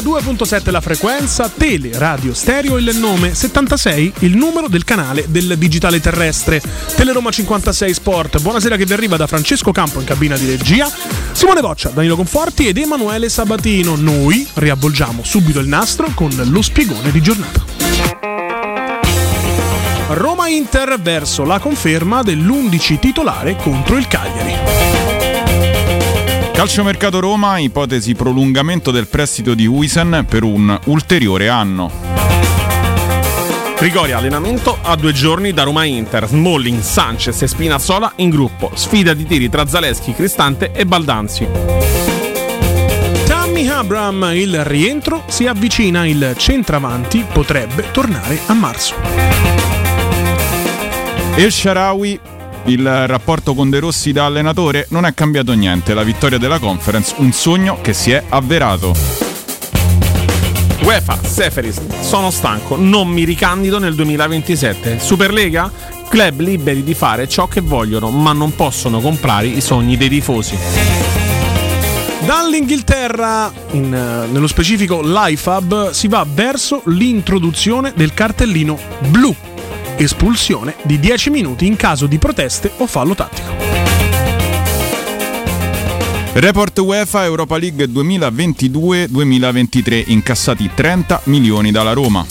92.7 la frequenza, Tele Radio Stereo il nome, 76 il numero del canale del digitale terrestre. Teleroma 56 Sport, buonasera che vi arriva da Francesco Campo in cabina di regia, Simone Boccia, Danilo Conforti ed Emanuele Sabatino. Noi riavvolgiamo subito il nastro con lo spiegone di giornata. Roma-Inter verso la conferma dell'11 titolare contro il Cagliari. Calciomercato Roma, ipotesi prolungamento del prestito di Huijsen per un ulteriore anno. Trigoria, allenamento a 2 giorni da Roma-Inter. Smalling, Sanchez e Spinazzola in gruppo. Sfida di tiri tra Zaleschi, Cristante e Baldanzi. Tammy Abraham, il rientro si avvicina, il centravanti potrebbe tornare a marzo. El Shaarawy, il rapporto con De Rossi da allenatore, non è cambiato niente, la vittoria della Conference, un sogno che si è avverato. UEFA, Seferis, sono stanco, non mi ricandido nel 2027. Superlega? Club liberi di fare ciò che vogliono, ma non possono comprare i sogni dei tifosi. Dall'Inghilterra, nello specifico l'IFAB, si va verso l'introduzione del cartellino blu. Espulsione di 10 minuti in caso di proteste o fallo tattico. Report UEFA Europa League 2022-2023, incassati 30 milioni dalla Roma.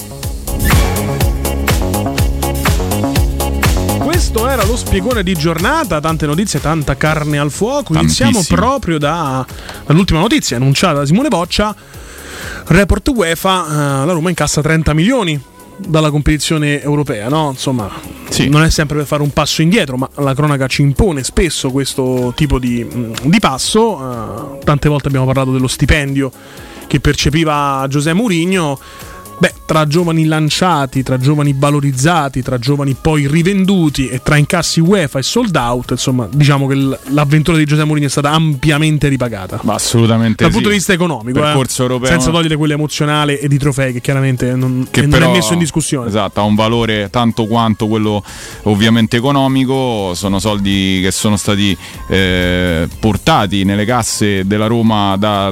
Questo era lo spiegone di giornata, tante notizie, tanta carne al fuoco. Iniziamo proprio dall'ultima notizia annunciata da Simone Boccia. Report UEFA, la Roma incassa 30 milioni dalla competizione europea, no? Insomma, sì. Non è sempre per fare un passo indietro, ma la cronaca ci impone spesso questo tipo di passo. Tante volte abbiamo parlato dello stipendio che percepiva José Mourinho. Beh, tra giovani lanciati, tra giovani valorizzati, tra giovani poi rivenduti e tra incassi UEFA e sold out, insomma, diciamo che l'avventura di José Mourinho è stata ampiamente ripagata. Ma assolutamente dal punto di vista economico, percorso europeo, senza togliere quello emozionale e di trofei che chiaramente non è messo in discussione. Esatto, ha un valore tanto quanto quello ovviamente economico. Sono soldi che sono stati portati nelle casse della Roma da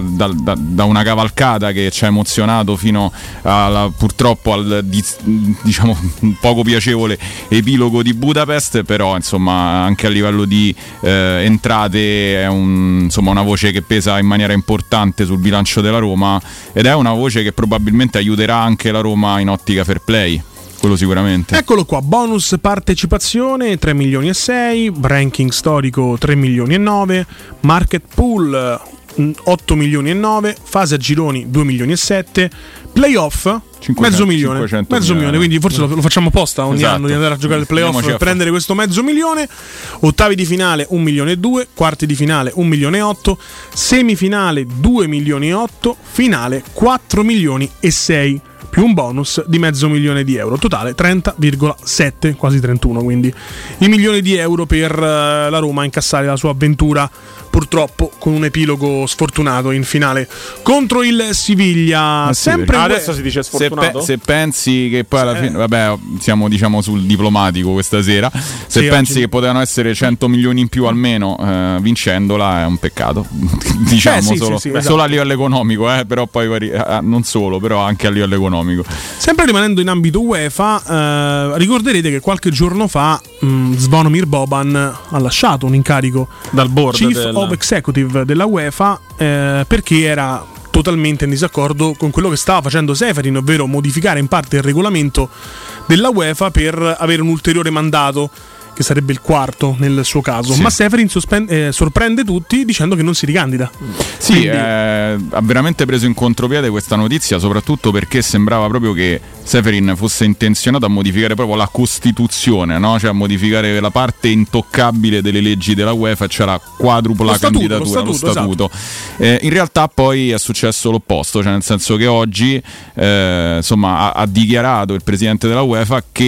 una cavalcata che ci ha emozionato fino purtroppo al diciamo poco piacevole epilogo di Budapest, però insomma anche a livello di entrate è una voce che pesa in maniera importante sul bilancio della Roma, ed è una voce che probabilmente aiuterà anche la Roma in ottica fair play. Quello sicuramente. Eccolo qua, bonus partecipazione 3 milioni e 6, ranking storico 3 milioni e 9, market pool 8 milioni e 9, fase a gironi 2 milioni e 7, playoff 500, mezzo milione, quindi forse lo facciamo apposta ogni anno di andare a giocare il playoff per prendere questo mezzo milione. Ottavi di finale 1 milione e 2, quarti di finale 1 milione e 8, semifinale 2 milioni e 8, finale 4 milioni e 6 più un bonus di mezzo milione di euro, totale 30,7, quasi 31, quindi i milioni di euro per la Roma a incassare la sua avventura, purtroppo con un epilogo sfortunato in finale contro il Siviglia. Sempre adesso si dice sfortunato. Se pensi che poi alla fine, vabbè, siamo diciamo sul diplomatico questa sera, se pensi che potevano essere 100 milioni in più almeno vincendola, è un peccato. Diciamo solo a livello economico, però poi non solo, però anche a livello economico. Sempre rimanendo in ambito UEFA, ricorderete che qualche giorno fa Zvonimir Boban ha lasciato un incarico dal board Chief of Executive della UEFA perché era totalmente in disaccordo con quello che stava facendo Seferin, ovvero modificare in parte il regolamento della UEFA per avere un ulteriore mandato, che sarebbe il quarto nel suo caso. Sì. Ma Seferin sorprende tutti dicendo che non si ricandida. Sì, quindi ha veramente preso in contropiede questa notizia, soprattutto perché sembrava proprio che Seferin fosse intenzionato a modificare proprio la Costituzione, no? Cioè a modificare la parte intoccabile delle leggi della UEFA, cioè la quadrupla candidatura, lo statuto. Esatto. In realtà poi è successo l'opposto, cioè nel senso che oggi ha dichiarato il presidente della UEFA che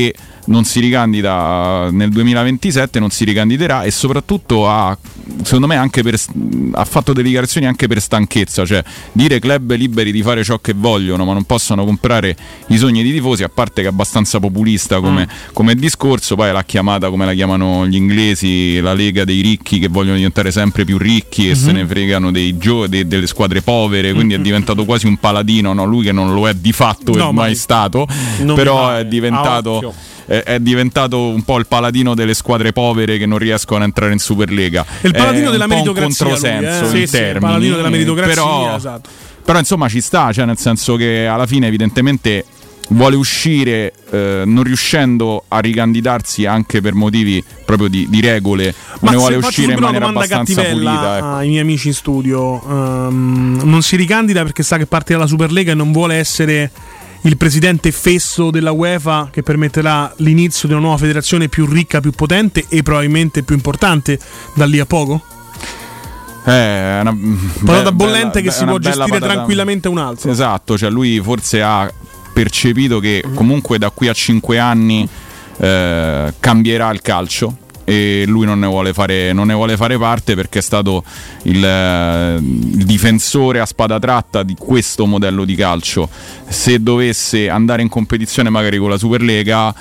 non si ricandida nel 2027, non si ricandiderà, e soprattutto secondo me ha fatto delle dichiarazioni anche per stanchezza, cioè dire club liberi di fare ciò che vogliono ma non possono comprare i sogni di tifosi, a parte che è abbastanza populista come discorso. Poi l'ha chiamata, come la chiamano gli inglesi, la lega dei ricchi che vogliono diventare sempre più ricchi e se ne fregano delle squadre povere, quindi è diventato quasi un paladino, no? Lui che non lo è di fatto, è mai stato, però è diventato un po' il paladino delle squadre povere che non riescono a entrare in Superlega. È il paladino della meritocrazia, un controsenso lui, in termini, il paladino della meritocrazia, esatto. Però insomma ci sta, cioè nel senso che alla fine evidentemente vuole uscire, non riuscendo a ricandidarsi anche per motivi proprio di regole, ma ne vuole uscire in maniera abbastanza pulita, ecco. Ai miei amici in studio, non si ricandida perché sa che parte dalla Superlega e non vuole essere il presidente fesso della UEFA che permetterà l'inizio di una nuova federazione più ricca, più potente e probabilmente più importante da lì a poco? Una patata bollente che si può gestire tranquillamente un altro. Esatto, cioè lui forse ha percepito che comunque da qui a 5 anni cambierà il calcio, e lui non ne vuole fare parte, perché è stato il difensore a spada tratta di questo modello di calcio. Se dovesse andare in competizione magari con la Superlega,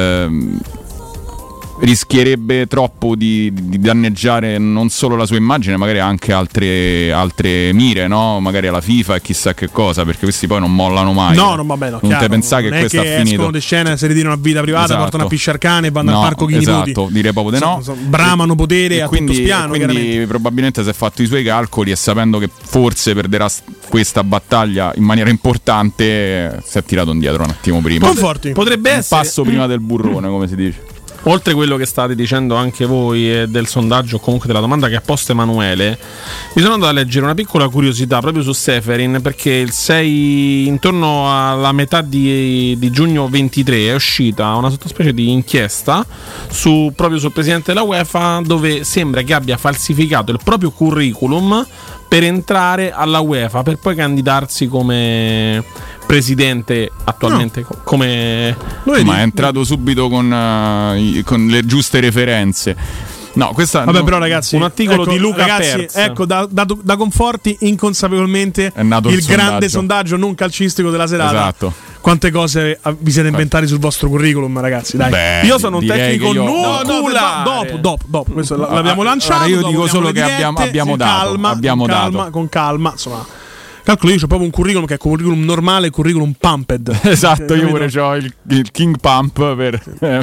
rischierebbe troppo di danneggiare non solo la sua immagine, magari anche altre mire, no? Magari alla FIFA e chissà che cosa, perché questi poi non mollano mai. No, non va bene. Non te pensare che questo ha finito. Escono di scena, si ritirano a vita privata, esatto. Portano a pisciare cane e vanno al parco con i nipoti. Esatto, direi proprio di no. Bramano potere e a quindi, tutto spiano. Quindi probabilmente si è fatto i suoi calcoli, e sapendo che forse perderà questa battaglia in maniera importante, si è tirato indietro un attimo prima. Conforti. Potrebbe essere un passo prima del burrone, come si dice. Oltre quello che state dicendo anche voi e del sondaggio, o comunque della domanda che ha posto Emanuele, mi sono andato a leggere una piccola curiosità proprio su Ceferin, perché intorno alla metà di giugno 23 è uscita una sottospecie di inchiesta proprio sul presidente della UEFA, dove sembra che abbia falsificato il proprio curriculum per entrare alla UEFA, per poi candidarsi come presidente attualmente, ma è entrato subito con le giuste referenze. No, questa vabbè, però ragazzi, un articolo di Luca Perz. Ecco, da Conforti inconsapevolmente è nato il grande sondaggio non calcistico della serata. Esatto. Quante cose vi siete inventati sul vostro curriculum, ragazzi? Dai. Beh, io sono un tecnico nucleare. Dopo questo l'abbiamo lanciato. Io dico solo che abbiamo dato. Con calma, insomma. Calcolo, io ho proprio un curriculum che è curriculum normale, curriculum pumped. Esatto, io pure ho il King Pump per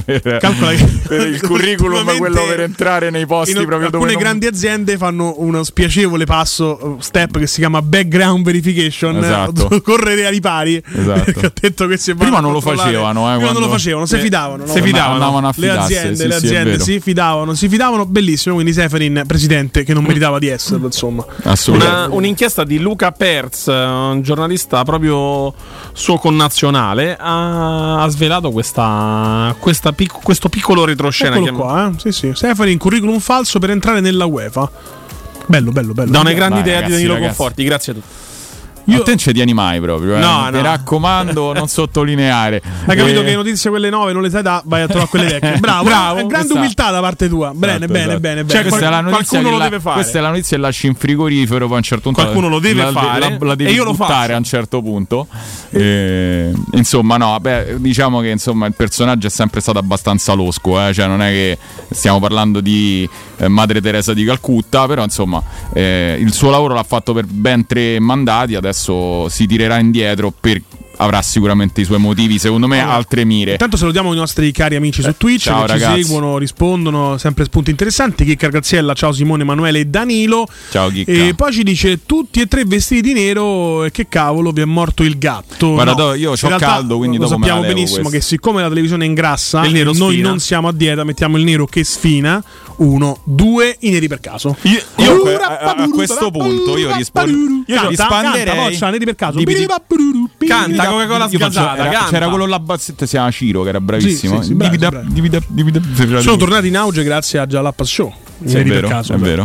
il curriculum, quello per entrare nei posti proprio dove alcune grandi aziende fanno uno spiacevole step che si chiama background verification. Esatto. Correre ai pari. Esatto. Ho detto che se prima non lo facevano, prima non lo facevano, si fidavano. Andavano a fidarsi. Le aziende si fidavano benissimo, quindi Ceferin, presidente, che non meritava di esserlo, insomma. Assolutamente. Un'inchiesta di Luca Perz, un giornalista proprio suo connazionale, ha svelato questo piccolo retroscena. Eccolo qua, sì. Ceferin, curriculum falso per entrare nella UEFA. Bello. Da una grande idea ragazzi, di Danilo Conforti, grazie a tutti. A te non ci tieni mai proprio, no. Mi raccomando, non sottolineare. Hai capito che le notizie quelle nuove non le sai da, vai a trovare quelle vecchie. Bravo. È grande umiltà da parte tua. Bene. Cioè, questa è la notizia, qualcuno lo deve fare. Questa è la notizia che lasci in frigorifero, poi a un certo punto qualcuno lo deve fare la devi e io lo buttare a un certo punto. Insomma, no, diciamo che insomma il personaggio è sempre stato abbastanza losco, cioè non è che stiamo parlando di Madre Teresa di Calcutta, però insomma il suo lavoro l'ha fatto per ben 3 mandati, adesso si tirerà indietro, avrà sicuramente i suoi motivi, secondo me altre mire. Intanto salutiamo i nostri cari amici su Twitch, ciao, che ragazzi. Ci seguono, rispondono, sempre spunti interessanti. Chicca Graziella, ciao Simone, Emanuele e Danilo. Ciao Chicca. E poi ci dice tutti e 3 vestiti di nero, e che cavolo, vi è morto il gatto. Guarda, io ho caldo, quindi lo dopo sappiamo me la levo benissimo questo. Che siccome la televisione ingrassa, noi sfina. non siamo a dieta, mettiamo il nero che sfina. 1, 2, i neri per caso. Io a questo punto io risponderei. Neri per caso. Canta Coca-Cola sgasata. C'era quello là, si chiama Ciro, che era bravissimo. Sì, bravi. Sono tornati in auge grazie a Jalappa Show. Sì, è vero.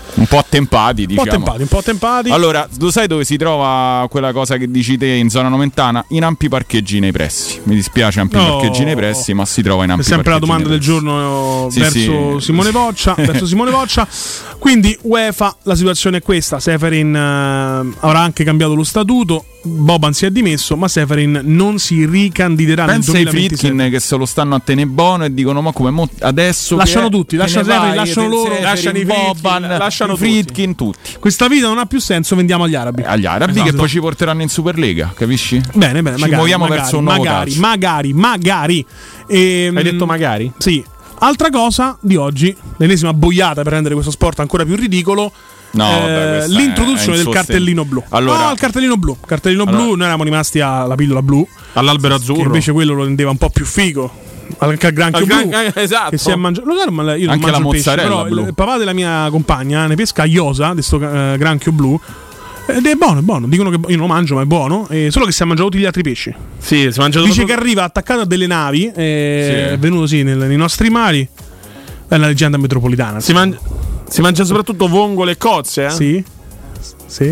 un po' attempati, diciamo. Un po' attempati. Allora, lo sai dove si trova quella cosa che dici te in zona Nomentana? In ampi parcheggi nei pressi. Mi dispiace, ampi parcheggi nei pressi, ma si trova in ampi parcheggi. È sempre la domanda del giorno verso Simone Voccia. Verso Simone Voccia. Quindi UEFA, la situazione è questa. Seferin avrà anche cambiato lo statuto. Boban si è dimesso, ma Seferin non si ricandiderà nel 2027. Pensa ai Friedkin che se lo stanno a tenere buono e dicono ma come adesso lasciano tutti, lasciano loro, lasciano i Boban, lasciano i Friedkin tutti. Questa vita non ha più senso, vendiamo agli arabi. Agli arabi, esatto, che poi ci porteranno in Superlega, capisci? Bene, ci muoviamo verso un nuovo calcio. Magari. Hai detto magari? Sì. Altra cosa di oggi, l'ennesima boiata per rendere questo sport ancora più ridicolo. L'introduzione del cartellino blu. Allora, il cartellino blu. Blu, noi eravamo rimasti alla pillola blu, all'albero azzurro. Che invece quello lo rendeva un po' più figo. Anche al granchio blu. Esatto. Che si è mangiato. Io non anche mangio la il pesce, però blu. il papà della mia compagna ne pesca a Iosa, di sto granchio blu. Ed è buono. Dicono che io non lo mangio, ma è buono. Solo che si è mangiato tutti gli altri pesci. Sì, si mangia Dice che arriva attaccato a delle navi. È venuto nei nostri mari. È una leggenda metropolitana. Si mangia soprattutto vongole e cozze, eh? Sì.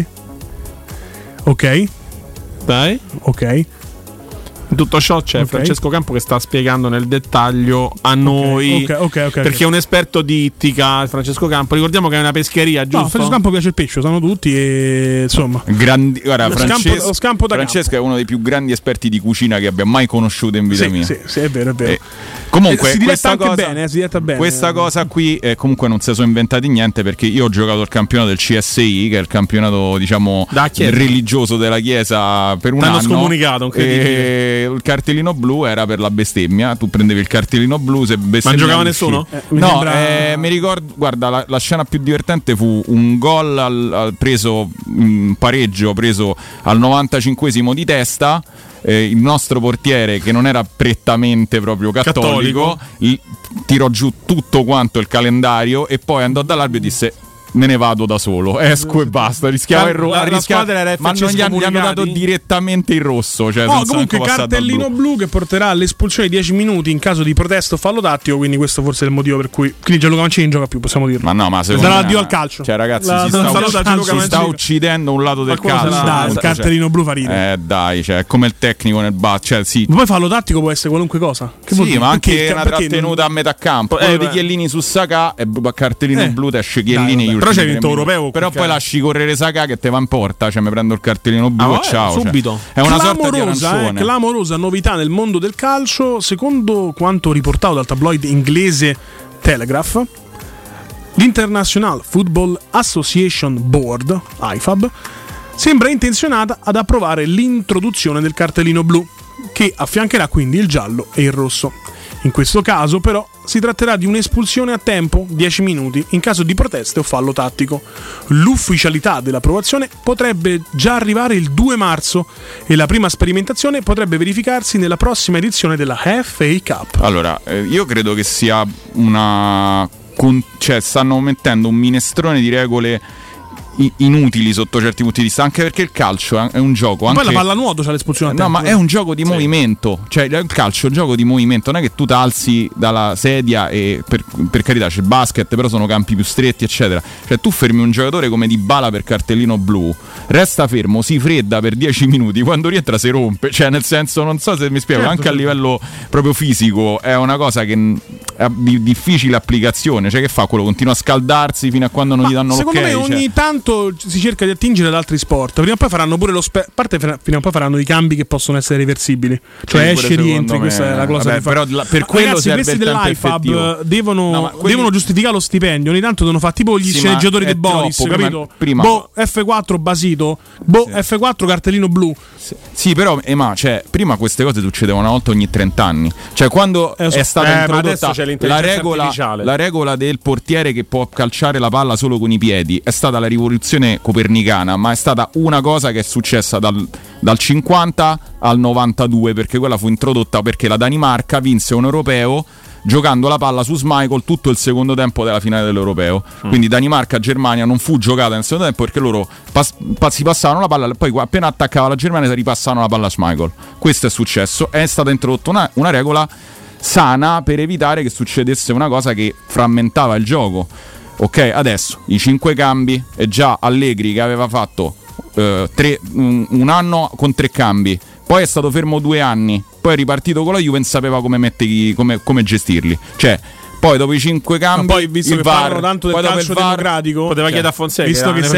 Ok. Dai. Ok. In tutto ciò c'è Francesco Campo che sta spiegando nel dettaglio a noi perché è un esperto di ittica. Francesco Campo, ricordiamo che è una pescheria, giusto? No, Francesco Campo piace il pesce, sanno tutti e insomma. Guarda, lo scampo da Francesco campo. è uno dei più grandi esperti di cucina che abbia mai conosciuto in vita mia. Sì, è vero. Comunque si diretta anche bene, si diretta bene. Questa cosa qui comunque non si sono inventati niente, perché io ho giocato il campionato del CSI, che è il campionato, diciamo, religioso della Chiesa, per un anno. Scomunicato, incredibile. Il cartellino blu era per la bestemmia. Tu prendevi il cartellino blu, se bestemmiavi. Ma non giocava nessuno? Mi ricordo, guarda, la scena più divertente fu un gol preso, pareggio preso al 95esimo di testa. Il nostro portiere, che non era prettamente proprio cattolico. Tirò giù tutto quanto il calendario e poi andò dall'arbitro e disse: me ne vado da solo, esco e basta. Rischiava il rosso, ma non gli hanno dato direttamente il rosso. Cioè comunque cartellino blu che porterà all'espulsione di 10 minuti in caso di protesto o fallo tattico. Quindi questo forse è il motivo per cui Gianluca Mancini gioca più, possiamo dirlo. Ma no, ma secondo me addio al calcio. Cioè ragazzi, si sta uccidendo un lato del calcio. Dai, il cartellino blu fa ridere. Dai, cioè, è come il tecnico nel basket. Sì. Ma poi fallo tattico può essere qualunque cosa. Sì, ma anche una trattenuta a metà campo. Quello di Chiellini su Saka e cartellino blu, te esce Chiellini. Però c'è vinto europeo. Però poi lasci correre Saka che te va in porta. Cioè mi prendo il cartellino blu e ciao. Subito. Cioè, è una sorta di arancione. Clamorosa novità nel mondo del calcio. Secondo quanto riportato dal tabloid inglese Telegraph, l'International Football Association Board, IFAB, sembra intenzionata ad approvare l'introduzione del cartellino blu, che affiancherà quindi il giallo e il rosso. In questo caso però si tratterà di un'espulsione a tempo, 10 minuti, in caso di proteste o fallo tattico. L'ufficialità dell'approvazione potrebbe già arrivare il 2 marzo e la prima sperimentazione potrebbe verificarsi nella prossima edizione della FA Cup. Allora, io credo che sia cioè stanno mettendo un minestrone di regole inutili sotto certi punti di vista, anche perché il calcio è un gioco. Ma anche... poi la pallanuoto c'ha l'espulsione a tempo. No, ma è un gioco di movimento. Cioè il calcio è un gioco di movimento, non è che tu t'alzi dalla sedia e per carità c'è il basket, però sono campi più stretti, eccetera. Cioè tu fermi un giocatore come Dybala per cartellino blu, resta fermo, si fredda per 10 minuti, quando rientra si rompe. Cioè nel senso, non so se mi spiego, anche a livello proprio fisico è una cosa che è di difficile applicazione. Cioè che fa quello? Continua a scaldarsi fino a quando non gli danno l'ok. Secondo me ogni tanto si cerca di attingere ad altri sport. Prima o poi faranno pure a parte prima o poi faranno i cambi che possono essere reversibili. Cioè esce e rientri, questa è la cosa. Vabbè, però per quello ragazzi, serve questi il tempo dell'IFAB devono giustificare lo stipendio. Ogni tanto devono fare tipo gli sceneggiatori di Boris, capito? Prima. F4 Basito, F4 cartellino blu. Sì, però cioè, prima queste cose succedevano una volta ogni 30 anni. Cioè quando è stata introdotta la regola del portiere che può calciare la palla solo con i piedi, è stata la rivoluzione copernicana, ma è stata una cosa che è successa dal 50 al 92, perché quella fu introdotta perché la Danimarca vinse un europeo giocando la palla su Schmeichel tutto il secondo tempo della finale dell'europeo. Quindi Danimarca-Germania non fu giocata nel secondo tempo perché loro si passavano la palla, poi appena attaccava la Germania si ripassavano la palla a Schmeichel. Questo è successo, è stata introdotta una regola sana per evitare che succedesse una cosa che frammentava il gioco. ok, adesso i 5 cambi e già Allegri che aveva fatto un anno con 3 cambi, poi è stato fermo 2 anni, poi è ripartito con la Juve e sapeva come gestirli, cioè poi dopo i 5 cambi, ma poi visto il che VAR, parlano tanto del calcio democratico, poteva chiedere a Fonseca, visto che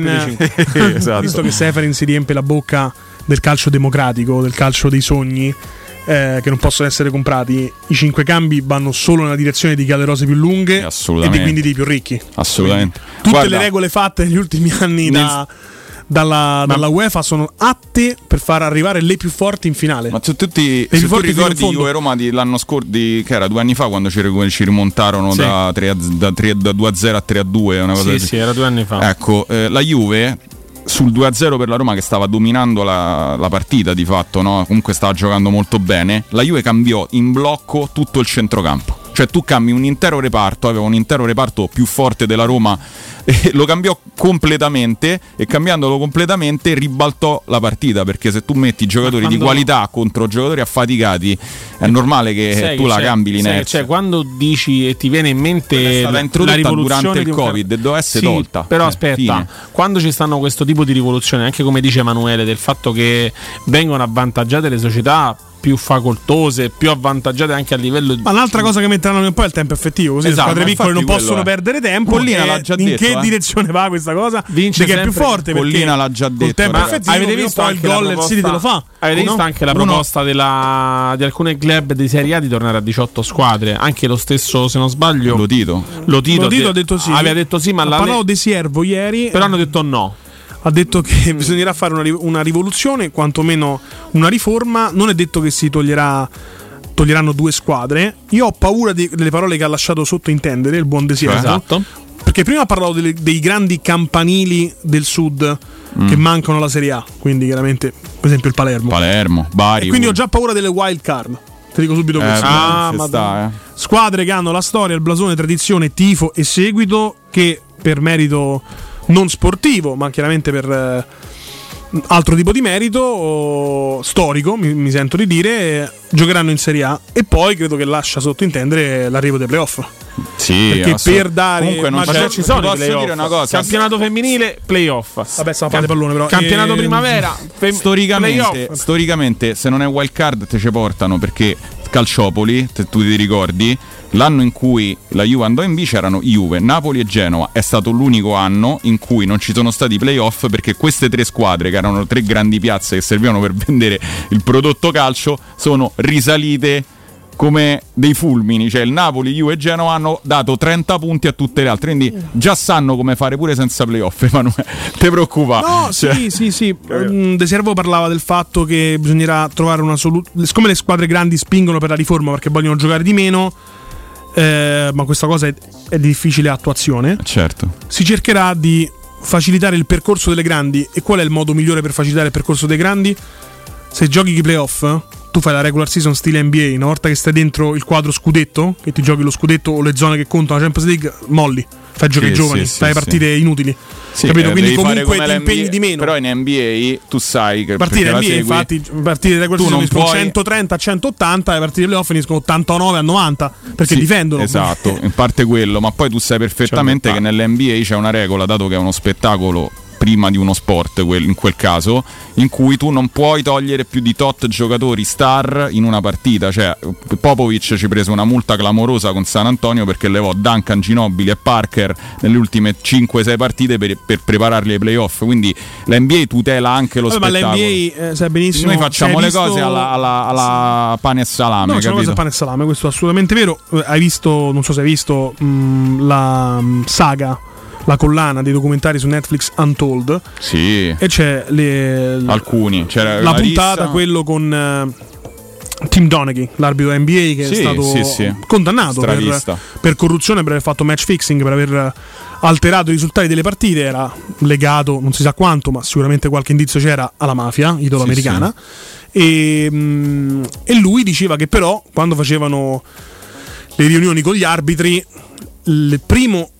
esatto. Visto che Seferin si riempie la bocca del calcio democratico, del calcio dei sogni, che non possono essere comprati, i 5 cambi vanno solo nella direzione di chi ha le rose più lunghe e quindi dei più ricchi. Assolutamente. Quindi, tutte le regole fatte negli ultimi anni dalla UEFA sono atte per far arrivare le più forti in finale. Ma se tu ricordi Juve Roma l'anno scorso, che era 2 anni fa, quando ci rimontarono da 2-0 a 3-2, una cosa sì, era 2 anni fa. Ecco, la Juve sul 2-0 per la Roma, che stava dominando la partita di fatto, no? Comunque stava giocando molto bene, la Juve cambiò in blocco tutto il centrocampo. Cioè tu cambi un intero reparto, aveva un intero reparto più forte della Roma, e lo cambiò completamente, e cambiandolo completamente ribaltò la partita, perché se tu metti giocatori di qualità contro giocatori affaticati è normale che tu la cambi l'inerzia. Cioè quando dici e ti viene in mente è stata introdotta durante il Covid e doveva essere tolta. Però aspetta, quando ci stanno questo tipo di rivoluzioni, anche come dice Emanuele, del fatto che vengono avvantaggiate le società più facoltose, più avvantaggiate anche a livello ma un'altra cosa che metteranno un po' è il tempo effettivo, così le squadre piccole non possono perdere tempo. Collina l'ha già detto, in che direzione va questa cosa? Vince che è più forte, Collina l'ha già detto. Tempo effettivo, avete visto il gol il City te lo fa? Avete visto anche la proposta di alcune club di Serie A di tornare a 18 squadre, anche lo stesso, se non sbaglio, Lotito ha detto sì. Aveva detto sì, ma ha parlato di Siervo ieri, però hanno detto no. Ha detto che bisognerà fare una rivoluzione, quantomeno una riforma. Non è detto che si toglieranno 2 squadre. Io ho paura delle parole che ha lasciato sottointendere il buon De Siervo, esatto. Perché prima ha parlato dei grandi campanili del sud che mancano alla Serie A, quindi chiaramente per esempio il Palermo, Bari, e quindi ho già paura delle wild card. Ti dico subito questo. Squadre che hanno la storia, il blasone, tradizione, tifo e seguito, che per merito non sportivo, ma chiaramente per altro tipo di merito storico, mi sento di dire, giocheranno in Serie A, e poi credo che lascia sottintendere l'arrivo dei playoff. Sì, perché per dare comunque non ci sono, posso dire una cosa: campionato femminile, playoff. Vabbè, stiamo a fare pallone, però campionato primavera, storicamente se non è wild card te ci portano, perché Calciopoli, se tu ti ricordi, l'anno in cui la Juve andò in B c'erano Juve, Napoli e Genova. È stato l'unico anno in cui non ci sono stati playoff, perché queste 3 squadre, che erano 3 grandi piazze che servivano per vendere il prodotto calcio, sono risalite come dei fulmini. Cioè il Napoli, Juve e Genova hanno dato 30 punti a tutte le altre, quindi già sanno come fare pure senza playoff. Emanuele, te preoccupa? No, sì. De Servo parlava del fatto che bisognerà trovare una soluzione, siccome le squadre grandi spingono per la riforma perché vogliono giocare di meno, ma questa cosa è di difficile attuazione. Certo. Si cercherà di facilitare il percorso delle grandi. E qual è il modo migliore per facilitare il percorso dei grandi? Se giochi i playoff, tu fai la regular season stile NBA, una volta che stai dentro il quadro scudetto, che ti giochi lo scudetto o le zone che contano la Champions League, molli, fai giocare i giovani, fai partite inutili, capito? Quindi comunque ti impegni di meno. Però in NBA tu sai che partite NBA, infatti, partite di regular season finiscono 130 a 180, le partite playoff finiscono 89 a 90, perché difendono. Esatto, in parte quello, ma poi tu sai perfettamente che nell'NBA c'è una regola, dato che è uno spettacolo prima di uno sport, in quel caso, in cui tu non puoi togliere più di tot giocatori star in una partita. Cioè Popovic ci prese una multa clamorosa con San Antonio perché levò Duncan, Ginobili e Parker nelle ultime 5-6 partite per prepararli ai playoff. Quindi l'NBA tutela anche lo spettacolo. Ma l'NBA sai benissimo, noi facciamo le cose alla pane e salame. No, c'è una cosa pane e salame, questo è assolutamente vero. Hai visto, non so se hai visto la saga, la collana dei documentari su Netflix Untold. Sì. E c'è alcuni. C'era la puntata, quello con Tim Donaghy, l'arbitro NBA, che è stato condannato per corruzione, per aver fatto match fixing, per aver alterato i risultati delle partite. Era legato, non si sa quanto, ma sicuramente qualche indizio c'era, alla mafia italo-americana. E lui diceva che però quando facevano le riunioni con gli arbitri, il primo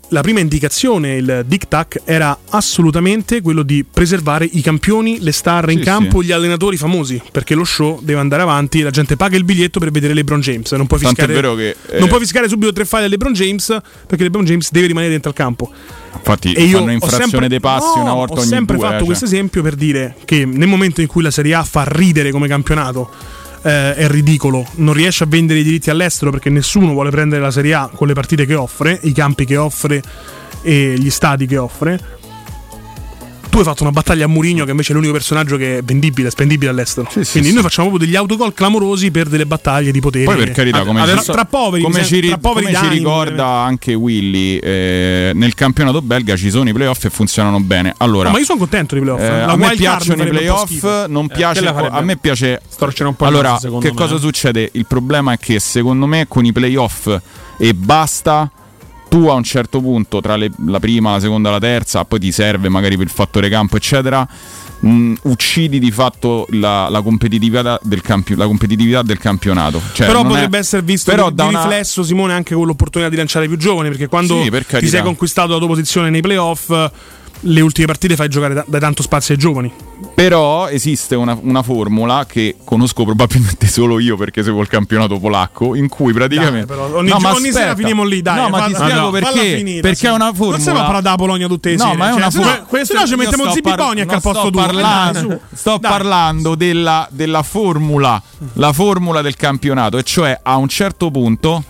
la prima indicazione, il diktat, era assolutamente quello di preservare i campioni, le star in campo, gli allenatori famosi, perché lo show deve andare avanti, la gente paga il biglietto per vedere LeBron James, non puoi fiscare, è vero che, non puoi fiscare subito 3 file a LeBron James, perché LeBron James deve rimanere dentro al campo. Infatti fanno infrazione dei passi una volta ogni 2. Ho sempre fatto questo esempio per dire che nel momento in cui la Serie A fa ridere come campionato, è ridicolo, non riesce a vendere i diritti all'estero perché nessuno vuole prendere la Serie A con le partite che offre, i campi che offre e gli stadi che offre. Tu hai fatto una battaglia a Mourinho, che invece è l'unico personaggio che è vendibile, spendibile all'estero. Quindi noi facciamo proprio degli autogol clamorosi per delle battaglie di potere. Poi per carità, tra poveri, come ci ricorda anche Willy, nel campionato belga ci sono i playoff e funzionano bene. Allora, ma io sono contento dei playoff. A me piacciono i playoff, non piace. A me piace storcere un po'. Allora, che cosa succede? Il problema è che secondo me con i playoff e basta, tu a un certo punto tra la prima, la seconda e la terza, poi ti serve magari per il fattore campo eccetera, uccidi di fatto la competitività del campionato. Cioè, però potrebbe essere visto di riflesso, Simone, anche con l'opportunità di lanciare più giovani, perché quando ti sei conquistato la tua posizione nei playoff, le ultime partite fai giocare da tanto spazio ai giovani. Però esiste una formula che conosco probabilmente solo io, perché seguo il campionato polacco, in cui praticamente ogni sera finiamo lì, dai. No, ma ti spiego perché. Finita, perché è una formula. Non si va a parlare da Bologna tutte le sere. No, ma è una formula. Se no ci mettiamo Zipi Boniek al posto tuo. Sto parlando della formula, la formula del campionato, e cioè a un certo punto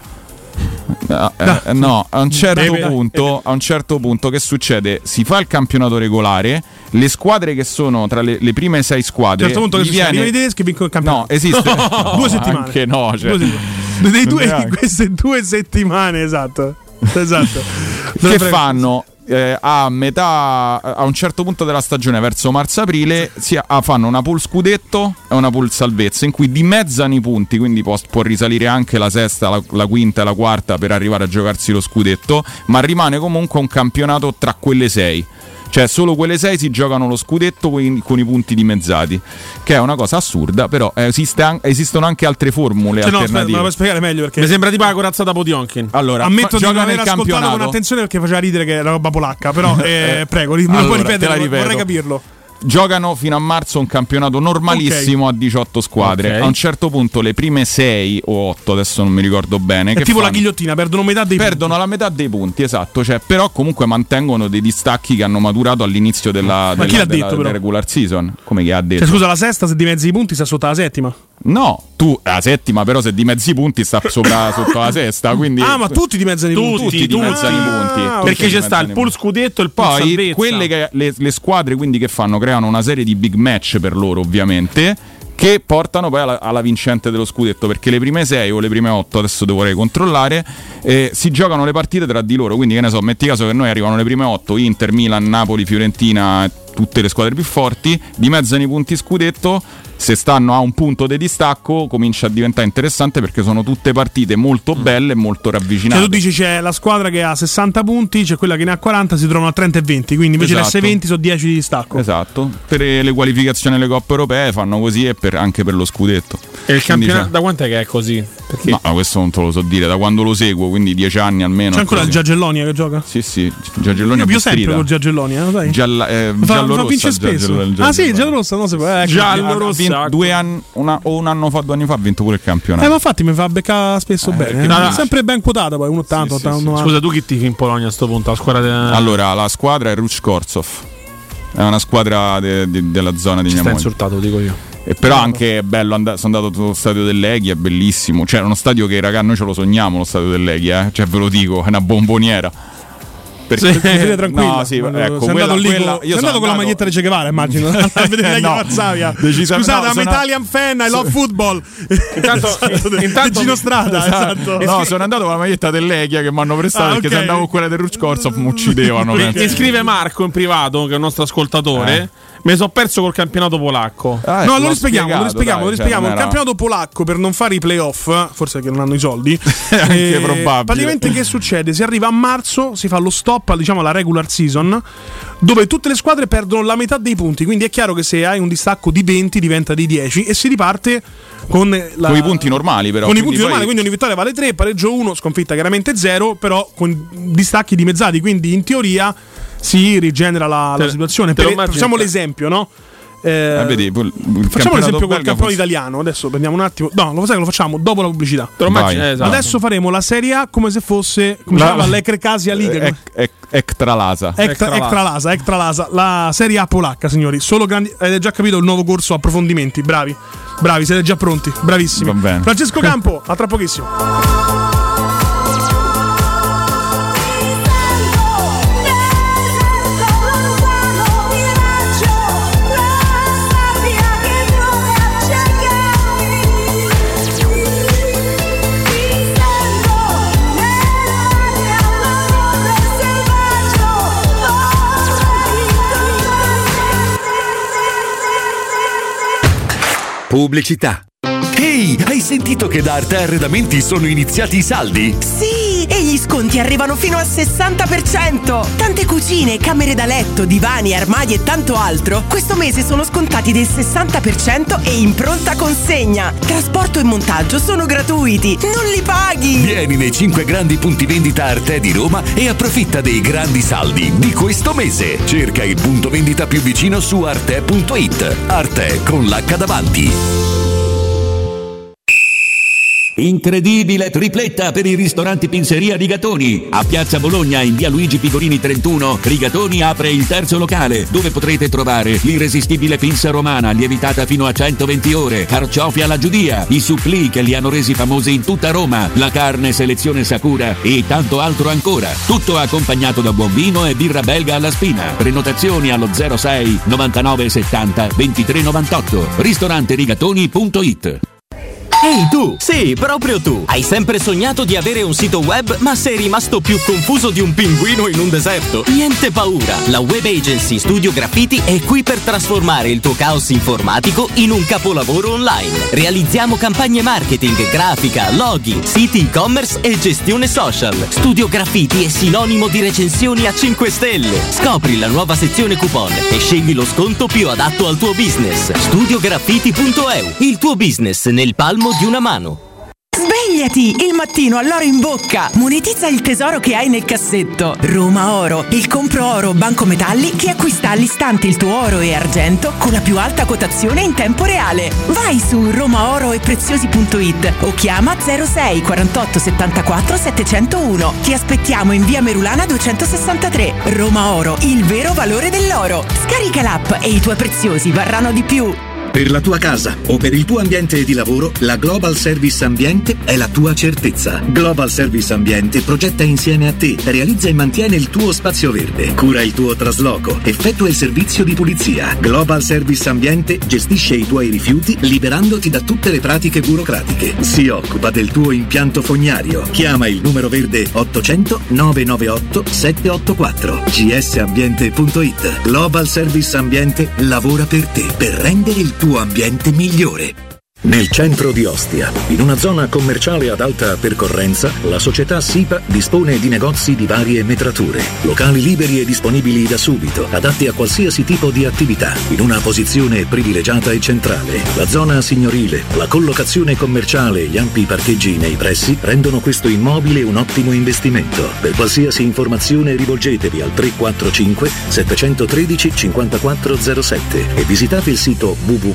a un certo punto che succede? Si fa il campionato regolare, le squadre che sono tra le prime 6 squadre, a un certo punto arrivano i tedeschi e vincono il campionato. No, esiste 2 settimane. Anche no, cioè. In queste 2 settimane, esatto. Che fanno? A un certo punto della stagione, verso marzo-aprile, fanno una pool scudetto e una pool salvezza, in cui dimezzano i punti, quindi può risalire anche la sesta, la quinta e la quarta per arrivare a giocarsi lo scudetto, ma rimane comunque un campionato tra quelle 6. Cioè solo quelle 6 si giocano lo scudetto con i punti dimezzati, che è una cosa assurda, però esistono anche altre formule alternative. Me lo puoi spiegare meglio, perché mi sembra tipo la corazza da Potionkin. Allora, ammetto di non aver ascoltato con attenzione perché faceva ridere che è una roba polacca, però prego, me lo puoi ripetere, vorrei capirlo. Giocano fino a marzo un campionato normalissimo a 18 squadre. A un certo punto le prime 6 o 8, adesso non mi ricordo bene, è tipo la ghigliottina, perdono la metà dei punti, esatto, cioè, però comunque mantengono dei distacchi che hanno maturato all'inizio della regular season. Come che ha detto? Scusa, la sesta, se dimezzi i punti, sta sotto la settima? No, tu la settima, però se dimezzi i punti sta sotto la sesta, quindi ma tutti dimezzano i punti. Tutti dimezzano i punti. Perché c'è sta il pool scudetto e il pool salvezza. Quelle che le squadre quindi che creano una serie di big match per loro, ovviamente, che portano poi alla vincente dello scudetto, perché le prime 6 o le prime 8, adesso dovrei controllare, si giocano le partite tra di loro. Quindi che ne so, metti caso che noi arrivano le prime 8, Inter, Milan, Napoli, Fiorentina, tutte le squadre più forti, dimezzano i punti scudetto. Se stanno a un punto di distacco comincia a diventare interessante, perché sono tutte partite molto belle e molto ravvicinate. Cioè tu dici c'è la squadra che ha 60 punti, c'è quella che ne ha 40, si trovano a 30 e 20, quindi invece le S20 sono 10 di distacco. Esatto, per le qualificazioni alle coppe europee fanno così, e anche per lo scudetto. E il campionato da quant'è che è così? Perché? No, questo non te lo so dire, da quando lo seguo, quindi 10 anni almeno. C'è ancora il Giagellonia che gioca? Sì, Giagellonia. Io sempre con Giagellonia, lo sai? Giallorossa spesso. Sì, Giallorossa, no, Giallorossa 2 anni, un anno fa, 2 anni fa ha vinto pure il campionato. Ma infatti mi fa beccare spesso bene. Sempre ben quotata, poi 1,80, 80. Scusa, tu chi tifi in Polonia a sto punto? Allora, la squadra è Ruch Korsov. È una squadra della zona di mia moglie. Insultato, dico io. E però anche è bello, sono andato allo stadio del Leghia, è bellissimo. Cioè, è uno stadio che, raga, noi ce lo sogniamo, lo stadio del Leghia, cioè ve lo dico, è una bomboniera. Tranquillo. No, sì, ecco, sei andato lì con la maglietta di Che Guevara, immagino. A vedere la Varsavia. Scusate, I'm Italian fan, I love football. Intanto Gino Strada, esatto. No, sono andato con la maglietta del Leghia che mi hanno prestato, perché se andavo con quella del Ruch Korsov mi uccidevano. E scrive Marco in privato, che è un nostro ascoltatore. Mi sono perso col campionato polacco. No, lo rispieghiamo. Il campionato polacco, per non fare i playoff, forse che non hanno i soldi, anche probabile. Praticamente che succede? Si arriva a marzo, si fa lo stop, diciamo la regular season, dove tutte le squadre perdono la metà dei punti, quindi è chiaro che se hai un distacco di 20 diventa di 10 e si riparte con i punti normali, però. Con i punti normali, quindi ogni vittoria vale 3, pareggio 1, sconfitta chiaramente 0, però con distacchi dimezzati, quindi in teoria si rigenera la situazione. Facciamo l'esempio, no? Vedi, facciamo l'esempio col campionato italiano. Adesso prendiamo un attimo. No, lo sai che lo facciamo dopo la pubblicità. Esatto. Adesso faremo la Serie A come se fosse l'Ecrecasia League. Ectralasa, la Serie A polacca, signori. Solo grandi. Avete già capito il nuovo corso approfondimenti. Bravi, siete già pronti. Bravissimi. Francesco Campo, a tra pochissimo. Pubblicità. Ehi, hai sentito che da Arte Arredamenti sono iniziati i saldi? Sì, e gli sconti arrivano fino al 60%. Tante cucine, camere da letto, divani, armadi e tanto altro questo mese sono scontati del 60% e in pronta consegna. Trasporto e montaggio sono gratuiti, non li paghi. Vieni nei 5 grandi punti vendita Arte di Roma e approfitta dei grandi saldi di questo mese. Cerca il punto vendita più vicino su arte.it. Arte con l'H davanti. Incredibile tripletta per i ristoranti Pinzeria Rigatoni. A Piazza Bologna, in via Luigi Pigorini 31, Rigatoni apre il terzo locale, dove potrete trovare l'irresistibile pinza romana lievitata fino a 120 ore, carciofi alla giudia, i supplì che li hanno resi famosi in tutta Roma, la carne selezione Sakura e tanto altro ancora. Tutto accompagnato da buon vino e birra belga alla spina. Prenotazioni allo 06 99 70 23 98. ristoranterigatoni.it. Ehi tu! Sì, proprio tu! Hai sempre sognato di avere un sito web, ma sei rimasto più confuso di un pinguino in un deserto? Niente paura! La web agency Studio Graffiti è qui per trasformare il tuo caos informatico in un capolavoro online. Realizziamo campagne marketing, grafica, login, siti e-commerce e gestione social. Studio Graffiti è sinonimo di recensioni a 5 stelle. Scopri la nuova sezione coupon e scegli lo sconto più adatto al tuo business. Studiograffiti.eu, il tuo business nel palmo di una mano. Svegliati il mattino all'oro in bocca. Monetizza il tesoro che hai nel cassetto. Roma Oro, il compro oro banco metalli che acquista all'istante il tuo oro e argento con la più alta quotazione in tempo reale. Vai su romaoroepreziosi.it o chiama 06 48 74 701. Ti aspettiamo in via Merulana 263. Roma Oro, il vero valore dell'oro. Scarica l'app e i tuoi preziosi varranno di più. Per la tua casa o per il tuo ambiente di lavoro, la Global Service Ambiente è la tua certezza. Global Service Ambiente progetta insieme a te, realizza e mantiene il tuo spazio verde, cura il tuo trasloco, effettua il servizio di pulizia. Global Service Ambiente gestisce i tuoi rifiuti liberandoti da tutte le pratiche burocratiche. Si occupa del tuo impianto fognario. Chiama il numero verde 800 998 784. gsambiente.it. Global Service Ambiente lavora per te, per rendere il tuo ambiente migliore. Nel centro di Ostia, in una zona commerciale ad alta percorrenza, la società SIPA dispone di negozi di varie metrature, locali liberi e disponibili da subito, adatti a qualsiasi tipo di attività, in una posizione privilegiata e centrale. La zona signorile, la collocazione commerciale e gli ampi parcheggi nei pressi rendono questo immobile un ottimo investimento. Per qualsiasi informazione rivolgetevi al 345 713 5407 e visitate il sito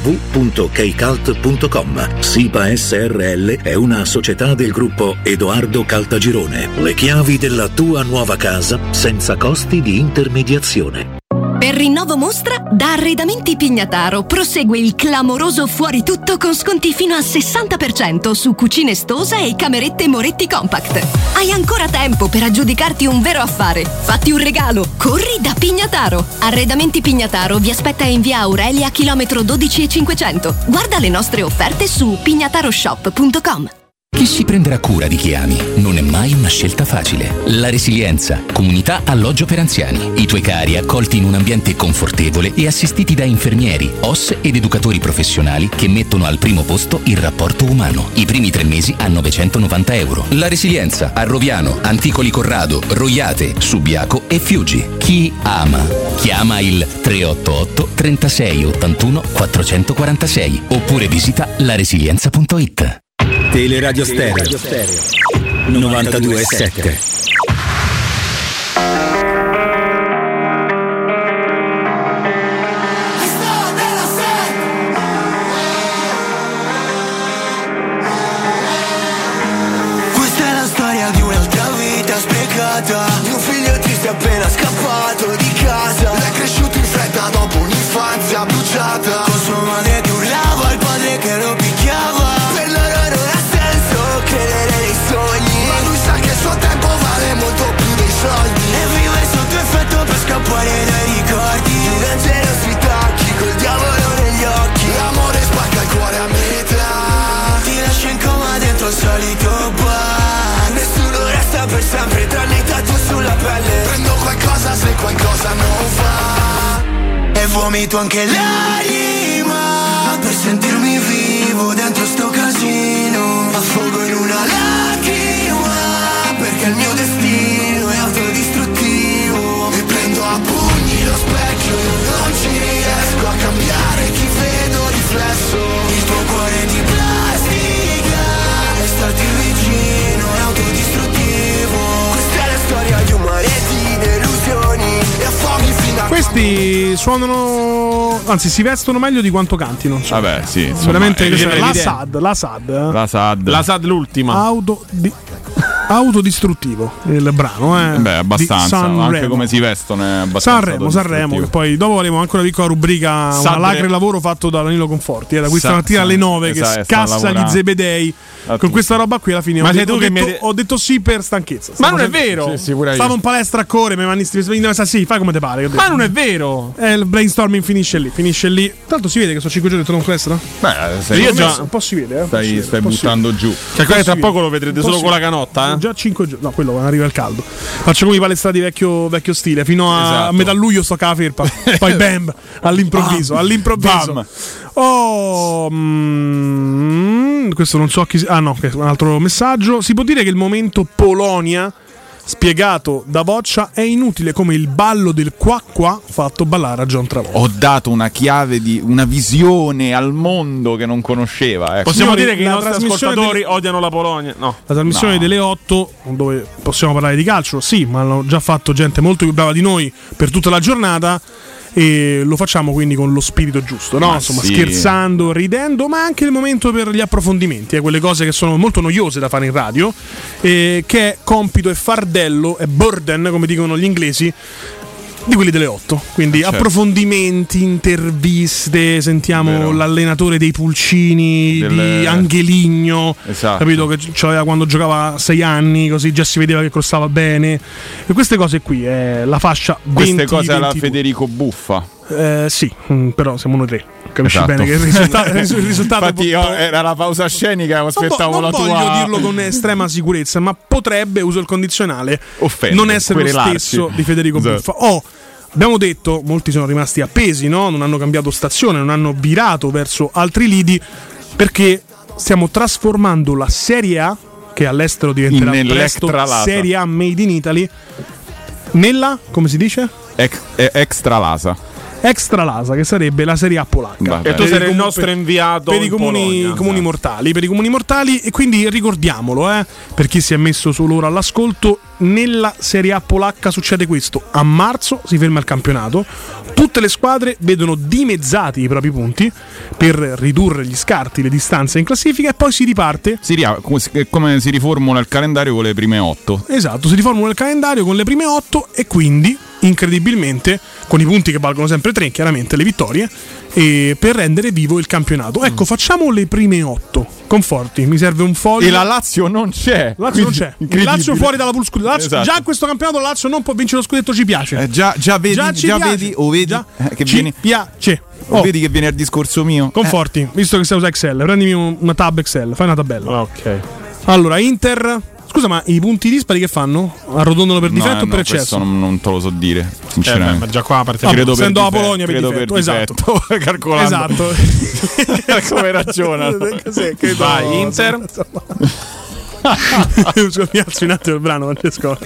www.kcalt.com. SIPA SRL è una società del gruppo Edoardo Caltagirone. Le chiavi della tua nuova casa senza costi di intermediazione. Per rinnovo mostra, da Arredamenti Pignataro prosegue il clamoroso fuori tutto con sconti fino al 60% su cucine Stosa e camerette Moretti Compact. Hai ancora tempo per aggiudicarti un vero affare. Fatti un regalo, corri da Pignataro. Arredamenti Pignataro vi aspetta in via Aurelia, chilometro 12 e 500. Guarda le nostre offerte su pignataroshop.com. Chi si prenderà cura di chi ami? Non è mai una scelta facile. La Resilienza, comunità alloggio per anziani. I tuoi cari accolti in un ambiente confortevole e assistiti da infermieri, OS ed educatori professionali che mettono al primo posto il rapporto umano. I primi 3 mesi a €990. La Resilienza a Roviano, Anticoli Corrado, Roiate, Subiaco e Fiuggi. Chi ama? Chiama il 388 36 81 446 oppure visita laresilienza.it. Teleradio Stereo 92.7. Questa è la storia di un'altra vita spiegata, di un figlio triste appena scappato di casa. L'è cresciuto in fretta dopo un'infanzia bruciata, con sua madre che urlava, il padre che lo picchiava. Per loro non ha senso credere nei sogni, ma lui sa che il suo tempo vale molto più dei soldi, e vive sotto effetto per scappare dai ricordi. Una generosità chi col diavolo negli occhi, l'amore spacca il cuore a metà, ti lascia in coma dentro il solito bar. Nessuno resta per sempre tranne i tatu sulla pelle. Prendo qualcosa se qualcosa non va, e vomito anche l'anima per sentirmi vivo dentro sto casino. Affogo in una lacrima perché il mio destino è autodistruttivo. E prendo a pugni lo specchio, non ci riesco a cambiare chi vedo riflesso. Il tuo cuore di plastica e starti vicino è autodistruttivo. Questa è la storia di un mare di delusioni e affoghi fino a... Questi suonano, anzi si vestono meglio di quanto cantino. Vabbè, sì, insomma, veramente la SAD l'ultima. Autodistruttivo il brano, Beh, abbastanza, anche come si vestono è abbastanza. Sanremo, che poi dopo avremo anche una piccola rubrica, una lacre lavoro fatto da Danilo Conforti, da questa mattina alle 9 che scassa gli zebedei con questa roba qui alla fine. Ma ho detto sì per stanchezza. Ma non è vero. Stavo in palestra a correre, mi vanno sì, fai come te pare. Ma non è vero. Il brainstorming finisce lì. Tanto si vede che sono 5 giorni dentro con palestra? Beh, io già un po' si vede, stai buttando giù. Che tra poco lo vedrete solo con la canotta, Già 5 giorni. No, quello quando arriva il caldo. Faccio come i palestrati vecchio stile. Fino a metà luglio sto a felpa. Poi bam, all'improvviso. Bam. Questo non so chi. Questo è un altro messaggio. Si può dire che il momento Polonia, spiegato da Boccia, è inutile come il ballo del qua fatto ballare a John Travolta. Ho dato una chiave di una visione al mondo che non conosceva. Possiamo dire che i nostri ascoltatori odiano la Polonia? No. La trasmissione delle 8, dove possiamo parlare di calcio, sì, ma l'hanno già fatto gente molto più brava di noi per tutta la giornata. E lo facciamo quindi con lo spirito giusto, no? Insomma, scherzando, ridendo, ma anche il momento per gli approfondimenti, quelle cose che sono molto noiose da fare in radio, che è compito e fardello, è burden, come dicono gli inglesi, di quelli delle 8. Quindi approfondimenti, interviste, sentiamo l'allenatore dei Pulcini di Angeligno, capito, che c'aveva quando giocava a 6 anni, così già si vedeva che costava bene. E queste cose qui è la fascia 20. Queste cose alla Federico Buffa. Sì, però siamo noi tre. Capisci bene che il risultato infatti era la pausa scenica, aspettavo la tua. Non voglio dirlo con estrema sicurezza, ma potrebbe, uso il condizionale, non essere lo stesso di Federico Buffa. Abbiamo detto, molti sono rimasti appesi, no? Non hanno cambiato stazione, non hanno virato verso altri lidi, perché stiamo trasformando la Serie A, che all'estero diventerà presto Serie A Made in Italy, nella, come si dice? Extra Lasa, che sarebbe la Serie A polacca. E tu sei il nostro inviato per i comuni mortali, e quindi ricordiamolo, per chi si è messo solo ora all'ascolto, nella Serie A polacca succede questo: a marzo si ferma il campionato, tutte le squadre vedono dimezzati i propri punti per ridurre gli scarti, le distanze in classifica, e poi si riparte. Come si riformula il calendario con le prime 8. Esatto, si riformula il calendario con le prime 8 e quindi incredibilmente con i punti che valgono sempre 3, chiaramente le vittorie, e per rendere vivo il campionato. Ecco, facciamo le prime 8. Conforti, mi serve un foglio. E la Lazio non c'è. Il Lazio fuori dalla pool scudetto. Esatto. Già in questo campionato la Lazio non può vincere lo scudetto, ci piace. Già vedi che ci piace. Vedi che viene al discorso mio. Conforti, visto che sai usare Excel, prendimi una tab Excel, fai una tabella. Ok. Allora, Inter. Scusa, ma i punti dispari che fanno? Arrotondano per difetto o per eccesso? Questo non te lo so dire, sinceramente. Ma già qua parte essendo la Polonia per difetto, esatto. Calcolando. Esatto. Come ragionano? Vai, Inter. Mi alzo un attimo il brano, Francesco.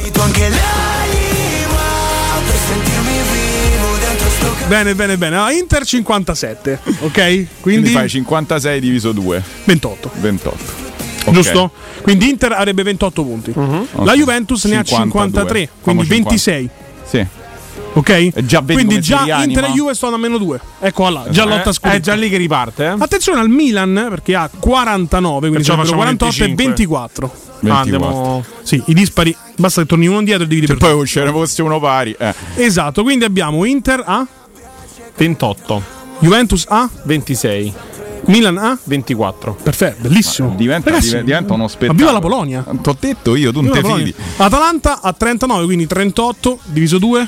Bene. Allora, Inter 57, ok? Quindi fai 56 diviso 2. 28. Okay. Giusto? Quindi Inter avrebbe 28 punti. La Juventus ne ha 53, quindi 26. Sì. Ok? Già quindi già Inter e Juve sono a -2. Ecco là, già lotta scudetto. È già lì che riparte. Attenzione al Milan perché ha 49, quindi sono 48 25. e 24. Andiamo. Sì, i dispari basta che torni uno indietro e dividi per poi ce ne fosse uno pari. Esatto, quindi abbiamo Inter a 28, Juventus a 26, Milan a 24. Perfetto, bellissimo. Diventa uno spettacolo. Ma viva la Polonia. T'ho detto io, tu non te fidi. Atalanta a 39, quindi 38 diviso 2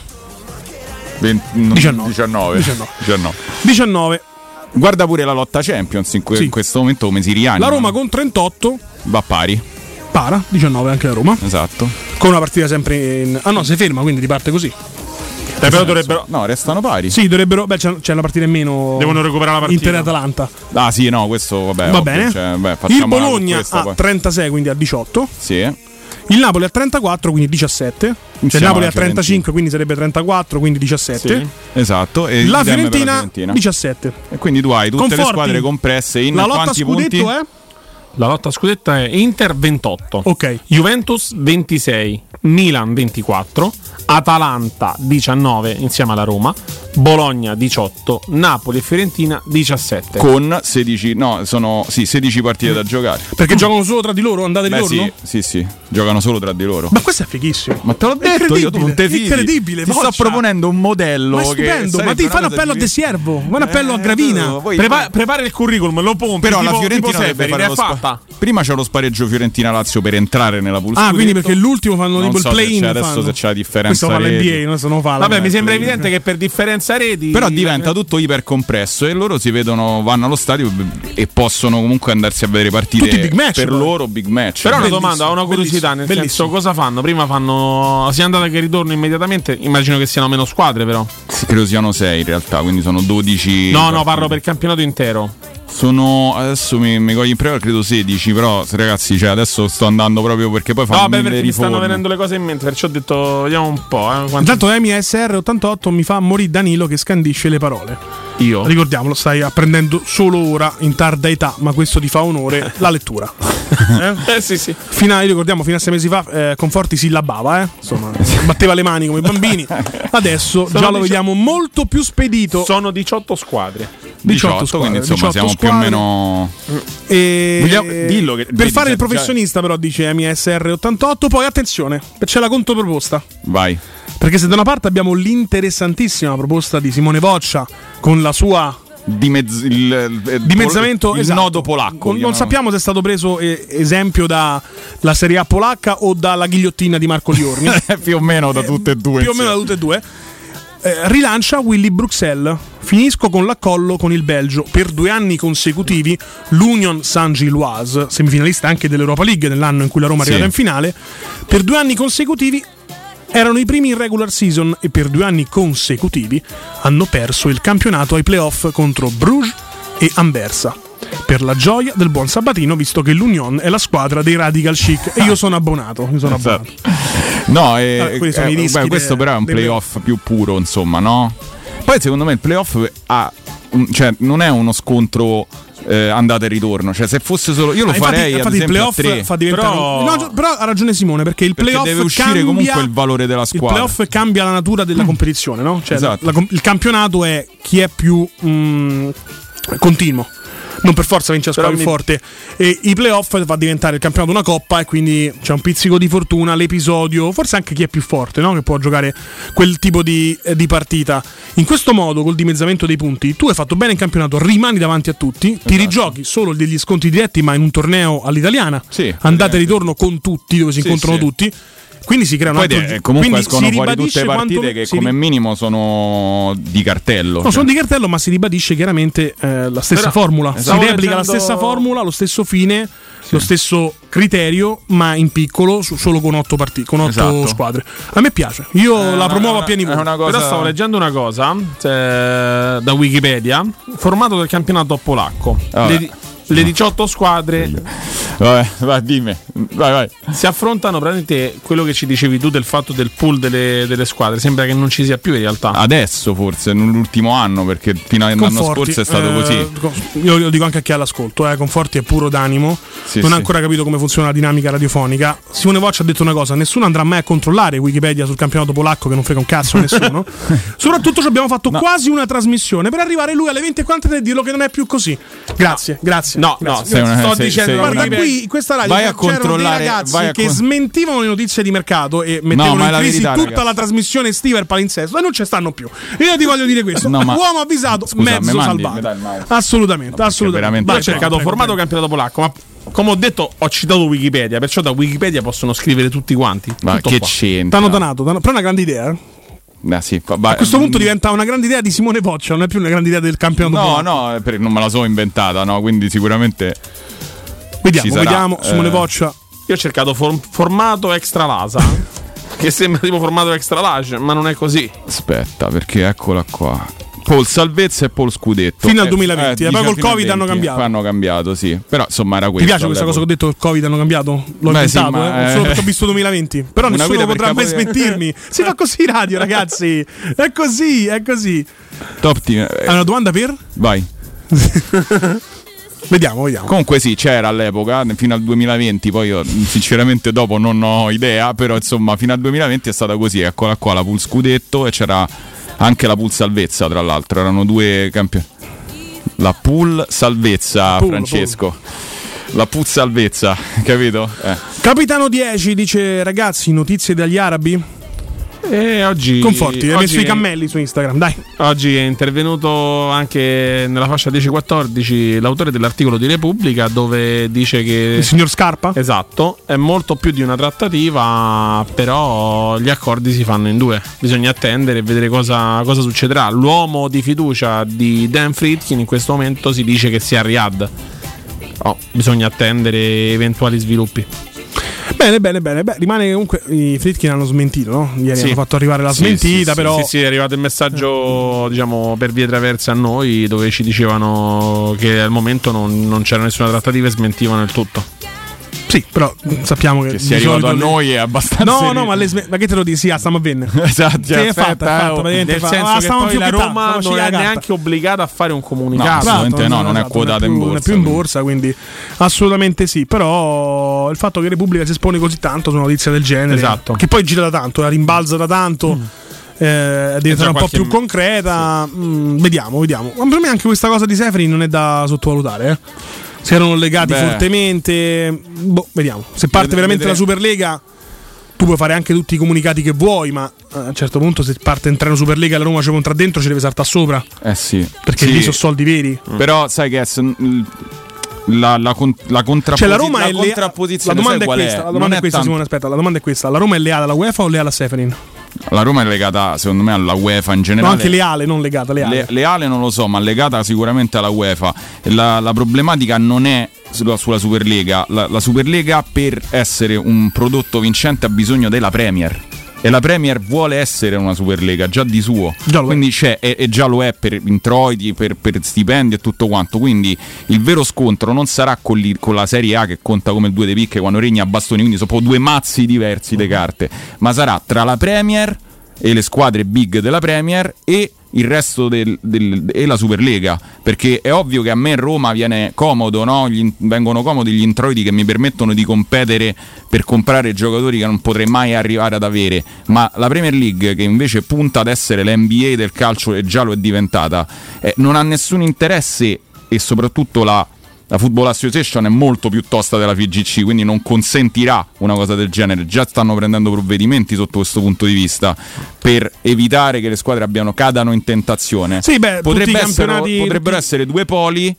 19. Guarda pure la lotta Champions in questo momento come si rianima. La Roma con 38 va pari. Para 19 anche la Roma. Esatto. Con una partita sempre in... Ah no, si ferma, quindi riparte così. Però dovrebbero. No, restano pari. Sì, dovrebbero. Beh, c'è una partita in meno. Devono recuperare la partita. Inter-Atalanta. Ah, sì, no, questo vabbè. Va bene. Cioè, il Bologna a 36, quindi a 18. Sì. Il Napoli a 34, quindi 17. Insieme cioè Napoli a 35, quindi sarebbe 34, quindi 17. Sì, esatto. E la Fiorentina 17. E quindi tu hai tutte Conforti. Le squadre compresse in la lotta quanti scudetto punti? È? La lotta scudetto è Inter 28. Ok. Juventus 26. Milan 24. Atalanta 19 insieme alla Roma. Bologna 18, Napoli e Fiorentina 17. Con 16, no, sono 16 partite da giocare. Perché giocano solo tra di loro, andate di ritorno? Sì, giocano solo tra di loro. Ma questo è fighissimo. Ma te l'ho detto io, tu non te fidi. Incredibile, ti sto proponendo un modello. Ma è stupendo, ma ti fai un appello a De Siervo, un appello a Gravina. Prepara il curriculum, lo pompi. Però tipo, la Fiorentina deve fare lo fatta. Prima c'è lo spareggio Fiorentina-Lazio per entrare nella pulsante. Ah, quindi perché l'ultimo fanno tipo il play-in. Adesso se c'è la differenza. Questo fa l'NBA, non fa. Vabbè, mi sembra evidente che per differenza reti. Però diventa tutto ipercompresso e loro si vedono, vanno allo stadio e possono comunque andarsi a vedere partite. Tutti big match, per loro big match. Però una domanda, ho una curiosità, nel senso, cosa fanno? Prima fanno sia andata che ritorno immediatamente. Immagino che siano meno squadre, però. Sì, credo siano 6 in realtà, quindi sono 12. No, parlo per il campionato intero. Sono adesso mi cogli in prima, credo 16, però ragazzi, cioè adesso sto andando proprio perché poi fanno perché mi stanno venendo le cose in mente, perciò ho detto vediamo un po'. Intanto MSR88 mi fa morire Danilo che scandisce le parole. Io? Ricordiamolo, stai apprendendo solo ora in tarda età, ma questo ti fa onore la lettura. Sì. Ricordiamo, fino a 6 mesi fa Conforti sillabava, insomma, batteva le mani come i bambini. Adesso già lo vediamo molto più spedito. Sono 18 squadre. 18 squadre, quindi insomma 18 siamo squadre. Più o meno. Dillo che per fare il professionista, però, dice MSR88. Poi attenzione, c'è la controproposta. Vai. Perché se da una parte abbiamo l'interessantissima proposta di Simone Voccia con la sua dimezzamento, il nodo polacco. Non sappiamo se è stato preso esempio dalla Serie A polacca o dalla ghigliottina di Marco Liorni. Più o meno da tutte e due. Più o meno da tutte e due. Rilancia Willy Bruxelles. Finisco con l'accollo con il Belgio. Per 2 anni consecutivi l'Union Saint-Gilloise, semifinalista anche dell'Europa League nell'anno in cui la Roma è arrivata in finale, per 2 anni consecutivi erano i primi in regular season e per 2 anni consecutivi hanno perso il campionato ai playoff contro Bruges e Anversa. Per la gioia del buon Sabatino, visto che l'Union è la squadra dei Radical Chic e io sono abbonato. No, questo però è un playoff più puro, insomma, no? Poi secondo me il playoff non è uno scontro andata e ritorno, cioè se fosse solo io lo farei ad esempio il playoff a 3, fa diventare però ha ragione Simone, perché il playoff deve uscire comunque il valore della squadra. Il playoff cambia la natura della competizione, no? Cioè esatto. Il campionato è chi è più continuo. Non per forza vince la squadra più forte. E i playoff fa diventare il campionato una coppa e quindi c'è un pizzico di fortuna, l'episodio, forse anche chi è più forte, no? Che può giocare quel tipo di partita. In questo modo, col dimezzamento dei punti, tu hai fatto bene in campionato, rimani davanti a tutti, ti rigiochi solo degli scontri diretti, ma in un torneo all'italiana, andate e ritorno con tutti, dove si incontrano tutti. Quindi si crea un altro comunque escono fuori tutte partite che come minimo sono di cartello. No, sono di cartello, ma si ribadisce chiaramente la stessa formula. Si replica la stessa formula, lo stesso fine, lo stesso criterio, ma in piccolo, solo con 8 partite, con 8 squadre. A me piace, io la promuovo a pieni voti. Però stavo leggendo una cosa da Wikipedia, formato del campionato polacco. Le 18 squadre vai, dimmi. Vai. Si affrontano praticamente quello che ci dicevi tu del fatto del pool delle squadre. Sembra che non ci sia più in realtà. Adesso forse, nell'ultimo anno, perché fino all'anno scorso è stato così. Io lo dico anche a chi ha l'ascolto, Conforti è puro d'animo, non ha ancora capito come funziona la dinamica radiofonica. Simone Voccia ha detto una cosa: nessuno andrà mai a controllare Wikipedia sul campionato polacco, che non frega un cazzo a nessuno. Soprattutto ci abbiamo fatto quasi una trasmissione per arrivare lui alle 20:43 e dirlo che non è più così. Grazie. No, sto dicendo, guarda, qui in questa radio vai a controllare, dei ragazzi che smentivano le notizie di mercato e mettevano in crisi tutta la trasmissione estiva e il palinsesto, e non ci stanno più. Io ti voglio dire questo: uomo avvisato, mezzo salvato. Assolutamente. Ho cercato formato campionato polacco, ma come ho detto ho citato Wikipedia, perciò da Wikipedia possono scrivere tutti quanti. Ma tutto che qua. c'entra? T'hanno donato, però è una grande idea. Sì, a questo punto diventa una grande idea di Simone Voccia, non è più una grande idea del campionato polacco. No, non me la so inventata, no, quindi sicuramente vediamo Simone Voccia. Io ho cercato formato extra lasa che sembra tipo formato extra large, ma non è così. Aspetta, perché eccola qua. Paul Salvezza e Paul Scudetto fino al 2020, poi col Covid hanno cambiato. Hanno cambiato, sì. Però insomma era questo. Ti piace questa cosa che ho detto, il Covid hanno cambiato? L'ho inventato, solo perché ho visto 2020. Però nessuno potrà mai smentirmi. Si fa così radio, ragazzi. È così. Top team. Hai una domanda per? Vai. Vediamo. Comunque sì, c'era all'epoca, fino al 2020, poi io sinceramente dopo non ho idea, però insomma fino al 2020 è stata così. Eccola qua la Pool Scudetto e c'era anche la Pool Salvezza, tra l'altro, erano due campioni. La Pool Salvezza, Francesco. La Pool Salvezza, capito? Capitano 10 dice: ragazzi, notizie dagli arabi? Oggi Conforti, hai messo i cammelli su Instagram, dai. Oggi è intervenuto anche nella fascia 10-14 l'autore dell'articolo di Repubblica, dove dice che il signor Scarpa? Esatto, è molto più di una trattativa, però gli accordi si fanno in due. Bisogna attendere e vedere cosa succederà. L'uomo di fiducia di Dan Friedkin in questo momento si dice che sia a Riyadh. Bisogna attendere eventuali sviluppi. Bene. Beh, rimane che comunque i Friedkin hanno smentito, no? Ieri hanno fatto arrivare la smentita, però. Sì, è arrivato il messaggio, diciamo, per vie traverse a noi, dove ci dicevano che al momento non c'era nessuna trattativa e smentivano il tutto. Sì, però sappiamo che sia arrivato a noi è abbastanza. No, ma che te lo dici? Sì, stiamo a venne. Esatto, è fatta, nel senso che poi la Roma non è neanche obbligata a fare un comunicato. No, assolutamente non è quotata in borsa. Non è più in borsa, quindi assolutamente sì. Però il fatto che Repubblica si espone così tanto su una notizia del genere, esatto, che poi gira da tanto, la rimbalza da tanto, diventa un po' più concreta. Vediamo. Ma per me anche questa cosa di Seferin non è da sottovalutare, Si erano legati fortemente. Vediamo. Se parte veramente la Superlega, tu puoi fare anche tutti i comunicati che vuoi, ma a un certo punto, se parte in treno Superlega e la Roma ci entra dentro, ci deve saltare sopra. Sì. Perché lì sono soldi veri. Però sai che la contrapposizione. Cioè la Roma è contrapposizione. La domanda è questa. La domanda è questa, Simone. Aspetta, la domanda è questa: la Roma è leale alla UEFA o leale a Seferin? La Roma è legata, secondo me, alla UEFA in generale. No, anche leale, non legata. Leale non lo so, ma legata sicuramente alla UEFA. La problematica non è sulla Superlega. La Superlega, per essere un prodotto vincente, ha bisogno della Premier. E la Premier vuole essere una Superlega già di suo, quindi c'è, e già lo è per introiti, per stipendi e tutto quanto. Quindi il vero scontro non sarà con la Serie A, che conta come il 2 dei picche quando regna a bastoni, quindi sono due mazzi diversi le carte, ma sarà tra la Premier e le squadre big della Premier e il resto e la Superlega, perché è ovvio che a me Roma viene comodo, no? Vengono comodi gli introiti che mi permettono di competere per comprare giocatori che non potrei mai arrivare ad avere, ma la Premier League, che invece punta ad essere la NBA del calcio e già lo è diventata, non ha nessun interesse, e soprattutto la Football Association è molto più tosta della FIGC, quindi non consentirà una cosa del genere. Già stanno prendendo provvedimenti sotto questo punto di vista per evitare che le squadre cadano in tentazione. Sì, potrebbero essere due poli,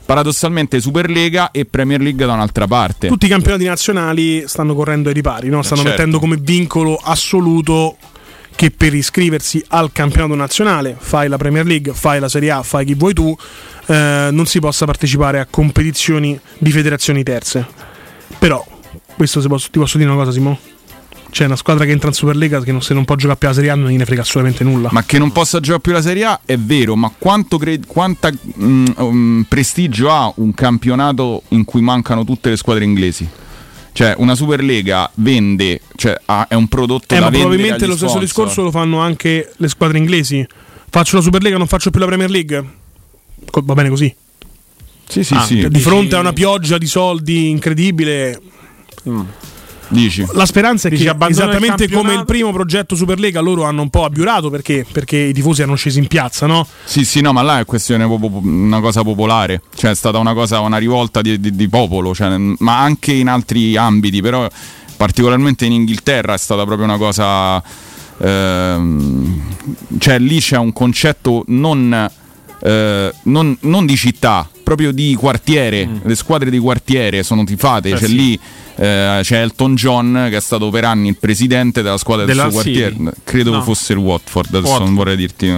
paradossalmente Superlega e Premier League da un'altra parte. Tutti i campionati nazionali stanno correndo ai ripari, no? Stanno mettendo come vincolo assoluto che per iscriversi al campionato nazionale, fai la Premier League, fai la Serie A, fai chi vuoi tu, non si possa partecipare a competizioni di federazioni terze. Però, questo ti posso dire una cosa, Simo? C'è una squadra che entra in Superlega che se non può giocare più la Serie A non gliene frega assolutamente nulla. Ma che non possa giocare più la Serie A è vero, ma quanta prestigio ha un campionato in cui mancano tutte le squadre inglesi? Cioè una Superlega vende, cioè è un prodotto da ma vendere. Probabilmente lo stesso discorso lo fanno anche le squadre inglesi. Faccio la Superlega, non faccio più la Premier League. Va bene così. Sì. Di fronte a una pioggia di soldi incredibile. Dici. La speranza è che esattamente come il primo progetto Superlega loro hanno un po' abiurato perché i tifosi erano scesi in piazza, no? Sì, no, ma là è questione una cosa popolare, cioè è stata una rivolta di popolo, cioè, ma anche in altri ambiti, però particolarmente in Inghilterra è stata proprio una cosa, cioè lì c'è un concetto non di città, proprio di quartiere, le squadre di quartiere sono tifate, c'è lì c'è Elton John che è stato per anni il presidente della squadra del suo quartiere, credo fosse il Watford, adesso non vorrei dire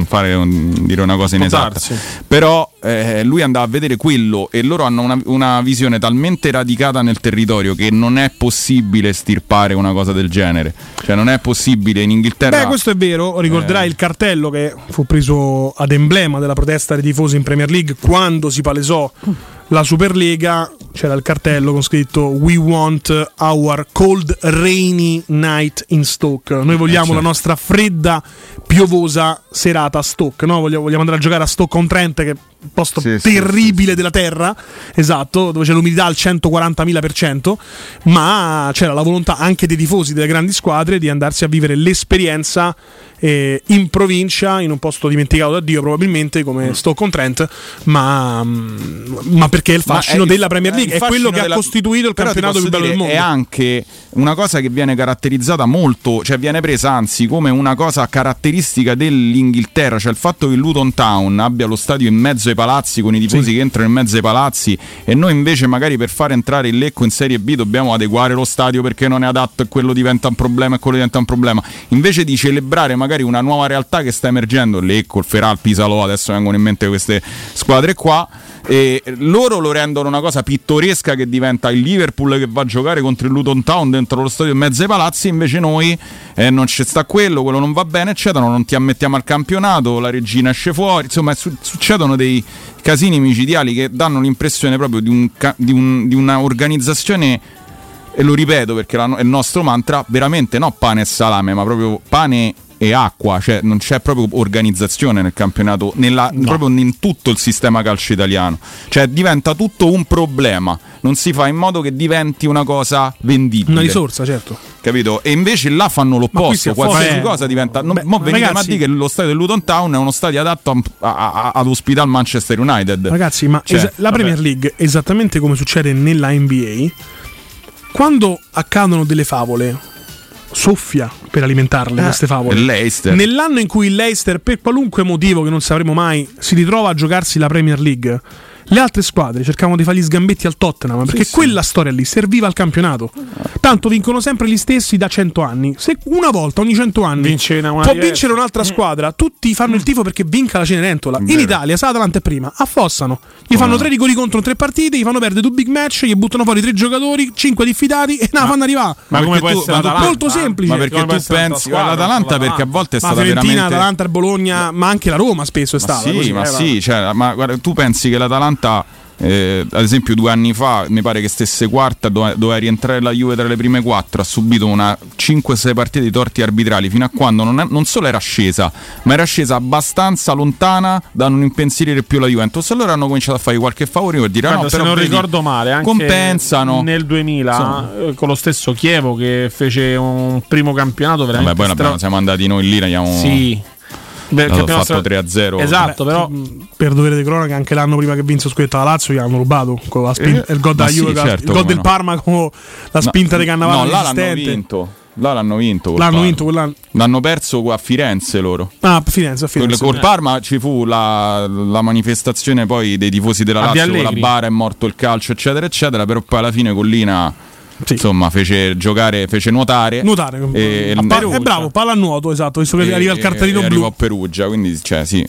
una cosa inesatta, però lui andava a vedere quello e loro hanno una visione talmente radicata nel territorio che non è possibile estirpare una cosa del genere, cioè non è possibile in Inghilterra. Questo è vero, ricorderai il cartello che fu preso ad emblema della protesta dei tifosi in Premier League quando si palesò la Superlega, c'era il cartello con scritto "We want our cold rainy night in Stoke", noi vogliamo la nostra fredda piovosa serata a Stoke, no? Vogliamo andare a giocare a Stoke-on-Trent, che è un posto terribile della terra, esatto, dove c'è l'umidità al 140.000%, ma c'era la volontà anche dei tifosi delle grandi squadre di andarsi a vivere l'esperienza in provincia, in un posto dimenticato da Dio probabilmente come Stoke-on-Trent, ma perché è il fascino della Premier League, è quello che ha costituito il campionato più bello del mondo. È anche una cosa che viene caratterizzata molto, cioè viene presa anzi come una cosa caratteristica dell'Inghilterra, cioè il fatto che Luton Town abbia lo stadio in mezzo ai palazzi con i tifosi che entrano in mezzo ai palazzi, e noi invece magari per far entrare il Lecco in Serie B dobbiamo adeguare lo stadio perché non è adatto e quello diventa un problema e quello diventa un problema, invece di celebrare magari una nuova realtà che sta emergendo, Lecco, il Feral, Pisalò, adesso vengono in mente queste squadre qua, e loro lo rendono una cosa pittoresca che diventa il Liverpool che va a giocare contro il Luton Town dentro lo stadio in mezzo ai palazzi, invece noi non ci sta quello non va bene eccetera, non ti ammettiamo al campionato, la regina esce fuori, insomma succedono dei casini micidiali che danno l'impressione proprio di una organizzazione, e lo ripeto perché è il nostro mantra, veramente no pane e salame ma proprio pane e acqua, cioè non c'è proprio organizzazione nel campionato, proprio in tutto il sistema calcio italiano, cioè diventa tutto un problema, non si fa in modo che diventi una cosa vendibile, una risorsa, certo, capito? E invece là fanno l'opposto, qualsiasi cosa diventa venite a dire che lo stadio del Luton Town è uno stadio adatto ad ospitare Manchester United, ragazzi, ma la Premier League, esattamente come succede nella NBA, quando accadono delle favole soffia per alimentarle queste favole. Nell'anno in cui il Leicester, per qualunque motivo che non sapremo mai, si ritrova a giocarsi la Premier League, le altre squadre cercavano di fare gli sgambetti al Tottenham perché quella storia lì serviva al campionato. Tanto vincono sempre gli stessi da 100 anni. Se una volta ogni 100 anni può vincere un'altra squadra, tutti fanno il tifo perché vinca la Cenerentola. In Italia, se l'Atalanta è prima, affossano. Gli fanno 3 rigori contro in 3 partite, gli fanno perdere 2 big match, gli buttano fuori 3 giocatori, 5 diffidati e fanno arrivare. Ma come può essere molto semplice. Ma perché tu pensi all'Atalanta? Perché a volte è stata Fiorentina, veramente l'Atalanta, il Bologna, ma anche la Roma spesso è stata. Ma guarda, tu pensi che l'Atalanta ad esempio 2 anni fa mi pare che stesse quarta, doveva rientrare la Juve tra le prime 4, ha subito una 5-6 partite di torti arbitrali fino a quando non solo era scesa, ma era scesa abbastanza lontana da non impensierire più la Juventus. Allora hanno cominciato a fare qualche favore per dire se non ricordo male, anche compensano nel 2000 con lo stesso Chievo che fece un primo campionato veramente. Vabbè, poi siamo andati noi lì, hanno fatto 3-0. Esatto, però per dovere di cronaca anche l'anno prima che vinse lo scudetto la Lazio gli hanno rubato con il gol della Juve, il gol del Parma con la spinta di Cannavaro. No, là l'hanno vinto. Là l'hanno vinto. Quell'anno. L'hanno perso a Firenze loro. A Firenze. Col Parma ci fu la manifestazione poi dei tifosi della Lazio con la bara, è morto il calcio, eccetera, eccetera. Però poi alla fine Collina insomma fece nuotare. È bravo, pallanuoto, esatto. Visto che arriva il cartellino blu. Arrivò a Perugia, quindi sì.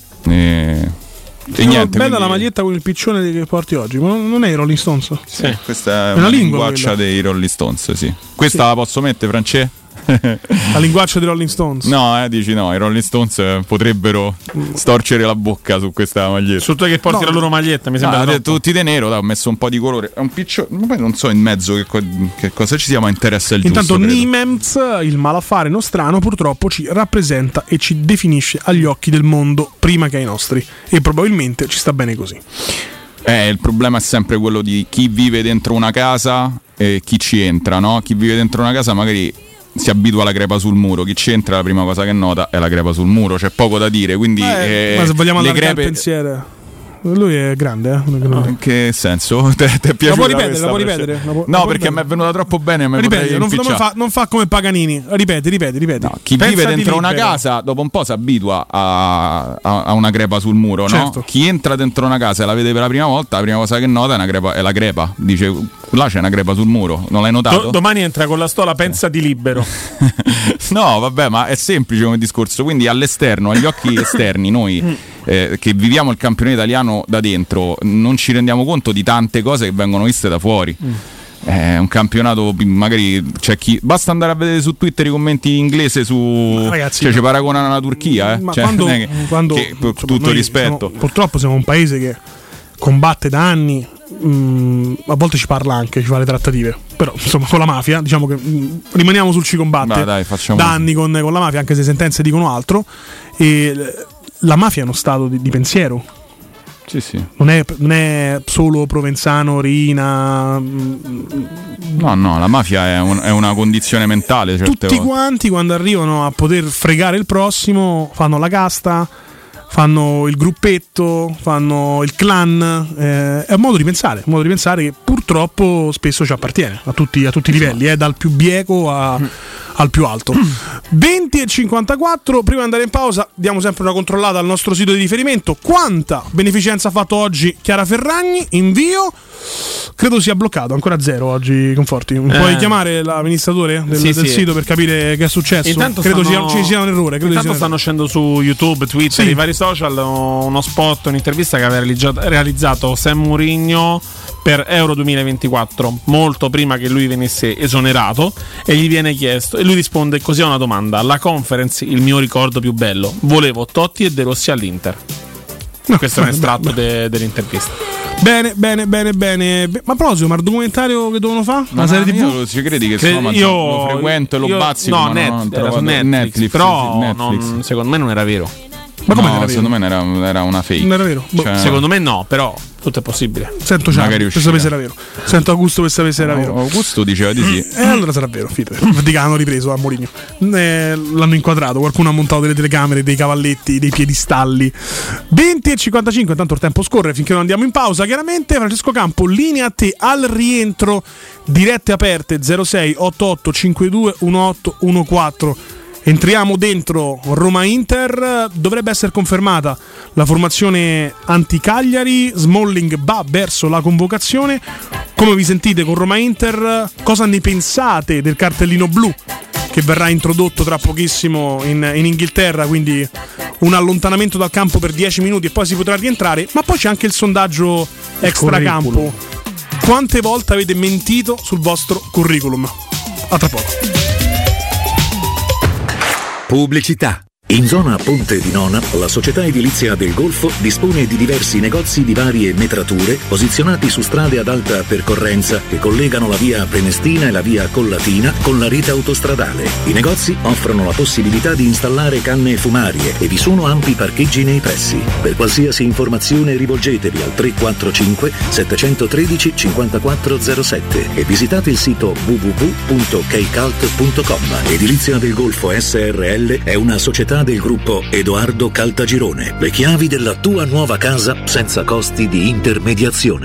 Niente, bella la maglietta con il piccione che porti oggi, ma non è i Rolling Stones? Sì. Questa è una linguaccia dei Rolling Stones, sì. Questa la posso mettere, Francesco? La linguaccia dei Rolling Stones? No, dici no, i Rolling Stones potrebbero storcere la bocca su questa maglietta. Su te che porti la loro maglietta, mi sembra tutti di nero, ho messo un po' di colore. È un piccione, ma poi non so in mezzo che cosa ci sia, ma interessa il Intanto giusto. Intanto Niemens, il malaffare nostrano, purtroppo ci rappresenta e ci definisce agli occhi del mondo prima che ai nostri, e probabilmente ci sta bene così. Il problema è sempre quello di chi vive dentro una casa e chi ci entra, no? Chi vive dentro una casa magari si abitua alla crepa sul muro, chi c'entra la prima cosa che nota è la crepa sul muro, c'è poco da dire, quindi ma se vogliamo allargare il pensiero, lui è grande, In che senso? Ti è piaciuta? La può ripetere? No, perché mi è venuta troppo bene. Non fa come Paganini. Ripeti. No, chi vive dentro una casa dopo un po' si abitua a una crepa sul muro, certo. No? Chi entra dentro una casa e la vede per la prima volta, la prima cosa che nota è la crepa. Dice, là c'è una crepa sul muro, non l'hai notato? Domani entra con la stola, pensa di libero. No, vabbè, ma è semplice come discorso. Quindi all'esterno, agli occhi esterni, noi che viviamo il campione italiano da dentro, non ci rendiamo conto di tante cose che vengono viste da fuori. È un campionato, magari c'è chi basta andare a vedere su Twitter i commenti in inglese ragazzi, ci paragonano alla Turchia, ma cioè, quando tutto rispetto. Purtroppo siamo un paese che combatte da anni, a volte ci parla anche, ci fa le trattative, però insomma con la mafia, diciamo che rimaniamo sul ci combatte da anni con la mafia, anche se sentenze dicono altro, e la mafia è uno stato di pensiero. Sì. Non è solo Provenzano, Rina. No, la mafia è una condizione mentale. Tutti quanti quando arrivano a poter fregare il prossimo fanno la casta, fanno il gruppetto, fanno il clan. È un modo di pensare che purtroppo spesso ci appartiene a tutti i livelli, dal più bieco al più alto. 20:54. Prima di andare in pausa diamo sempre una controllata al nostro sito di riferimento. Quanta beneficenza ha fatto oggi Chiara Ferragni? Invio credo sia bloccato, ancora 0 oggi. Conforti, puoi chiamare l'amministratore del sito per capire che è successo? Intanto credo ci sia un errore. Intanto stanno uscendo su YouTube, Twitter, i vari social uno spot, un'intervista che aveva realizzato Sam Mourinho per Euro 2024, molto prima che lui venisse esonerato, e gli viene chiesto, e lui risponde così a una domanda: la conference, il mio ricordo più bello, volevo Totti e De Rossi all'Inter. Questo è un estratto dell'intervista. Bene. Ma prossimo, ma il documentario che devono fare? Una serie TV? Io ci credi che lo frequento e lo bazzico? No, era su Netflix, però secondo me non era vero. Ma come era secondo me era una fake. Non era vero? Cioè, secondo me no, però tutto è possibile. Sento Ciardi per sapere se era vero. Sento Augusto per sapere se era vero. Augusto diceva di sì. Allora sarà vero, fidati. Infatti hanno ripreso a Mourinho. L'hanno inquadrato, qualcuno ha montato delle telecamere, dei cavalletti, dei piedistalli. 20:55, intanto il tempo scorre finché non andiamo in pausa. Chiaramente Francesco Campo, linea a te al rientro, dirette aperte 06 88 52 1814. Entriamo dentro Roma-Inter, dovrebbe essere confermata la formazione anti-Cagliari, Smalling va verso la convocazione. Come vi sentite con Roma-Inter? Cosa ne pensate del cartellino blu che verrà introdotto tra pochissimo in Inghilterra, quindi un allontanamento dal campo per 10 minuti e poi si potrà rientrare? Ma poi c'è anche il sondaggio extracampo. Quante volte avete mentito sul vostro curriculum? A tra poco. Pubblicità. In zona Ponte di Nona, la società edilizia del Golfo dispone di diversi negozi di varie metrature posizionati su strade ad alta percorrenza che collegano la via Prenestina e la via Collatina con la rete autostradale. I negozi offrono la possibilità di installare canne fumarie e vi sono ampi parcheggi nei pressi. Per qualsiasi informazione rivolgetevi al 345 713 5407 e visitate il sito www.kcalt.com. Edilizia del Golfo SRL è una società del gruppo Edoardo Caltagirone. Le chiavi della tua nuova casa senza costi di intermediazione.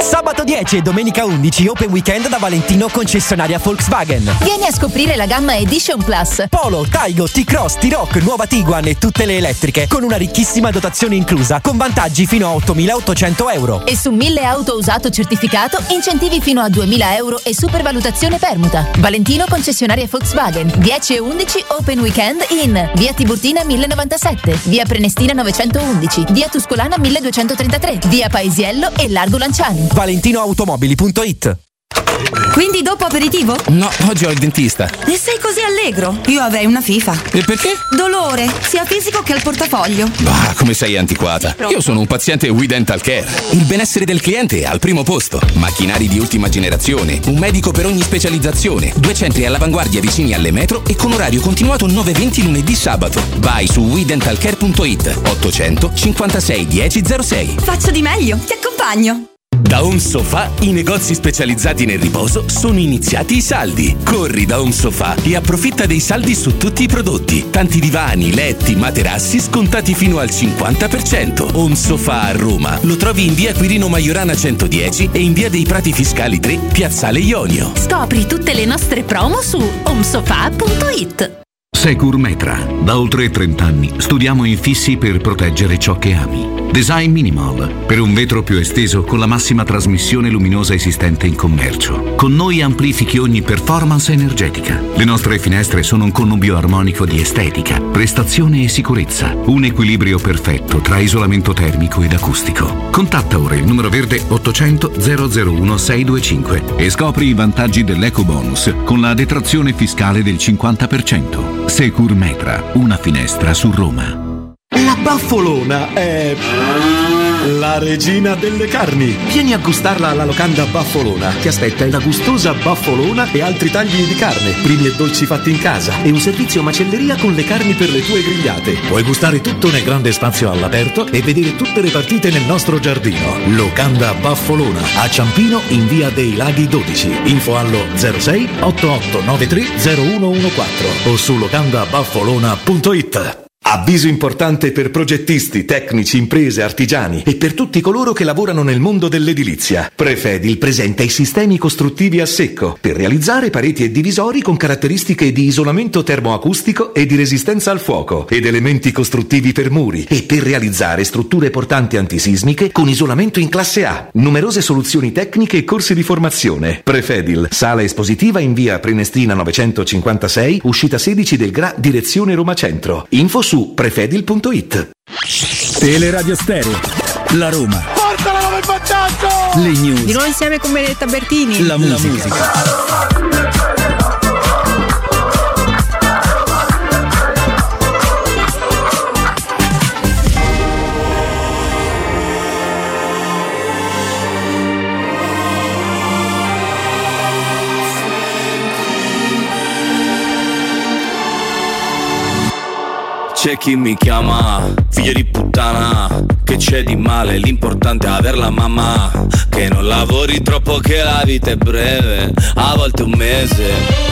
Sabato 10 e domenica 11 Open Weekend da Valentino concessionaria Volkswagen. Vieni a scoprire la gamma Edition Plus. Polo, Taigo, T-Cross, T-Rock, nuova Tiguan e tutte le elettriche con una ricchissima dotazione inclusa con vantaggi fino a 8.800 euro. E su 1000 auto usato certificato incentivi fino a 2.000 euro e supervalutazione permuta. Valentino concessionaria Volkswagen. 10 e 11 Open Weekend in via Tiburtina 1097, via Prenestina 911, via Tuscolana 1233, via Paesiello e Largo Lanciani. ValentinoAutomobili.it. Quindi dopo aperitivo? No, oggi ho il dentista. E sei così allegro? Io avrei una FIFA. E perché? Dolore, sia fisico che al portafoglio. Bah, come sei antiquata. Io sono un paziente We Dental Care. Il benessere del cliente è al primo posto. Macchinari di ultima generazione, un medico per ogni specializzazione, 2 centri all'avanguardia vicini alle metro e con orario continuato 9:20 lunedì sabato. Vai su WeDentalCare.it 800 56 1006. Faccio di meglio, ti accompagno. Da Home Sofa, i negozi specializzati nel riposo, sono iniziati i saldi. Corri da Home Sofa e approfitta dei saldi su tutti i prodotti. Tanti divani, letti, materassi scontati fino al 50%. Home Sofa a Roma lo trovi in via Quirino Maiorana 110 e in via dei Prati Fiscali 3, Piazzale Ionio. Scopri tutte le nostre promo su homesofa.it. Securmetra. Da oltre 30 anni studiamo infissi per proteggere ciò che ami. Design minimal, per un vetro più esteso con la massima trasmissione luminosa esistente in commercio. Con noi amplifichi ogni performance energetica. Le nostre finestre sono un connubio armonico di estetica, prestazione e sicurezza. Un equilibrio perfetto tra isolamento termico ed acustico. Contatta ora il numero verde 800 001 625 e scopri i vantaggi dell'EcoBonus con la detrazione fiscale del 50%. Securmetra, una finestra su Roma. La Baffolona è la regina delle carni. Vieni a gustarla alla locanda Baffolona. Ti aspetta una gustosa baffolona e altri tagli di carne, primi e dolci fatti in casa e un servizio macelleria con le carni per le tue grigliate. Puoi gustare tutto nel grande spazio all'aperto e vedere tutte le partite nel nostro giardino. Locanda Baffolona a Ciampino in via dei Laghi 12. Info allo 06 8893 0114 o su locandabaffolona.it. Avviso importante per progettisti, tecnici, imprese, artigiani e per tutti coloro che lavorano nel mondo dell'edilizia. Prefedil presenta i sistemi costruttivi a secco per realizzare pareti e divisori con caratteristiche di isolamento termoacustico e di resistenza al fuoco ed elementi costruttivi per muri e per realizzare strutture portanti antisismiche con isolamento in classe A. Numerose soluzioni tecniche e corsi di formazione. Prefedil, sala espositiva in via Prenestina 956, uscita 16 del GRA, direzione Roma Centro. Info su prefedil.it. Teleradio Stereo, la Roma. Portala come vantaggio! Le news. Di nuovo insieme con Benedetta Bertini. La musica. C'è chi mi chiama figlio di puttana, che c'è di male, l'importante è aver la mamma. Che non lavori troppo, che la vita è breve, a volte un mese.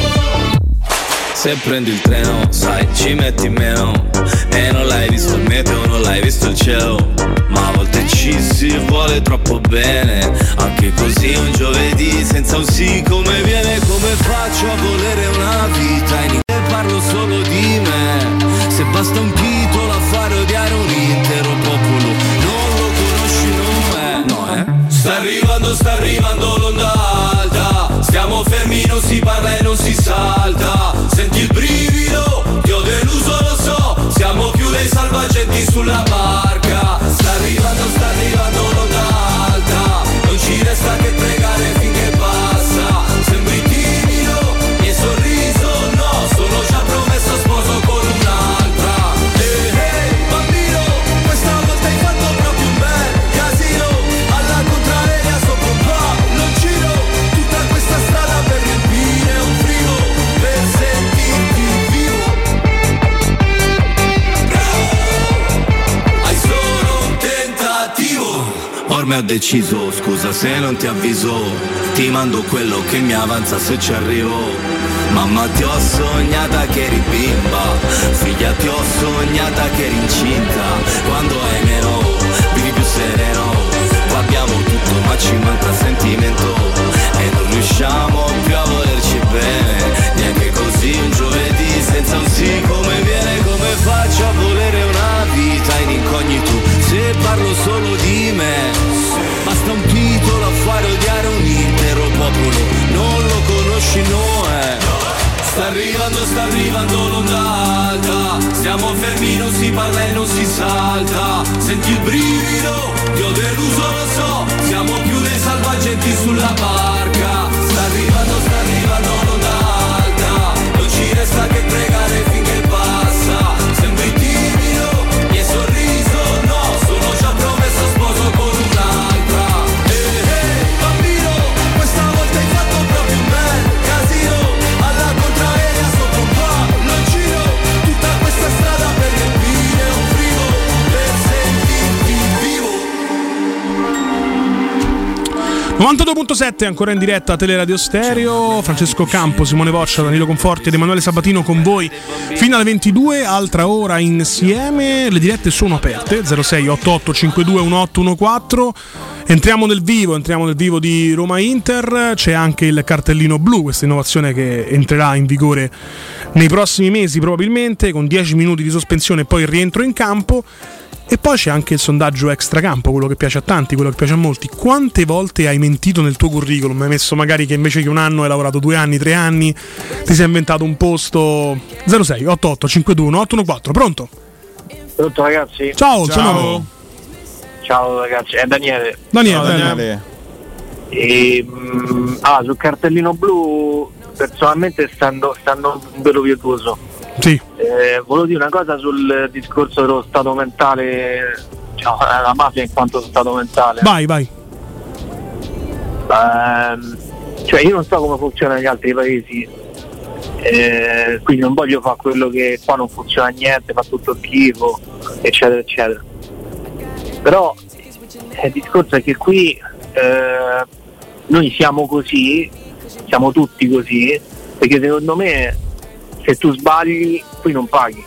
Se prendi il treno, sai, ci metti meno. E non l'hai visto il meteo, non l'hai visto il cielo. Ma a volte ci si vuole troppo bene. Anche così un giovedì senza un sì come viene. Come faccio a volere una vita in inglese, parlo solo di me. Se basta un titolo a fare odiare un intero popolo, non lo conosci, non me. Sta arrivando l'onda alta. Stiamo fermi, non si parla e non si salta. Senti il brivido, ti ho deluso, lo so. Siamo più dei salvagenti sulla barca. Sta arrivando l'onda alta. Non ci resta che pregare finché passa. Sembri timido, mi sorriso, no. Sono già promesso sposo con un'altra. Bambino, questa volta hai fatto proprio un bel casino. Alla contraria sopra un po' non giro. Tutta questa strada per riempire un frigo, per sentirti vivo. Hai solo un tentativo. Ormai ho deciso, scusa se non ti avviso. Ti mando quello che mi avanza se ci arrivo. Mamma ti ho sognata che eri bimba, figlia ti ho sognata che eri incinta. Quando hai meno, vivi più sereno. Qua abbiamo tutto ma ci manca sempre sta arrivando l'onda alta, stiamo fermi, non si parla e non si salta. Senti il brivido, ti ho deluso, lo so, siamo più dei salvagenti sulla barca. Sta arrivando l'onda alta, non ci resta che pregare finché passa. Sembri timido, mi hai sorriso, no, sono già promesso sposo con un'altra. Bambino, questa volta hai fatto proprio un bel casino, alla contraerea sopra un palloncino, tutta questa strada per riempire un frigo, per sentirti vivo. 92.7 ancora in diretta a Teleradio Stereo. Francesco Campo, Simone Voccia, Danilo Conforti ed Emanuele Sabatino con voi fino alle 22, altra ora insieme. Le dirette sono aperte 06 88 52 1814. Entriamo nel vivo di Roma Inter. C'è anche il cartellino blu, questa innovazione che entrerà in vigore nei prossimi mesi probabilmente, con 10 minuti di sospensione e poi il rientro in campo. E poi c'è anche il sondaggio extracampo, quello che piace a tanti, quello che piace a molti. Quante volte hai mentito nel tuo curriculum? Hai messo magari che invece che un anno hai lavorato 2 anni, 3 anni, ti sei inventato un posto. 06 88 52 1814. Pronto? Pronto ragazzi? Ciao. Ciao. Ciao ragazzi, è Daniele. Daniele. Sul cartellino blu personalmente stando un velo virtuoso. Sì. Volevo dire una cosa sul discorso dello stato mentale, la mafia in quanto stato mentale. Vai. Cioè io non so come funziona negli altri paesi, quindi non voglio fare quello che qua non funziona niente, fa tutto schifo, eccetera eccetera. Però il discorso è che qui noi siamo così, siamo tutti così, perché secondo me se tu sbagli qui non paghi,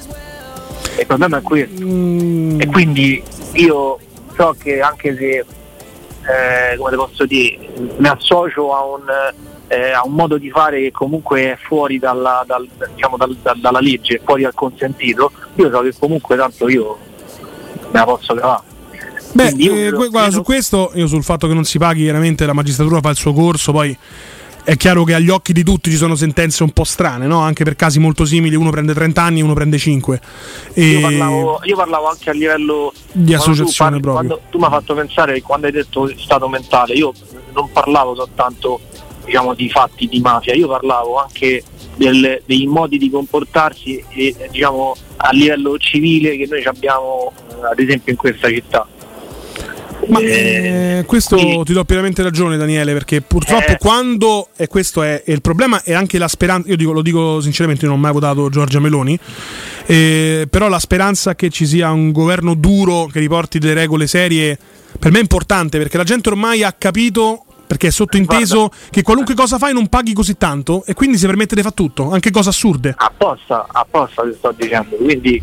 e il problema è questo. E quindi io so che anche se come te posso dire, mi associo a un modo di fare che comunque è fuori dalla legge, fuori dal consentito, io so che comunque tanto io me la posso cavare. Guarda, su questo, io sul fatto che non si paghi, chiaramente la magistratura fa il suo corso, poi è chiaro che agli occhi di tutti ci sono sentenze un po' strane, no? Anche per casi molto simili, uno prende 30 anni e uno prende 5. Io parlavo anche a livello di associazione proprio. Quando tu mi hai fatto pensare, quando hai detto stato mentale, io non parlavo soltanto di fatti di mafia, io parlavo anche dei modi di comportarsi e a livello civile che noi abbiamo ad esempio in questa città. Ma questo ti do pienamente ragione, Daniele, perché purtroppo quando, e questo è il problema, è anche la speranza, lo dico sinceramente, io non ho mai votato Giorgia Meloni, però la speranza che ci sia un governo duro che riporti delle regole serie per me è importante, perché la gente ormai ha capito, perché è sottointeso che qualunque cosa fai non paghi così tanto e quindi si permette di fare tutto, anche cose assurde. Apposta ti sto dicendo, quindi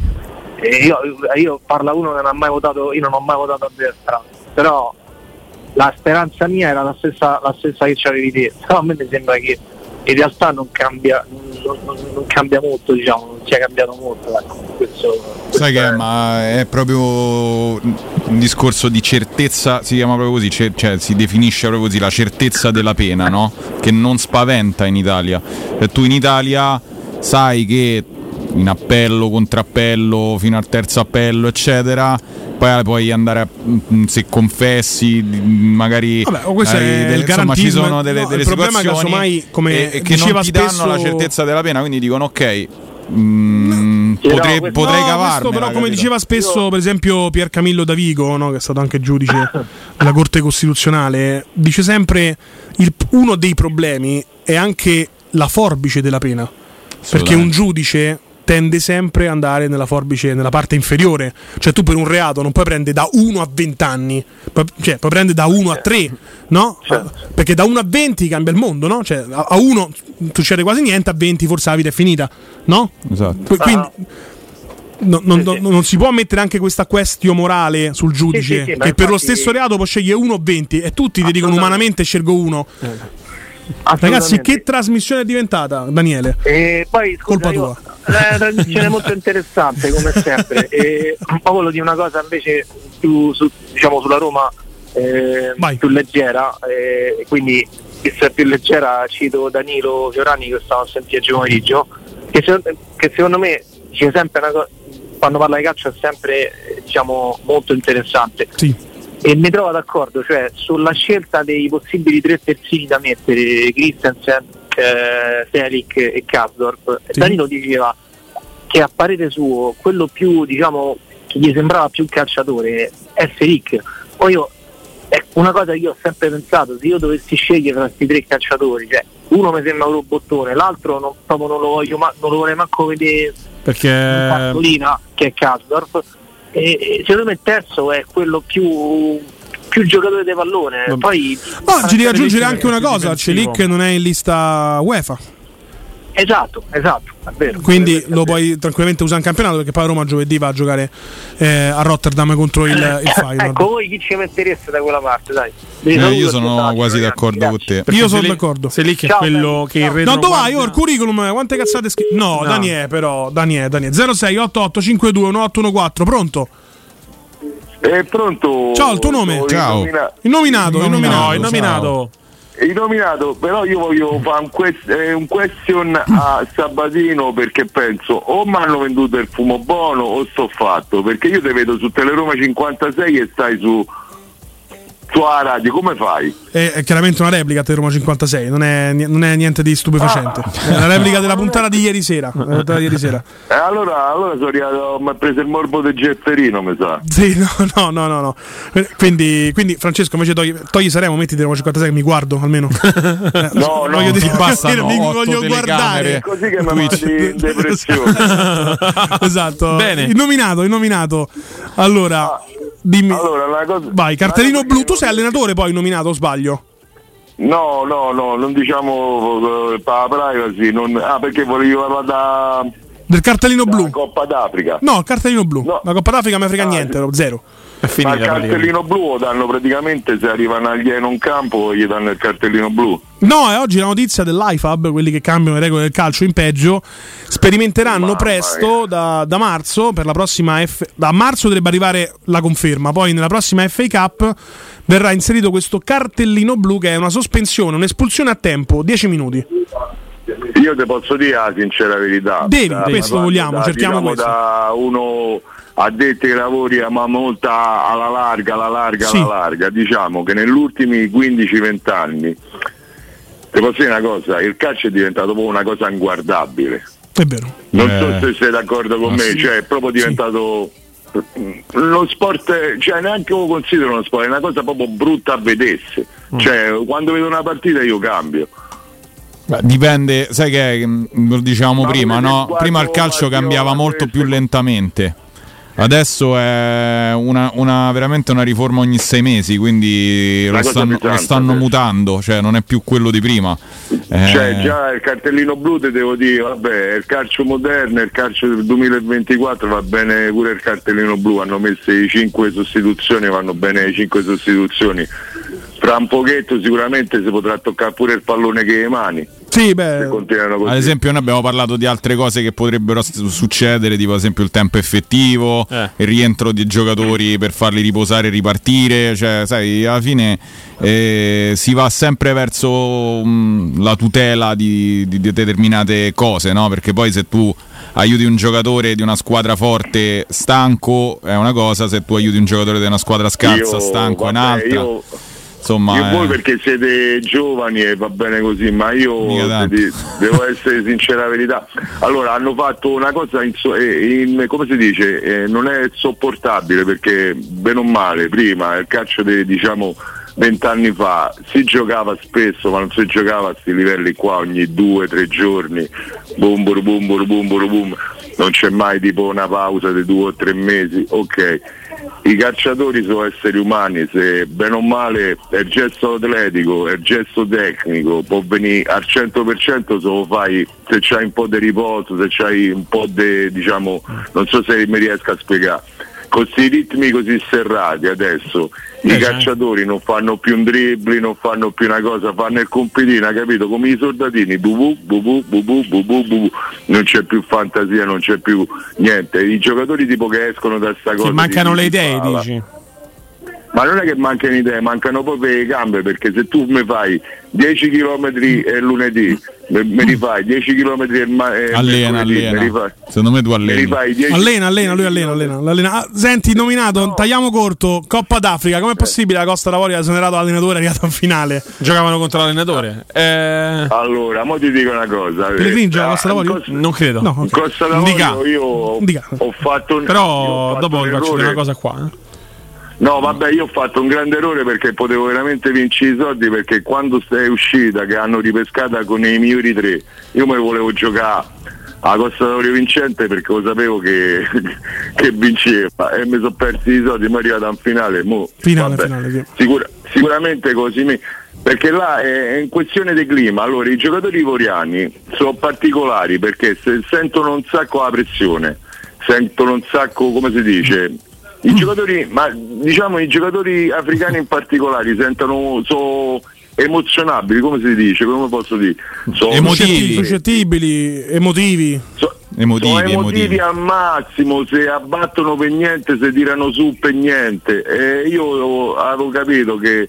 io parla uno che non ha mai votato, io non ho mai votato a destra, però la speranza mia era la stessa che c'avevi te, però a me mi sembra che in realtà non cambia molto, non sia cambiato molto, questo sai che ma è proprio un discorso di certezza, si chiama proprio così, cioè si definisce proprio così, la certezza della pena, no? Che non spaventa in Italia. E tu in Italia sai che in appello, contrappello, fino al terzo appello, eccetera, poi puoi andare se confessi, magari questo è il insomma, ci sono delle il problema situazioni casomai, come che diceva non ti spesso, danno la certezza della pena, quindi dicono ok, potrei cavarmene. Però come diceva spesso per esempio Pier Camillo Davigo, no, che è stato anche giudice della Corte Costituzionale, dice sempre uno dei problemi è anche la forbice della pena, perché un giudice tende sempre ad andare nella forbice, nella parte inferiore, cioè tu per un reato non puoi prendere da 1 a 20 anni, cioè puoi prendere da 1 a 3, no? Perché da 1 a 20 cambia il mondo, no? Cioè a 1 succede quasi niente, a 20 forse la vita è finita, no? Esatto. Quindi non si può mettere anche questa questione morale sul giudice, che infatti, per lo stesso reato può scegliere 1 o 20 e tutti ti dicono umanamente scelgo 1. Ragazzi, che trasmissione è diventata, Daniele? E poi scusa, colpa tua. Una trasmissione molto interessante come sempre. E un po' volevo dire una cosa invece più sulla Roma più leggera, quindi se è più leggera cito Danilo Fiorani che stavo a sentire oggi pomeriggio, che secondo me c'è sempre una cosa, quando parla di calcio è sempre molto interessante. Sì. E mi trovo d'accordo, cioè sulla scelta dei possibili 3 terzini da mettere, Christensen, Selic e Karsdorp. Sì. Danilo diceva che a parere suo quello più che gli sembrava più calciatore è Selic. Poi è una cosa che io ho sempre pensato, se io dovessi scegliere tra questi 3 calciatori, cioè uno mi sembra un robottone, l'altro non lo vorrei manco vedere, perché Partolina, che è Karsdorp, e secondo me il terzo è quello più giocatore di pallone. Poi ci devi aggiungere anche una cosa, Celic non è in lista UEFA. Esatto, è vero. Quindi lo puoi tranquillamente usare in campionato, perché poi Roma giovedì va a giocare a Rotterdam contro il Feyenoord. Ecco, voi chi ci mettereste da quella parte, dai? Io sono quasi d'accordo con te. Io sono d'accordo. Selic è quello che in No, dove vai? Il curriculum, quante cazzate scrivi? No, Daniele 0688521814, pronto? Pronto? Ciao, il tuo nome? Ciao. Il nominato. Il nominato, però io voglio fare un question a Sabatino, perché penso o mi hanno venduto il fumo buono o sto fatto, perché io te vedo su Teleroma 56 e stai su radio, come fai? È chiaramente una replica Teleroma 56, non è niente di stupefacente. È una replica della puntata di ieri sera. Allora sono arrivato, mi ha preso il morbo del Gefferino, mi sa. Sì, no. Quindi Francesco, invece togli Saremo, metti Teleroma 56 che mi guardo almeno. No, bastano mi voglio guardare. Così che mi mandi in depressione. Esatto. Bene. Il nominato. Allora, dimmi. Allora, vai, cartellino blu. Tu sei allenatore poi nominato, o sbaglio? No, non diciamo per la privacy, perché volevo parlare del cartellino blu. La Coppa d'Africa. No, il cartellino blu. No. La Coppa d'Africa mi frega niente, zero. Ma il cartellino blu lo danno praticamente se arrivano agli in campo, gli danno il cartellino blu. No, è oggi la notizia dell'IFAB, quelli che cambiano le regole del calcio in peggio, sperimenteranno presto da marzo, per la prossima da marzo dovrebbe arrivare la conferma, poi nella prossima FA Cup verrà inserito questo cartellino blu, che è una sospensione, un'espulsione a tempo, 10 minuti. Io te posso dire la sincera verità. Questo vogliamo, cerchiamo questo. Da uno addetti ai lavori, ma molta alla larga, diciamo che negli ultimi 15-20 anni, ti posso dire una cosa, il calcio è diventato proprio una cosa inguardabile. È vero. Non so se sei d'accordo con me, cioè è proprio diventato lo sport, cioè neanche lo considero uno sport, è una cosa proprio brutta a vedersi. Cioè quando vedo una partita io cambio. Dipende, sai che lo dicevamo prima, no? Prima il calcio cambiava molto più lentamente. Adesso è veramente una riforma ogni 6 mesi, quindi lo stanno mutando, cioè non è più quello di prima. Cioè già il cartellino blu te devo dire, vabbè, il calcio moderno, il calcio del 2024 va bene pure il cartellino blu, hanno messo i 5 sostituzioni, vanno bene le 5 sostituzioni. Fra un pochetto sicuramente si potrà toccare pure il pallone che le mani. Sì, beh, ad esempio noi abbiamo parlato di altre cose che potrebbero succedere, tipo ad esempio il tempo effettivo, il rientro di giocatori per farli riposare e ripartire, cioè sai, alla fine si va sempre verso la tutela di determinate cose, no? Perché poi se tu aiuti un giocatore di una squadra forte stanco è una cosa, se tu aiuti un giocatore di una squadra scarsa stanco è un'altra. Insomma, io voi perché siete giovani e va bene così, ma io devo essere sincera, la verità. Allora hanno fatto una cosa come si dice, non è sopportabile, perché bene o male prima il calcio diciamo 20 anni fa si giocava spesso, ma non si giocava a questi livelli qua ogni 2-3 giorni, boom, non c'è mai tipo una pausa di 2 o 3 mesi, ok. I calciatori sono esseri umani, se bene o male è il gesto atletico, è il gesto tecnico, può venire al 100% se lo fai, se c'hai un po' di riposo, se c'hai un po' di, diciamo, non so se mi riesco a spiegare. Con questi ritmi così serrati adesso i calciatori non fanno più un dribbling, non fanno più una cosa, fanno il compitino, capito? Come i soldatini, non c'è più fantasia, non c'è più niente. I giocatori tipo che escono da sta cosa. Mancano le idee, dici? Ma non è che mancano idee, mancano proprio le gambe, perché se tu mi fai 10 km lunedì, mi rifai 10 km allena. Secondo me tu alleni. Lui allena. Ah, senti, nominato, tagliamo corto, Coppa d'Africa, com'è possibile la Costa d'Avorio ha esonerato l'allenatore e è arrivato in finale? Giocavano contro l'allenatore. Allora, mo ti dico una cosa. Pellegrini gioca a Costa d'Avorio? Non credo. No, okay. Costa d'Avorio io ho fatto però dopo vi faccio una cosa qua. No, vabbè, io ho fatto un grande errore perché potevo veramente vincere i soldi, perché quando sei uscita che hanno ripescata con i migliori 3, io me volevo giocare a Costa d'Avorio vincente perché lo sapevo che vinceva, e mi sono persi i soldi, mi è arrivato a un finale. Finale. Sicuramente così, perché là è in questione di clima. Allora, i giocatori ivoriani sono particolari perché se sentono un sacco la pressione, sentono un sacco, come si dice, i giocatori, ma diciamo i giocatori africani in particolare sono emozionabili, come si dice, come posso dire? Suscettibili, emotivi. Sono emotivi al massimo, se abbattono per niente, se tirano su per niente. E io avevo capito che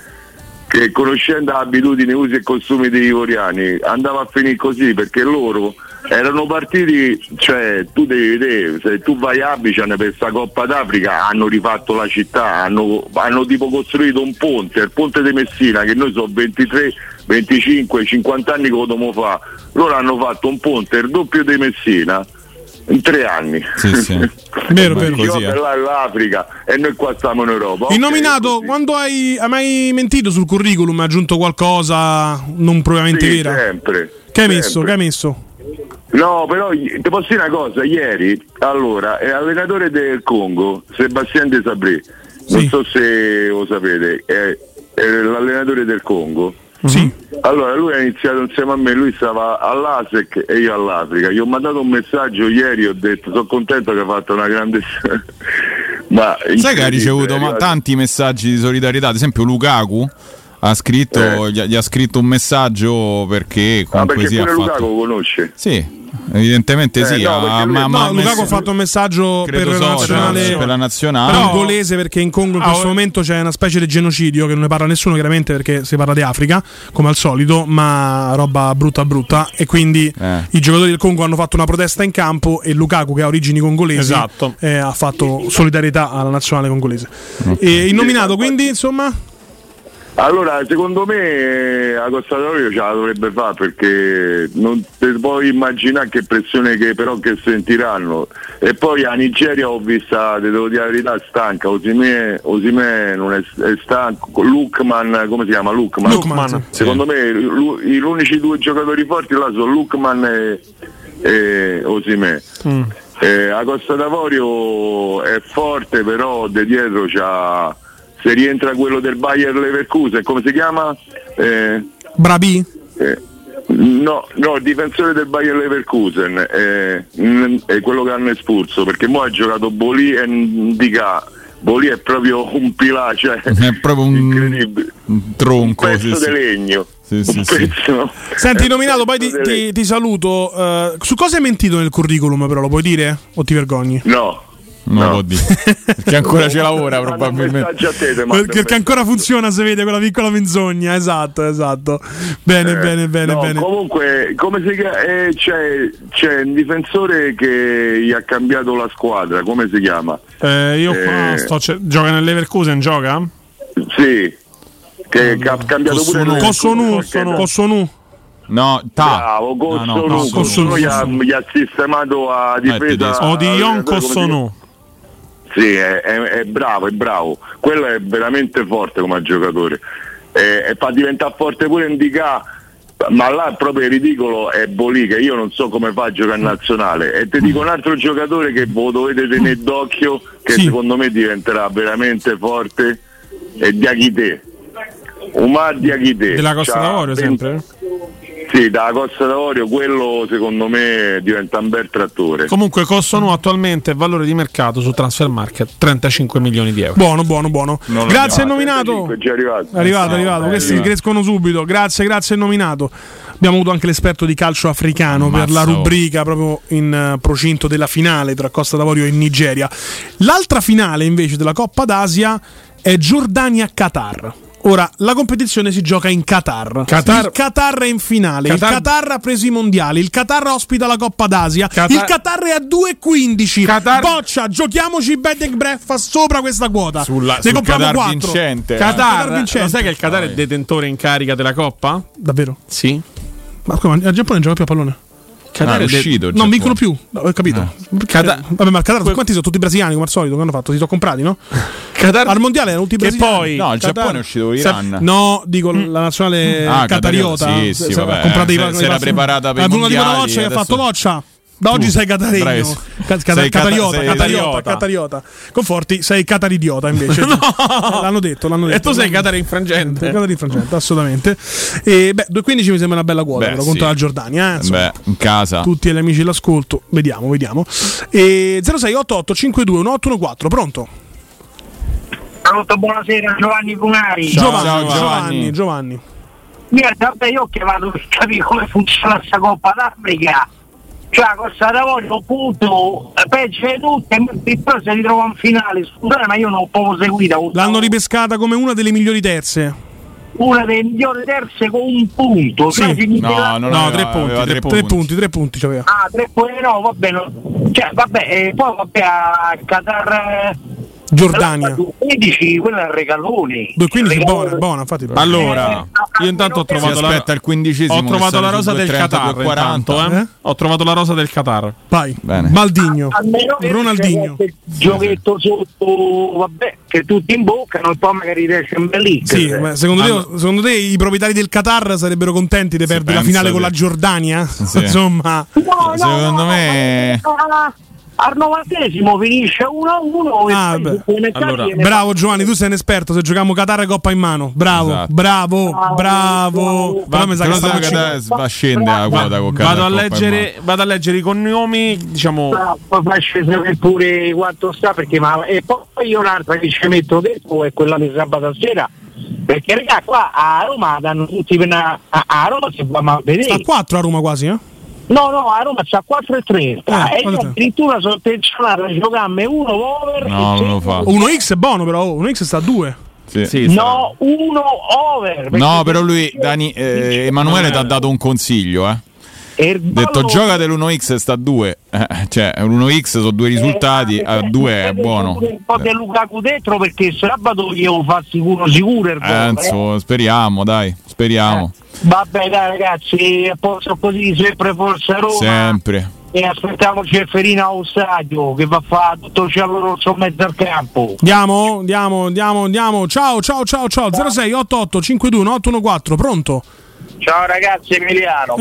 conoscendo l'abitudine, usi e costumi degli ivoriani andava a finire così, perché loro erano partiti, cioè tu devi vedere, se tu vai a Abidjan per questa Coppa d'Africa hanno rifatto la città, hanno tipo costruito un ponte, il ponte di Messina, che noi sono 23, 25, 50 anni che lo dobbiamo fare, loro hanno fatto un ponte il doppio di Messina in 3 anni. Sì. vero. Così, là è l'Africa e noi qua stiamo in Europa. Il nominato, quando hai mai mentito sul curriculum? Hai aggiunto qualcosa non propriamente vera? Sempre. Che hai messo? No, però ti posso dire una cosa, ieri, allora, è allenatore del Congo, Sébastien Desabré, non so se lo sapete, è l'allenatore del Congo. Sì. Allora lui ha iniziato insieme a me, lui stava all'ASEC e io all'Africa. Gli ho mandato un messaggio ieri, ho detto sono contento che ha fatto una grande ma sai che ha ricevuto tanti messaggi di solidarietà, ad esempio Lukaku ha scritto, gli ha scritto un messaggio perché comunque perché pure Lukaku lo conosce? Sì, evidentemente sì. Lukaku ha fatto un messaggio per la nazionale congolese, perché in Congo in questo momento c'è una specie di genocidio che non ne parla nessuno, chiaramente, perché si parla di Africa come al solito, ma roba brutta, e quindi i giocatori del Congo hanno fatto una protesta in campo e Lukaku, che ha origini congolesi, ha fatto solidarietà alla nazionale congolese. E il nominato, quindi, insomma, allora, secondo me a Costa d'Avorio ce la dovrebbe fare, perché non ti puoi immaginare che pressione che sentiranno. E poi a Nigeria ho vista, ti devo dire la verità, stanca. Osimhen non è stanco. Lookman, come si chiama? Lookman. Secondo me gli unici 2 giocatori forti là sono Lookman e Osimhen. A Costa d'Avorio è forte, però de dietro c'ha, se rientra quello del Bayer Leverkusen, come si chiama? Brabi? No, il difensore del Bayer Leverkusen è quello che hanno espulso, perché mo ha giocato Boli e Ndika. Boli è proprio un pilastro, cioè è proprio un tronco, un pezzo di legno. Sì. Senti, nominato, poi ti saluto. Su cosa hai mentito nel curriculum, però lo puoi dire o ti vergogni? No. Non può dire, perché ancora ci lavora probabilmente, perché ancora funziona, se vede quella piccola menzogna. Esatto. Bene. Comunque, come si chiama? C'è un difensore che gli ha cambiato la squadra, come si chiama? Gioca nel Leverkusen, gioca? Sì, che ha cambiato pure il Cossonu. No, bravo, Cossonu gli ha sistemato a difesa. Odion Cossonu. Sì, è bravo. Quello è veramente forte come giocatore. E fa diventare forte pure Ndika, ma là proprio ridicolo è Boli, che io non so come fa a giocare in nazionale. E ti dico un altro giocatore che voi dovete tenere d'occhio, che secondo me diventerà veramente forte, è Diakité. Oumar Diakité. Della Costa d'Avorio sempre? Sì, da Costa d'Avorio, quello secondo me diventa un bel trattore. Comunque Cossonu attualmente valore di mercato su Transfer Market 35 milioni di euro. Buono. Grazie al nominato. È arrivato. Questi crescono subito. Grazie al nominato. Abbiamo avuto anche l'esperto di calcio africano per la rubrica proprio in procinto della finale tra Costa d'Avorio e Nigeria. L'altra finale invece della Coppa d'Asia è Giordania-Qatar. Ora, la competizione si gioca in Qatar. Il Qatar è in finale. Il Qatar ha preso i mondiali. Il Qatar ospita la Coppa d'Asia. Il Qatar è a 2,15. Boccia, giochiamoci bed and breakfast sopra questa quota. Ne compriamo Qatar 4. vincente. Qatar vincente. Lo sai che il Qatar è detentore in carica della Coppa? Davvero? Sì. Ma come? Il Giappone gioca più a pallone? Qatar è uscito. Non vincono più. No, ho capito. Vabbè, ma il Qatar quanti sono? Tutti brasiliani come al solito. Che hanno fatto? Si sono comprati, no? Qatar al mondiale erano tutti brasiliani. Poi no, il Giappone è uscito con l'Iran. No, dico la nazionale qatariota. Sì, vabbè. Si era preparata per i mondiali. Uno di Boccia che ha fatto Boccia. Da oggi sei cataregno. Catariota. Conforti, sei cataridiota invece. No. L'hanno detto. E tu sei catari infrangente. Assolutamente. E 2,15 mi sembra una bella quota contro la Giordania. In casa. Tutti gli amici all'ascolto. Vediamo. E 0688 52 1814, pronto? Pronto, buonasera, Giovanni Funari. Giovanni. Vabbè, io ho chiamato per capire come funziona questa Coppa d'Africa. Cioè, Costa d'Avorio, appunto, peggio di tutte, e poi si ritrova in finale. Scusate, ma io non ho proprio seguito. L'hanno ripescata come una delle migliori terze. Una delle migliori terze con un punto. Sì. No, 3 punti c'aveva. Ah, 3 punti, no, vabbè. Poi a Qatar... Giordania 15, quello è regaloni. 2,15 buona, infatti. Allora, io intanto ho trovato il 15esimo. Ho trovato la rosa del Qatar. 40. Ho trovato la rosa del Qatar. Vai. Bene. Maldinho. Ronaldinho. Giochetto sotto, vabbè, che tutti imboccano e poi magari riesce in bellissimo. Sì, ma secondo te i proprietari del Qatar sarebbero contenti di perdere la finale con la Giordania? Sì. Insomma, secondo me al 90esimo finisce 1-1 allora, bravo Giovanni, tu sei un esperto. Se giochiamo Qatar e Coppa in mano, bravo. Però mi sa che va scende la quota con Qatar. Vado a leggere i cognomi, diciamo. Poi faccio sapere pure quanto sta, perché e poi io un'altra che ci metto dentro è quella di sabato sera. Perché raga, qua a Roma danno tutti a Roma si va a vedere. Sta 4 a Roma quasi, No, a Roma c'ha 4,30 e io addirittura sono intenzionato a giocarmi uno over. No, non lo fa. 1x è buono, però 1x sta a 2. Sì, no, 1 over. No, però lui, Emanuele ti ha dato un consiglio, Ha detto gioca dell'1x e sta a 2. Cioè l'1x sono 2 risultati, a 2 è buono. Un po' di Lukaku dentro, perché sabato io fa sicuro speriamo. Vabbè dai ragazzi, posso così, sempre forza Roma. Sempre. E aspettiamo Ceferino allo stadio che va a fare tutto il cielo rosso in mezzo al campo. Andiamo. Ciao. 0688 52 1814, pronto? Ciao ragazzi, Emiliano.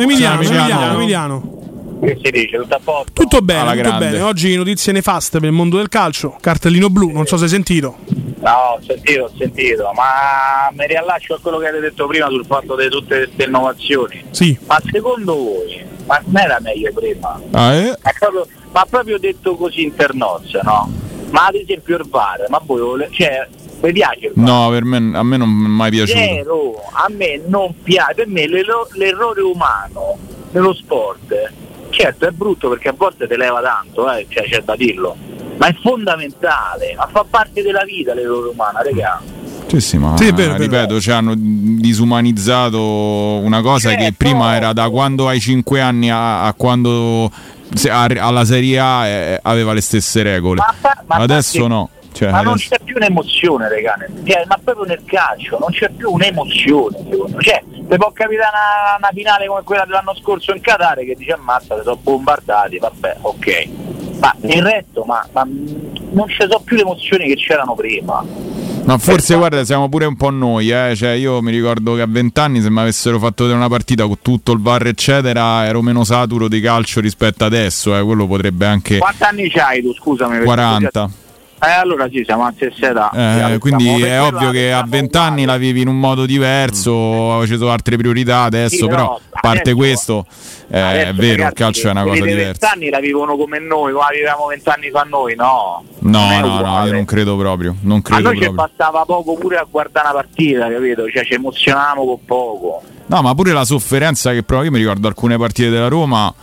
Che si dice? Tutto a posto? Tutto bene. Oggi notizie nefaste per il mondo del calcio. Cartellino blu, non so se hai sentito. No, ho sentito, ma mi riallaccio a quello che avete detto prima sul fatto di tutte queste innovazioni. Sì. Ma secondo voi, ma non era meglio prima? Ma proprio detto così internozza, no? Ma ad esempio il VAR, ma voi mi piace il VAR? No, a me non mi è mai piaciuto. A me non piace, per me l'errore umano nello sport, certo è brutto perché a volte te leva tanto, c'è da dirlo, ma è fondamentale, ma fa parte della vita l'errore umano, regà. Sì, ma ripeto, ci hanno disumanizzato una cosa che prima era da quando hai 5 anni a quando alla Serie A aveva le stesse regole, ma adesso no. Ma non c'è più un'emozione, regà, ma proprio nel calcio non c'è più un'emozione, secondo me. Se può capitare una finale come quella dell'anno scorso in Qatar che dice ammazza, sono bombardati, vabbè, ok, ma nel resto ma non ci sono più le emozioni che c'erano prima. Ma forse guarda, siamo pure un po' noi, Cioè io mi ricordo che a 20 anni se mi avessero fatto vedere una partita con tutto il VAR eccetera ero meno saturo di calcio rispetto adesso, quello potrebbe anche. Quanti anni c'hai tu, scusami? 40. Allora sì, siamo a stessa età. Quindi è ovvio che a 20 anni la vivi in un modo diverso, ci sono altre priorità adesso, sì, però a parte adesso, questo è vero, ragazzi, il calcio è una cosa diversa. 20 anni la vivono come noi, come la vivevamo 20 anni fa noi, no? No, io non credo proprio. A noi ci bastava poco pure a guardare una partita, capito? Cioè ci emozionavamo con poco. No, ma pure la sofferenza che io mi ricordo alcune partite della Roma.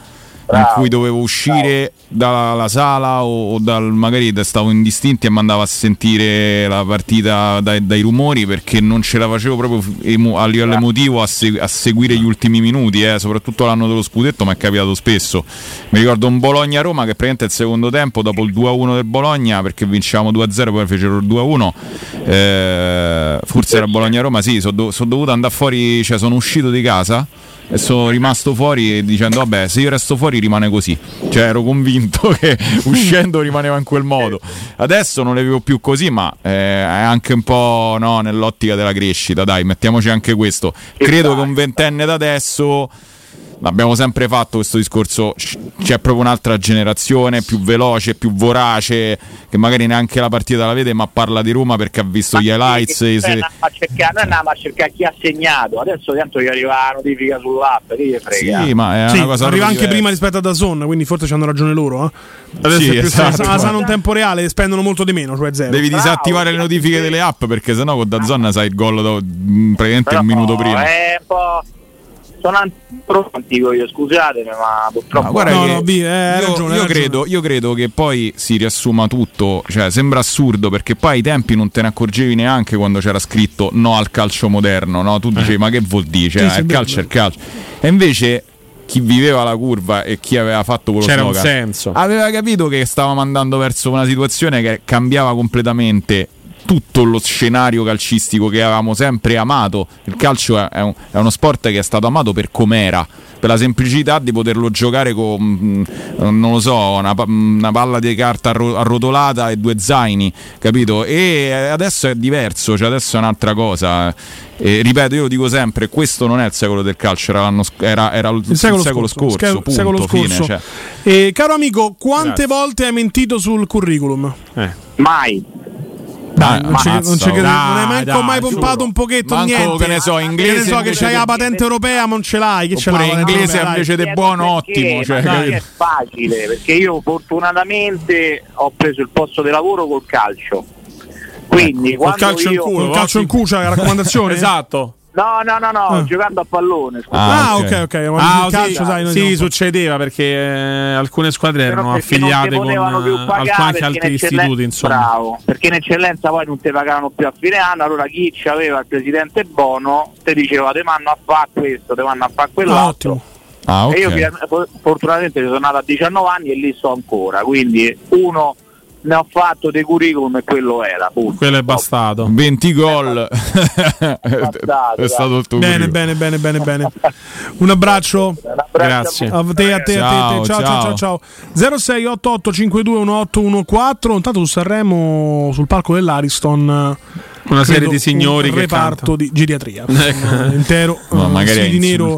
in cui dovevo uscire dalla sala o magari stavo in distinti e mandavo a sentire la partita dai rumori, perché non ce la facevo proprio a livello emotivo a seguire gli ultimi minuti, soprattutto l'anno dello scudetto mi è capitato spesso. Mi ricordo un Bologna-Roma che praticamente il secondo tempo, dopo il 2-1 del Bologna, perché vincevamo 2-0 poi fecero il 2-1, forse era Bologna-Roma, sì, sono dovuto andare fuori, cioè sono uscito di casa e sono rimasto fuori dicendo vabbè, se io resto fuori rimane così, cioè ero convinto che uscendo rimaneva in quel modo. Adesso non le vedo più così, ma è anche un po' nell'ottica della crescita, dai, mettiamoci anche questo. Credo che un ventenne da adesso, l'abbiamo sempre fatto questo discorso, c'è proprio un'altra generazione più veloce, più vorace, che magari neanche la partita la vede ma parla di Roma perché ha visto gli highlights. Noi andiamo a cercare chi ha segnato, adesso tanto gli arriva la notifica sull'app, che gli frega. Sì, ma è una cosa arriva anche prima rispetto a DAZN, quindi forse ci hanno ragione loro. Adesso sì, è più esatto. sanno in tempo reale, spendono molto di meno, cioè zero. Devi disattivare le notifiche delle app, perché sennò con DAZN sai il gol praticamente un minuto prima. È un po'... sono antico io, scusatemi, ma purtroppo io credo che poi si riassuma tutto, cioè sembra assurdo perché poi ai tempi non te ne accorgevi neanche quando c'era scritto no al calcio moderno, no? Tu dicevi ma che vuol dire? Cioè, il calcio è il calcio. E invece chi viveva la curva e chi aveva fatto quello c'era slogan un senso, aveva capito che stavamo andando verso una situazione che cambiava completamente tutto lo scenario calcistico che avevamo sempre amato. Il calcio è uno sport che è stato amato per com'era, per la semplicità di poterlo giocare con, non lo so, una palla di carta arrotolata e 2 zaini, capito? E adesso è diverso, cioè adesso è un'altra cosa. E ripeto, io lo dico sempre, questo non è il secolo del calcio, era il secolo scorso, punto, fine, cioè. Caro amico, quante volte hai mentito sul curriculum? Mai. Dai, non hai mai pompato un pochetto, manco, niente. Che ne so, inglese, che ne so, che c'hai la patente europea, non ce l'hai. Che oppure ce inglese invece di buono, ottimo. Cioè, è facile, perché io fortunatamente ho preso il posto di lavoro col calcio. Quindi col calcio in culo, col calcio in culo, c'è la raccomandazione. Esatto. No, giocando a pallone. Ok. Il calcio, sì, succedeva perché alcune squadre erano affiliate con anche altri istituti, insomma. Bravo, perché in eccellenza poi non ti pagavano più a fine anno, allora chi aveva il presidente Bono ti diceva te vanno a fare questo, te vanno a fare quell'altro. Ottimo. E io fortunatamente sono nato a 19 anni e lì sto ancora, quindi ne ho fatto dei curriculum e quello era, punto. Quello è bastato. 20 gol. È stato il tuo bene. Un abbraccio. Grazie. A te. Ciao. 0688521814. Intanto su Sanremo, sul palco dell'Ariston, una serie di signori che reparto di geriatria intero, magari di nero.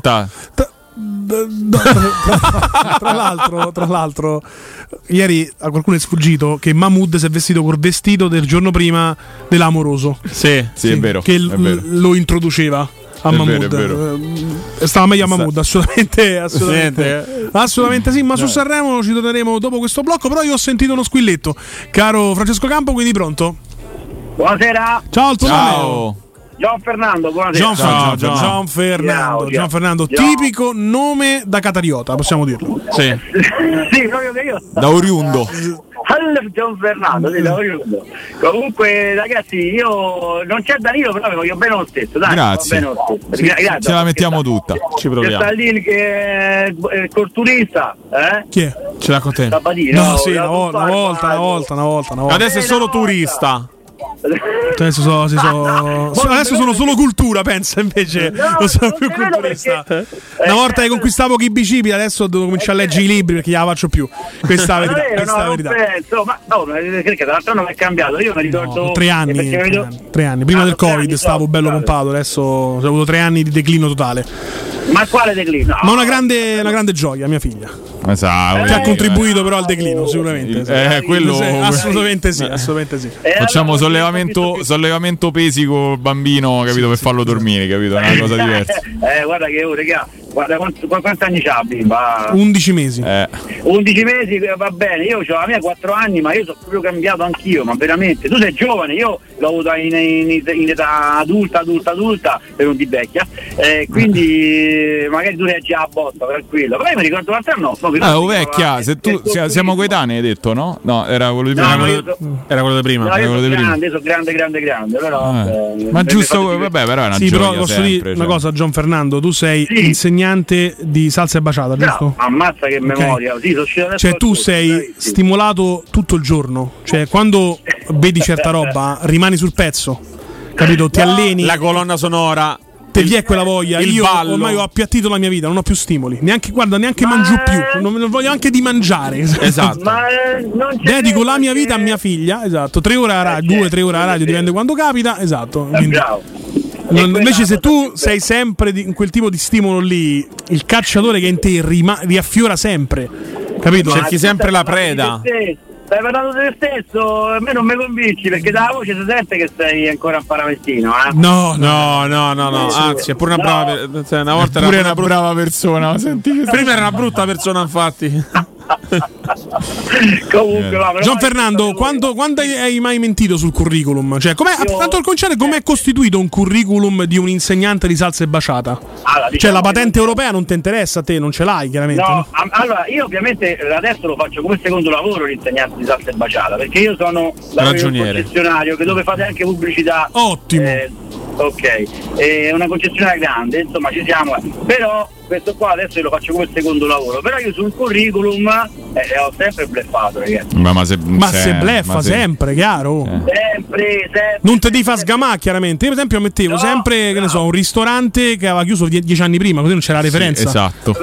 Tra l'altro ieri a qualcuno è sfuggito che Mahmood si è vestito col vestito del giorno prima dell'Amoroso. Sì, è vero, che è vero. Lo introduceva a Mahmood. È vero. Stava meglio a Mahmood, assolutamente sì, ma su Sanremo ci torneremo dopo questo blocco. Però io ho sentito uno squilletto, caro Francesco Campo, quindi pronto? Buonasera. Ciao, il tuo nome? Gian Fernando, buonasera. Gian Fernando, tipico nome da catariota, possiamo dirlo. Sì, proprio che io. Da oriundo. Gian Fernando, sì, da oriundo. Comunque, ragazzi, io non c'è Danilo, però mi voglio bene lo stesso. Dai, grazie. Bene lo stesso. Ce la mettiamo tutta. Ci proviamo. C'è Stalin che è culturista, Chi è? Ce l'ha con te? No, sì, una volta. Adesso è solo turista. Adesso sono solo cultura, pensa, invece non sono più culturista. Una volta che conquistavo chi bicipiti, adesso devo cominciare a leggere i libri perché gliela faccio più. Questa è la verità. Perché l'altro anno è cambiato. Io mi ricordo 3 anni. Prima del Covid stavo bello pompato, adesso ho avuto 3 anni di declino totale. Ma quale declino? Ma una grande gioia, mia figlia. Esatto. Che ha contribuito però al declino, sicuramente. Quello assolutamente sì. Facciamo sollevamento pesi con il bambino, capito, per farlo dormire, capito? È una cosa diversa. Guarda che guarda quanti anni c'ha bimba? 11 mesi. 11 mesi va bene, io ho la mia 4 anni, ma io sono proprio cambiato anch'io, ma veramente. Tu sei giovane, io l'ho avuta in età adulta per non di vecchia, quindi magari tu reaggi a botta, tranquillo. Però io mi ricordo quanti anni vecchia, se tu siamo coetanei, hai detto, no? No, era quello di prima. Era quello di prima. No, io sono grande, però ma giusto, vabbè, però è una gioia. Però posso dire una cosa, Gian Fernando, tu sei insegnante di salsa e baciata, giusto? Ammazza che memoria. Sì, cioè tu sei stimolato tutto il giorno, cioè quando vedi certa roba rimani sul pezzo, capito? Ti alleni, la colonna sonora, te vi è quella voglia. Io ormai ho appiattito la mia vita, non ho più stimoli, neanche mangio più, non voglio anche di mangiare. Esatto. Dedico la mia vita a mia figlia, esatto. 3 ore a radio, 2-3 ore a radio, dipende quando capita, esatto. Quindi, invece se tu sei sempre in quel tipo di stimolo lì, il cacciatore che in te riaffiora sempre, capito? Cerchi sempre la preda. Stai parlando di te stesso, a me non mi convinci, perché dalla voce si sente che sei ancora un paravestino, No, anzi è pure una brava una volta pure era una brava persona, prima era una brutta persona, infatti. Comunque, Gian Fernando, quando hai mai mentito sul curriculum? Cioè, tanto al conciare, com'è costituito un curriculum di un insegnante di salsa e baciata? Allora, cioè, la patente europea non ti interessa a te, non ce l'hai, chiaramente. No, allora io ovviamente adesso lo faccio come secondo lavoro l'insegnante di salsa e baciata, perché io sono ragioniere, un concessionario dove fate anche pubblicità. Ottimo. Ok, è una concessionaria grande, insomma ci siamo, però questo qua adesso io lo faccio come secondo lavoro, però io sul curriculum ho sempre bleffato, ragazzi. Ma se bleffa sempre, chiaro. Sempre. Non te devi far sgamare, chiaramente. Io per esempio mettevo sempre, che ne so, un ristorante che aveva chiuso 10 anni prima, così non c'era referenza. Esatto.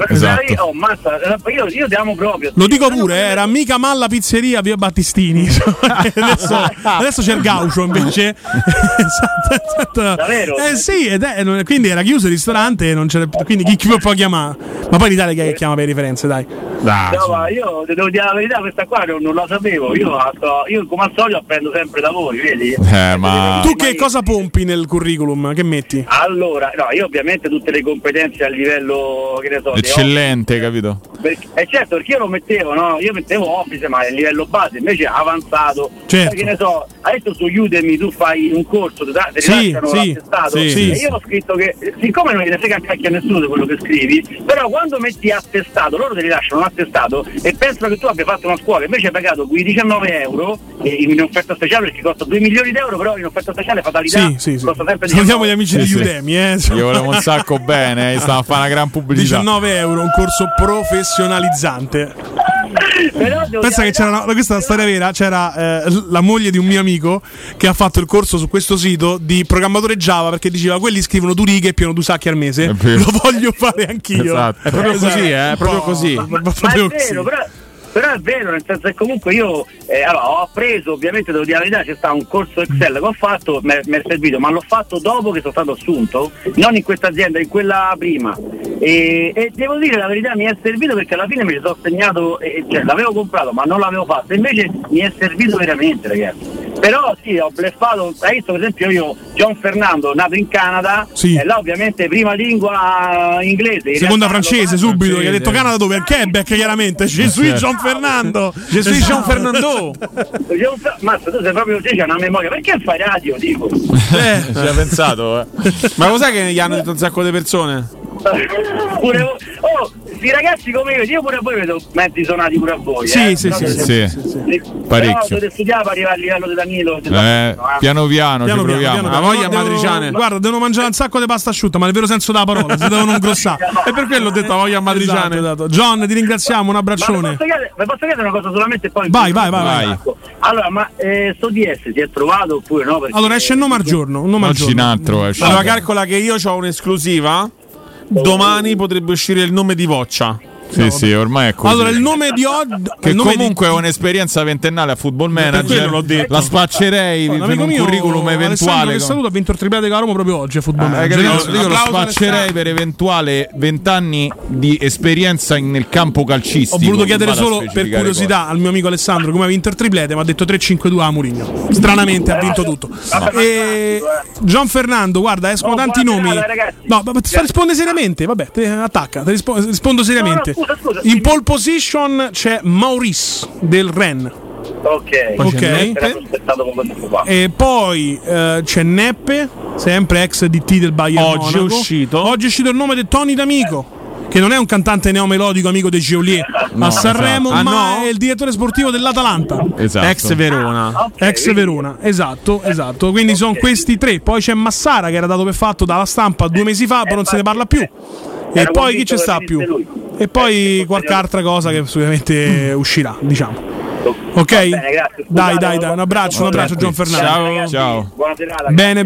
Io ti amo proprio. Lo dico pure, era mica malla pizzeria via Battistini. adesso c'è il Gaucho invece. Esatto. Davvero? Sì, quindi era chiuso il ristorante, non c'era, quindi chi può chiamare? Ma poi l'Italia che chiama per le referenze, dai. No, ma io devo dire la verità, questa qua non la sapevo. Io come al solito apprendo sempre da voi, vedi? Tu che cosa pompi nel curriculum? Che metti? Allora, no, io ovviamente tutte le competenze a livello, che ne so, eccellente, capito? Certo, perché io lo mettevo, no? Io mettevo Office, ma a livello base, invece avanzato. Certo. Poi, che ne so, adesso su Udemy tu fai un corso, ti rilasciano l'attestato. Sì. E io ho scritto che, siccome non gli frega cacchio a nessuno di quello che scrivi, però quando metti attestato, loro ti rilasciano un attestato e pensano che tu abbia fatto una scuola, invece hai pagato quei 19 euro in offerta speciale, perché costa 2 milioni d'euro, però in offerta speciale fatalità costa sempre di Salutiamo gli amici di Udemy, Io volevo un sacco bene, stavo a fare una gran pubblicità. 19 euro, un corso professionalizzante. Pensa che c'era questa è una storia vera, c'era la moglie di un mio amico che ha fatto il corso su questo sito di programmatore Java, perché diceva quelli scrivono 2 righe e pieno 2 sacchi al mese, lo voglio fare anch'io. Esatto. È proprio così, è proprio così. Ma è vero, però è vero, nel senso che comunque io ho appreso, ovviamente devo dire la verità, c'è stato un corso Excel che ho fatto, mi è servito, ma l'ho fatto dopo che sono stato assunto, non in questa azienda, in quella prima, e devo dire la verità, mi è servito perché alla fine me li sono segnato, cioè l'avevo comprato ma non l'avevo fatto, invece mi è servito veramente, ragazzi. Però sì, ho bleffato, hai visto per esempio io, Gian Fernando, nato in Canada, e là ovviamente prima lingua inglese, seconda francese subito, che ha detto Canada dove? Al Quebec, chiaramente. Je suis Gian Fernando. Je suis Gian Fernando. Mazza, tu sei proprio, c'è una memoria, perché fai radio, dico? Ci hai pensato, Ma lo sai che gli hanno detto un sacco di persone? Sti ragazzi come io pure a voi vedo mezzi suonati pure a voi. Sì. Parecchio. Dovete studiare per arrivare al livello di Danilo. Piano piano ci proviamo. La voglia matriciane. Guarda, devono mangiare un sacco di pasta asciutta, ma nel vero senso della parola, si devono ingrossare. E per quello ho detto voglia matriciane. Esatto. John, ti ringraziamo, un abbraccione. Ma posso chiedere una cosa solamente poi? Vai. Allora, ma sto DS si è trovato oppure no? Perché allora esce il nome al giorno. Oggi un altro esce. Allora calcola che io ho un'esclusiva. Domani potrebbe uscire il nome di Voccia. Sì, ormai è così. Allora, il nome di oggi. Che comunque è un'esperienza ventennale a Football Manager. L'ho detto. La spaccerei per un curriculum eventuale. Che saluto ha vinto il triplete con la Roma proprio oggi a Football Manager. Io lo spaccerei per eventuale 20 anni di esperienza nel campo calcistico. Ho voluto chiedere solo per curiosità al mio amico Alessandro come ha vinto il triplete, mi ha detto 3-5-2 a Mourinho. Stranamente ha vinto tutto. E Gian Fernando, guarda, escono tanti nomi. No, ma risponde seriamente, vabbè, attacca, rispondo seriamente. Scusa, in pole position c'è Maurice del Rennes. Ok. E poi c'è Neppe, sempre ex DT del Bayern Oggi Monaco. Oggi è uscito il nome di Tony D'Amico, che non è un cantante neomelodico amico dei Geolier a Sanremo, ma è il direttore sportivo dell'Atalanta. Esatto. Ex Verona. Ex Verona, esatto. Quindi sono questi tre. Poi c'è Massara che era dato per fatto dalla stampa 2 mesi fa, poi non se ne parla più. E poi chi ci sta più? E poi qualche altra cosa che sicuramente uscirà, diciamo. Ok? Bene, dai, un abbraccio Gian Fernando. Ciao. Buona serata. Bene.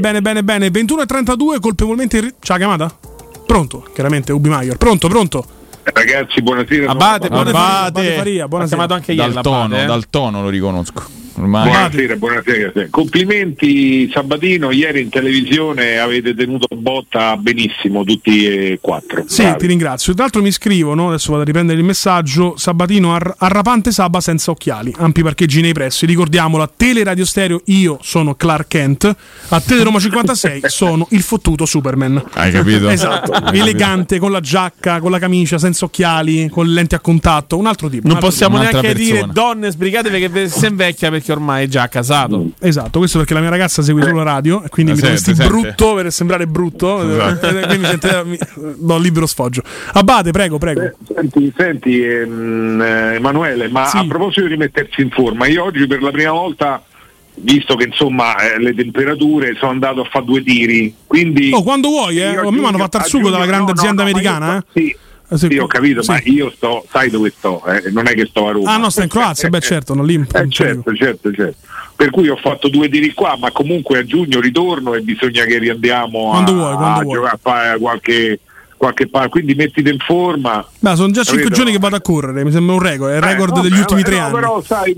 21:32 colpevolmente. C'ha chiamata? Pronto? Chiaramente Ubi Maior. Pronto? Ragazzi, buonasera. Abate Faria, buonasera. Anche ieri dal tono lo riconosco. Ormai. Buonasera. Complimenti Sabatino, ieri in televisione avete tenuto botta benissimo tutti e 4. Sì, bravi. Ti ringrazio. Tra l'altro mi scrivono, adesso vado a riprendere il messaggio, Sabatino arrapante Saba senza occhiali, ampi parcheggi nei pressi, ricordiamolo, a Teleradio Stereo io sono Clark Kent, a Teleroma 56 sono il fottuto Superman. Hai capito? Esatto, elegante, con la giacca, con la camicia, senza occhiali, con le lenti a contatto, un altro tipo. Non possiamo neanche persona. dire donne sbrigatevi che si invecchia perché ormai è già casato. Esatto, questo perché la mia ragazza segue solo radio e quindi mi dovresti brutto per sembrare brutto. Esatto. Quindi do libero sfoggio. Abate, prego. Senti Emanuele, ma sì. A proposito di mettersi in forma, io oggi per la prima volta, visto che insomma le temperature, sono andato a fare 2 tiri. Quindi quando vuoi, a me mi hanno fatto il sugo dalla grande azienda americana. Sì, ho capito, sì. Ma io sai dove sto? Non è che sto a Roma. Ah no, sto in Croazia, certo, non lì. Certo. Per cui ho fatto 2 tiri qua, ma comunque a giugno ritorno e bisogna che riandiamo a giocare, a fare qualche quindi mettiti in forma. Sono già 5 giorni che vado a correre, mi sembra un record, è il record degli ultimi 3 anni. Però sai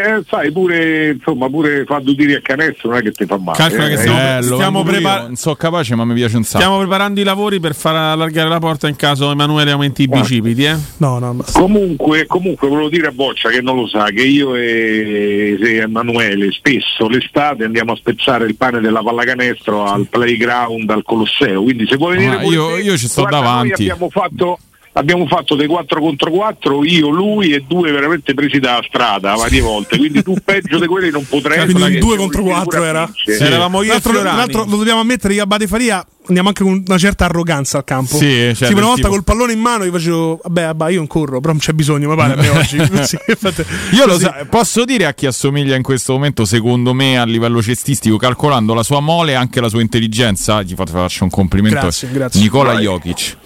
pure insomma, pure fare 2 tiri a canestro non è che ti fa male. Calcola che stiamo preparando. Non so capace, ma mi piace un sacco. Stiamo preparando i lavori per far allargare la porta in caso Emanuele aumenti i bicipiti, No. Comunque volevo dire a Boccia che non lo sa che io e Emanuele spesso l'estate andiamo a spezzare il pane della pallacanestro al playground al Colosseo, quindi se vuoi venire io ci sto davanti. Abbiamo fatto dei 4 contro 4, io, lui e 2 veramente presi dalla strada varie volte, quindi tu peggio di quelli non potrei. Quindi un 2 contro 4 era? Sì. Eravamo io e Tra l'altro lo dobbiamo ammettere, io a Abate Faria andiamo anche con una certa arroganza al campo. Sì, cioè, una volta col pallone in mano io facevo vabbè io non corro, però non c'è bisogno, mi pare a me oggi. Sì, io lo posso dire a chi assomiglia in questo momento secondo me a livello cestistico, calcolando la sua mole e anche la sua intelligenza, gli faccio un complimento. Grazie. Nicola Jokic.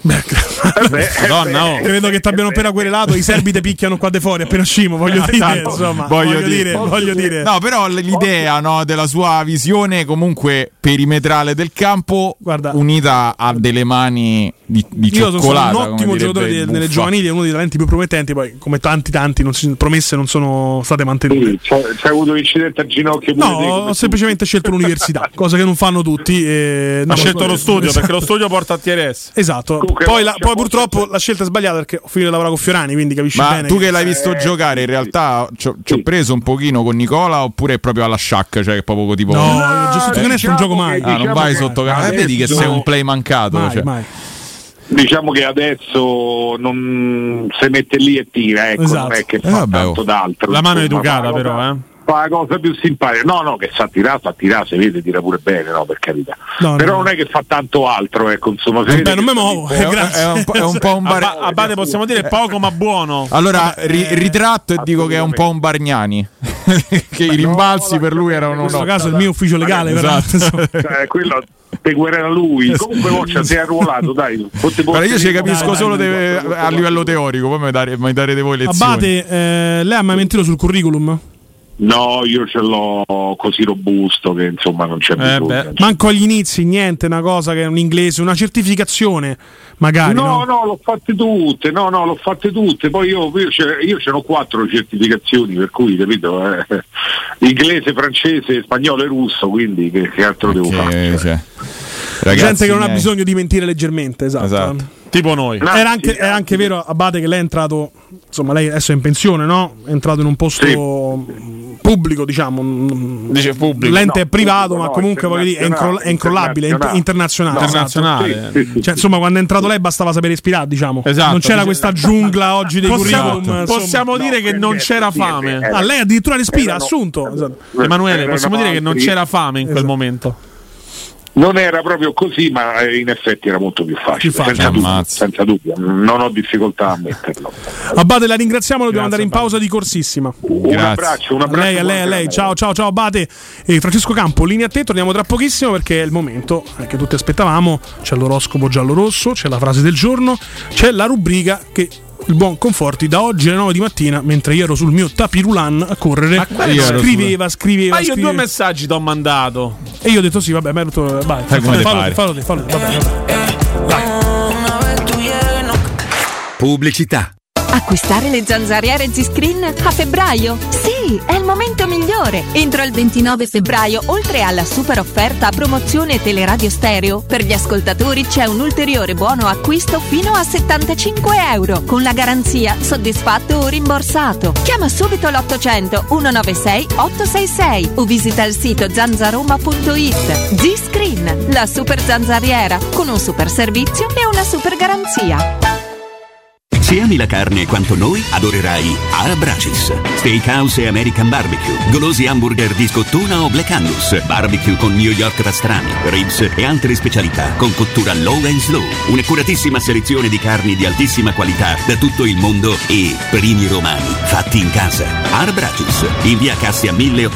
Credo che ti abbiano appena querelato, i serbi te picchiano qua de fuori appena scimo, voglio dire, insomma, voglio dire. No, però l'idea della sua visione comunque perimetrale del campo, guarda, unita a delle mani di cioccolata. Io sono un ottimo giocatore nelle giovanili, è uno dei talenti più promettenti, poi come tanti promesse non sono state mantenute. C'è avuto un incidente al ginocchio? No, ho semplicemente scelto l'università, cosa che non fanno tutti. Ha scelto lo studio, perché lo studio porta a TRS. Esatto. Poi purtroppo la scelta è sbagliata perché ho finito di lavorare con Fiorani, quindi capisci bene. Ma tu che l'hai visto giocare, in realtà ci ho preso un pochino con Nicola, oppure è proprio alla sciacca, cioè che proprio tipo sotto canestro non gioco mai. Non vai sotto canestro, vedi che sei un play mancato. Mai. Diciamo che adesso non si mette lì e tira, ecco, non è che fa tanto d'altro. La mano è educata però, fa la cosa più simpatica. No, che sa tirare, si vede, tira pure bene, no, per carità. Però non è che fa tanto altro, ecco, insomma. Non mi muovo, grazie. È un po' un Abate possiamo dire poco ma buono. Allora, ritratto e dico che è un po' un Bargnani. Che i rimbalzi per lui erano. In questo caso è il mio ufficio legale, esatto. Quello per guerra lui. Comunque Boccia si è arruolato, dai. Però io ci capisco solo a livello teorico, poi mi darete voi lezioni. Abate, lei ha mai mentito sul curriculum? No, io ce l'ho così robusto che insomma non c'è bisogno. Manco agli inizi, niente, una cosa che è un inglese, una certificazione magari. No, l'ho fatte tutte, l'ho fatte tutte. Poi io ce n'ho 4 certificazioni, per cui capito, inglese, francese, spagnolo e russo, quindi che altro devo fare? Cioè. Ragazzi, gente che non ha bisogno di mentire leggermente, esatto. Tipo noi. È anche vero, Abate, che lei è entrato, insomma, lei adesso è in pensione, no? È entrato in un posto pubblico, diciamo. Dice pubblico. L'ente è privato, ma comunque voglio dire, è incrollabile, internazionale. Internazionale. Cioè, insomma, quando è entrato lei bastava sapere ispirare, diciamo. Esatto. Non c'era questa giungla oggi dei curriculum. Possiamo dire che non c'era fame. Lei addirittura respira, assunto. Esatto. Emanuele, possiamo dire che non c'era fame in quel momento. Non era proprio così, ma in effetti era molto più facile. Senza dubbio, non ho difficoltà a metterlo. Abate, la ringraziamo, dobbiamo andare in pausa di corsissima. Un abbraccio. A lei. Ciao Abate. E Francesco Campo, linea a te, torniamo tra pochissimo perché è il momento che tutti aspettavamo. C'è l'oroscopo giallo-rosso, c'è la frase del giorno, c'è la rubrica che il buon Conforti da oggi alle 9 di mattina, mentre io ero sul mio tapirulan a correre, scriveva. Ma io 2 messaggi ti ho mandato e io ho detto sì, vabbè, ma vai, fallo te, vabbè. Pubblicità. Acquistare le zanzariere Z-Screen a febbraio? Sì, è il momento migliore! Entro il 29 febbraio, oltre alla super offerta promozione Teleradio Stereo, per gli ascoltatori c'è un ulteriore buono acquisto fino a €75, con la garanzia soddisfatto o rimborsato. Chiama subito l'800 196 866 o visita il sito zanzaroma.it. Z-Screen, la super zanzariera, con un super servizio e una super garanzia. Se ami la carne quanto noi, adorerai Arabracis. Steakhouse e American Barbecue, golosi hamburger di scottuna o Black Angus, barbecue con New York pastrami, ribs e altre specialità con cottura low and slow. Un'accuratissima selezione di carni di altissima qualità da tutto il mondo e primi romani fatti in casa. Arabracis, in via Cassia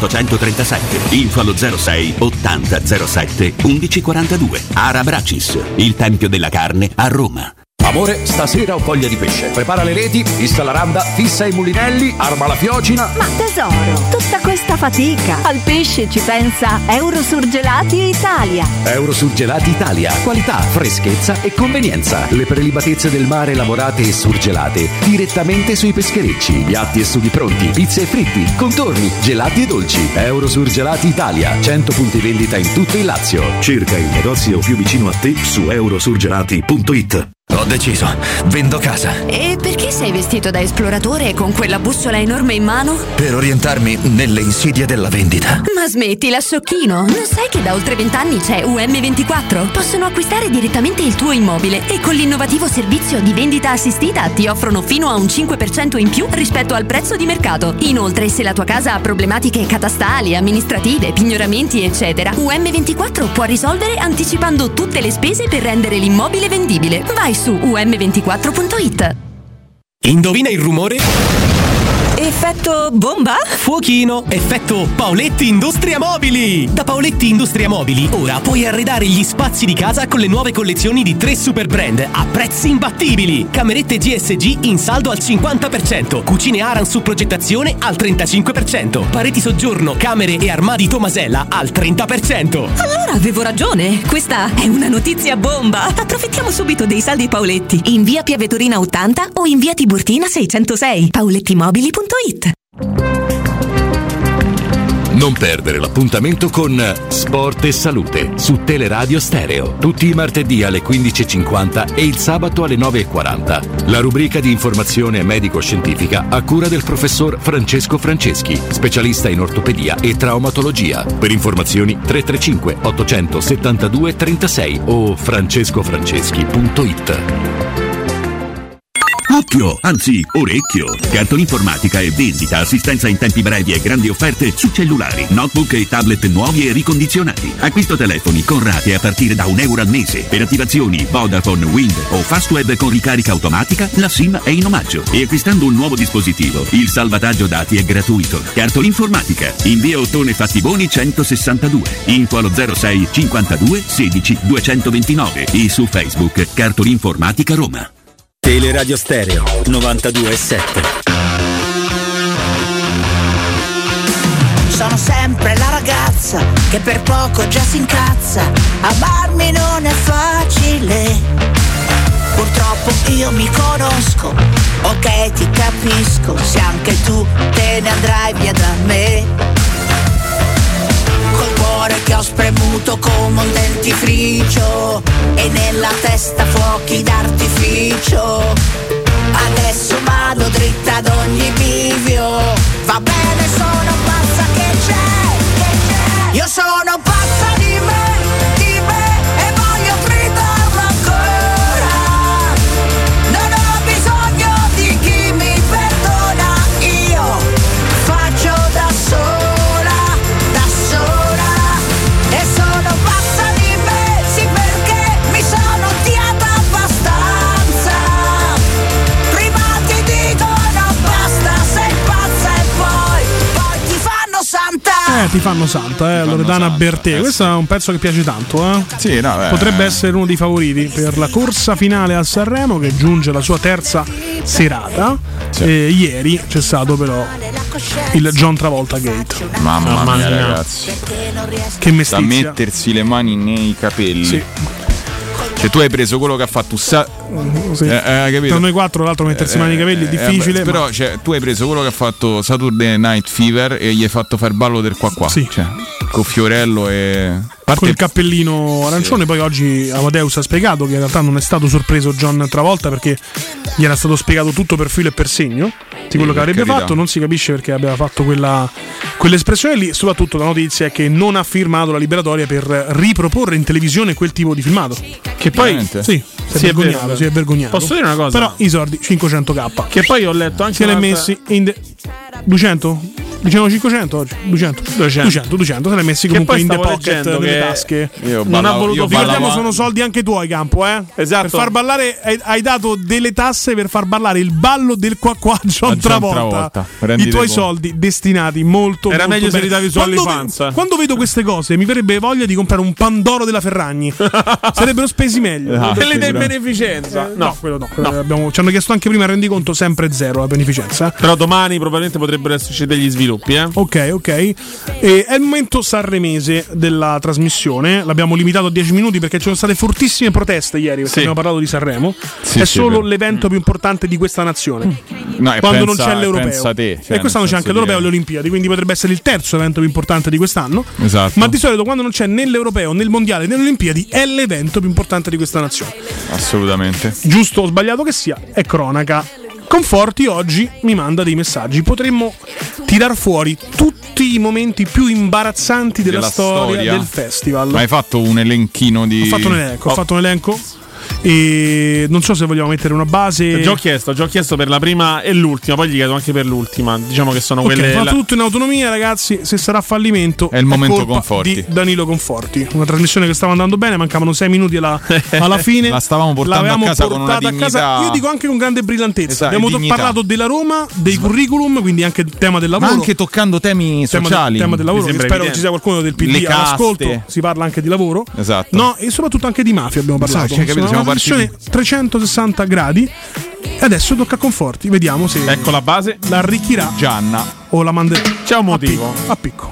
1837, info allo 06 80 07 1142. Arabracis, il tempio della carne a Roma. Amore, stasera ho voglia di pesce. Prepara le reti, fissa la randa, fissa i mulinelli, arma la fiocina. Ma tesoro, tutta questa fatica. Al pesce ci pensa Eurosurgelati Italia. Eurosurgelati Italia. Qualità, freschezza e convenienza. Le prelibatezze del mare lavorate e surgelate direttamente sui pescherecci. Piatti e sughi pronti, pizze e fritti, contorni, gelati e dolci. Eurosurgelati Italia. 100 punti vendita in tutto il Lazio. Cerca il negozio più vicino a te su eurosurgelati.it. Ho deciso, vendo casa. E perché sei vestito da esploratore e con quella bussola enorme in mano? Per orientarmi nelle insidie della vendita. Ma smettila, sciocchino. Non sai che da oltre 20 anni c'è UM24? Possono acquistare direttamente il tuo immobile e con l'innovativo servizio di vendita assistita ti offrono fino a un 5% in più rispetto al prezzo di mercato. Inoltre, se la tua casa ha problematiche catastali, amministrative, pignoramenti, eccetera, UM24 può risolvere anticipando tutte le spese per rendere l'immobile vendibile. Vai su um24.it. Indovina il rumore? Effetto bomba? Fuochino. Effetto Paoletti Industria Mobili. Da Paoletti Industria Mobili ora puoi arredare gli spazi di casa con le nuove collezioni di 3 super brand a prezzi imbattibili. Camerette GSG in saldo al 50%. Cucine Aran su progettazione al 35%. Pareti soggiorno, camere e armadi Tomasella al 30%. Allora avevo ragione. Questa è una notizia bomba. Approfittiamo subito dei saldi Paoletti. In via Piavetorina 80 o in via Tiburtina 606. paolettimobili.it. Non perdere l'appuntamento con Sport e Salute su Teleradio Stereo. Tutti i martedì alle 15.50 e il sabato alle 9.40. La rubrica di informazione medico-scientifica a cura del professor Francesco Franceschi, specialista in ortopedia e traumatologia. Per informazioni 335 872 36 o francescofranceschi.it. Occhio, anzi orecchio. Cartolinformatica e vendita, assistenza in tempi brevi e grandi offerte su cellulari, notebook e tablet nuovi e ricondizionati. Acquisto telefoni con rate a partire da €1 al mese. Per attivazioni Vodafone, Wind o Fastweb con ricarica automatica, la SIM è in omaggio. E acquistando un nuovo dispositivo, il salvataggio dati è gratuito. Cartolinformatica, in via Ottone Fattiboni 162. Info allo 06 52 16 229 e su Facebook Cartolinformatica Roma. Teleradio Stereo 92.7. sono sempre la ragazza che per poco già si incazza. Amarmi non è facile, purtroppo io mi conosco. Ok, ti capisco, se anche tu te ne andrai via da me. Col cuore che ho spremuto come un dentifricio e nella testa fuochi d'artificio. Adesso vado dritta ad ogni bivio. Va bene, sono pazza, che c'è? Io sono pazza di me e voglio gridarlo ancora. Non ho bisogno di chi mi perdona, io faccio da sola, e sono pazza di me, sì, perché mi sono odiata abbastanza. Prima ti dicono basta, sei pazza e poi ti fanno santa. Ti fanno santa, Loredana Bertè. Questo è un pezzo che piace tanto, Sì, no, potrebbe essere uno dei favoriti per la corsa finale a Sanremo, che giunge alla sua terza serata. Ieri c'è stato però il John Travolta Gate. Mamma mia, ragazzi, che mestizia. Da mettersi le mani nei capelli. Sì. Se tu hai preso quello che ha fatto capito? Per noi quattro, l'altro mettersi mani nei capelli è difficile. Però tu hai preso quello che ha fatto Saturday Night Fever e gli hai fatto fare il ballo del qua. Sì. Cioè, con Fiorello e con il cappellino arancione. Poi oggi Amadeus ha spiegato che in realtà non è stato sorpreso John Travolta, perché gli era stato spiegato tutto per filo e per segno di quello che avrebbe fatto. Non si capisce perché aveva fatto quell'espressione lì. Soprattutto la notizia è che non ha firmato la liberatoria per riproporre in televisione quel tipo di filmato. Che poi si è vergognato. Posso dire una cosa? Però i soldi 500k. Che poi ho letto anche se li ha messi in 200? Diciamo 500 oggi? 200 se li hai messi comunque in the pocket, nelle tasche. Non ha voluto Ricordiamo, sono soldi anche tuoi, Campo, Esatto. Per far ballare hai dato delle tasse per far ballare il ballo del qua John Travolta. I tuoi soldi destinati molto era molto meglio bene. Se li davi su OnlyFans. Quando vedo queste cose mi verrebbe voglia di comprare un Pandoro della Ferragni. Sarebbero spesi meglio. E le dai beneficenza? No, quello no. Ci hanno chiesto anche prima il rendiconto, sempre zero la beneficenza. Però domani probabilmente potrebbero esserci degli sviluppi. Ok. E è il momento sanremese della trasmissione. L'abbiamo limitato a 10 minuti perché ci sono state fortissime proteste ieri, perché abbiamo parlato di Sanremo. È solo l'evento più importante di questa nazione. Quando non c'è l'europeo. E quest'anno c'è anche l'europeo e le Olimpiadi, quindi potrebbe essere il terzo evento più importante di quest'anno. Esatto. Ma di solito quando non c'è né l'europeo, né il mondiale, né le Olimpiadi, è l'evento più importante di questa nazione. Assolutamente. Giusto o sbagliato che sia, è cronaca. Conforti oggi mi manda dei messaggi. Potremmo tirar fuori tutti i momenti più imbarazzanti della storia del festival. Ma hai fatto un elenchino di... Ho fatto un elenco. E non so se vogliamo mettere una base. Già ho chiesto per la prima e l'ultima, poi gli chiedo anche per l'ultima. Diciamo che sono quelle. Fatto tutto in autonomia, ragazzi. Se sarà fallimento, è il momento Conforti di Danilo Conforti. Una trasmissione che stava andando bene, mancavano 6 minuti alla fine. La stavamo portando a casa con una dignità. Io dico anche con grande brillantezza. Esatto, abbiamo parlato della Roma, dei curriculum, quindi anche il tema del lavoro. Ma anche toccando temi sociali. Tema del lavoro. Spero che ci sia qualcuno del PD all'ascolto. Si parla anche di lavoro. Esatto. No, e soprattutto anche di mafia abbiamo parlato. Siamo partiti 360 gradi. E adesso tocca a Conforti. Vediamo se ecco la base la arricchirà Gianna o la manderà. C'è un motivo a picco.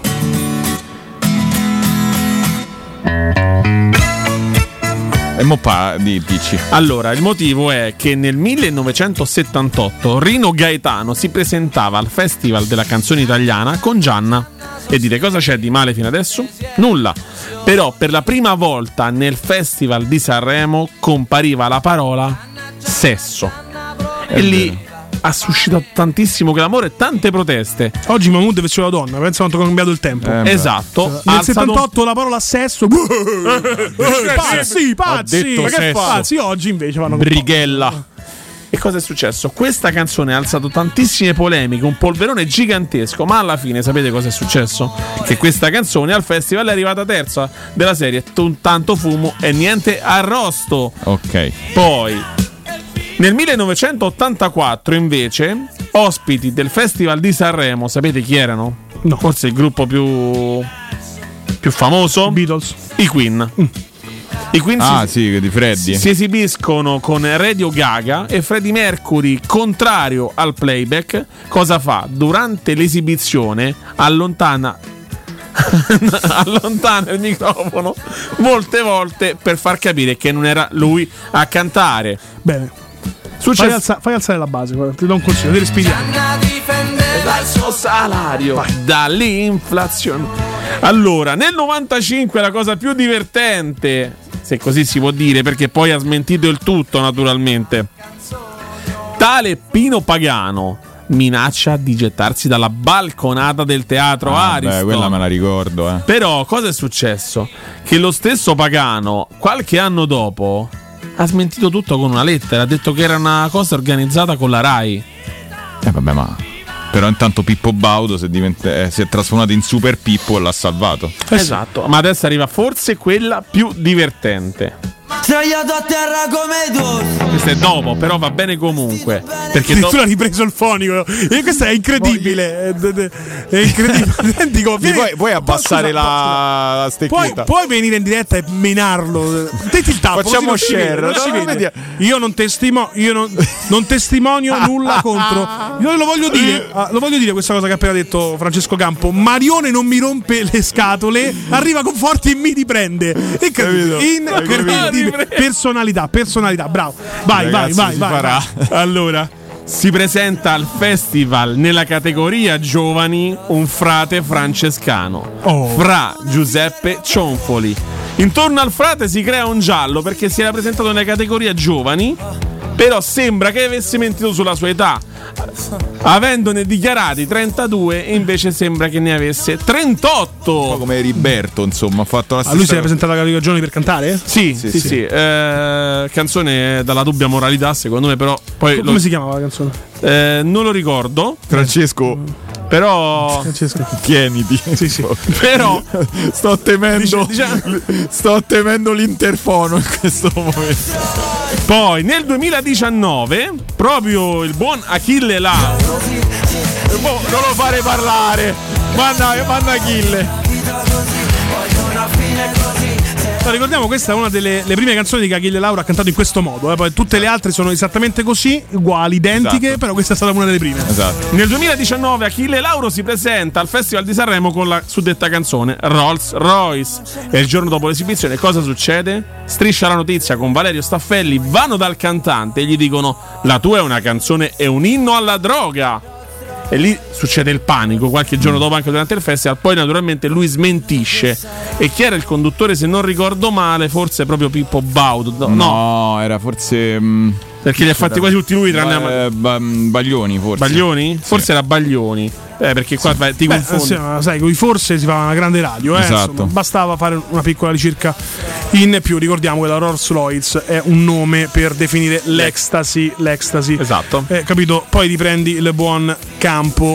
E dici. Allora, il motivo è che nel 1978 Rino Gaetano si presentava al Festival della Canzone Italiana con Gianna. E dite, cosa c'è di male fino adesso? Nulla. Però per la prima volta nel Festival di Sanremo compariva la parola sesso. E lì ha suscitato tantissimo clamore e tante proteste. Oggi Mahmood è vestito da donna, pensa quanto ha cambiato il tempo. Esatto. Nel 78 la parola sesso. Pazzi. Ma che pazzi? Oggi invece vanno Brighella. E cosa è successo? Questa canzone ha alzato tantissime polemiche, un polverone gigantesco, ma alla fine sapete cosa è successo? Che questa canzone al festival è arrivata terza della serie Tanto fumo e niente arrosto. Ok. Poi nel 1984 invece ospiti del Festival di Sanremo, sapete chi erano? No. Forse il gruppo più famoso? Beatles. I Queen. I Queen di Freddie si esibiscono con Radio Gaga e Freddie Mercury, contrario al playback, cosa fa? Durante l'esibizione allontana allontana il microfono molte volte per far capire che non era lui a cantare. Bene. Fai alzare la base, ti do un consiglio, ti respiriamo. Dal suo salario, dall'inflazione. Allora, nel 95 la cosa più divertente, se così si può dire, perché poi ha smentito il tutto naturalmente, tale Pino Pagano minaccia di gettarsi dalla balconata del teatro Ariston. Quella me la ricordo. Però cosa è successo? Che lo stesso Pagano qualche anno dopo ha smentito tutto con una lettera, ha detto che era una cosa organizzata con la Rai. Vabbè, ma però intanto Pippo Baudo si è trasformato in Super Pippo e l'ha salvato. Esatto, ma adesso arriva forse quella più divertente. Sdraiato a terra come tu. Questo è dopo, però va bene comunque. Perché tu l'hai ripreso il fonico. E questo è incredibile. È incredibile. Puoi abbassare la stecchetta. Puoi venire in diretta e menarlo. Metti il tappo. Facciamo share. Io non testimonio nulla contro. Io lo voglio dire questa cosa che ha appena detto Francesco Campo. Marione non mi rompe le scatole. Arriva con forti e mi riprende. Incredibile. Personalità, bravo. Vai. Allora, si presenta al festival nella categoria giovani un frate francescano, Fra Giuseppe Cionfoli. Intorno al frate si crea un giallo perché si era presentato nella categoria giovani, però sembra che avesse mentito sulla sua età, avendone dichiarati 32 invece sembra che ne avesse 38. Un po' come Riberto, insomma, ha fatto la stessa. Lui si era presentato alla categoria giovani per cantare? Sì. Canzone dalla dubbia moralità, secondo me, però poi come si chiamava la canzone? Non lo ricordo. Francesco. Però tieniti. Sì. Però sto temendo l'interfono in questo momento. Poi nel 2019 proprio il buon Achille Lauro, non lo fare parlare. Manda Achille. Ricordiamo, questa è una delle prime canzoni che Achille Lauro ha cantato in questo modo. Poi tutte le altre sono esattamente così, uguali, identiche, esatto. Però questa è stata una delle prime. Esatto. Nel 2019 Achille Lauro si presenta al Festival di Sanremo con la suddetta canzone Rolls Royce. E il giorno dopo l'esibizione cosa succede? Striscia la notizia con Valerio Staffelli, vanno dal cantante e gli dicono: la tua è una canzone, è un inno alla droga. E lì succede il panico, qualche giorno dopo anche durante il festival. Poi naturalmente lui smentisce. E chi era il conduttore, se non ricordo male? Forse proprio Pippo Baudo. No, era forse perché li ha fatti quasi tutti lui tranne Baglioni, forse. Baglioni? Sì. Forse era Baglioni. Perché qua ti confondi. Sì, sai, con i forse si fa una grande radio, esatto. Insomma, bastava fare una piccola ricerca in più. Ricordiamo che la Rolls Royce è un nome per definire l'ecstasy. Esatto. Capito? Poi riprendi il buon Campo,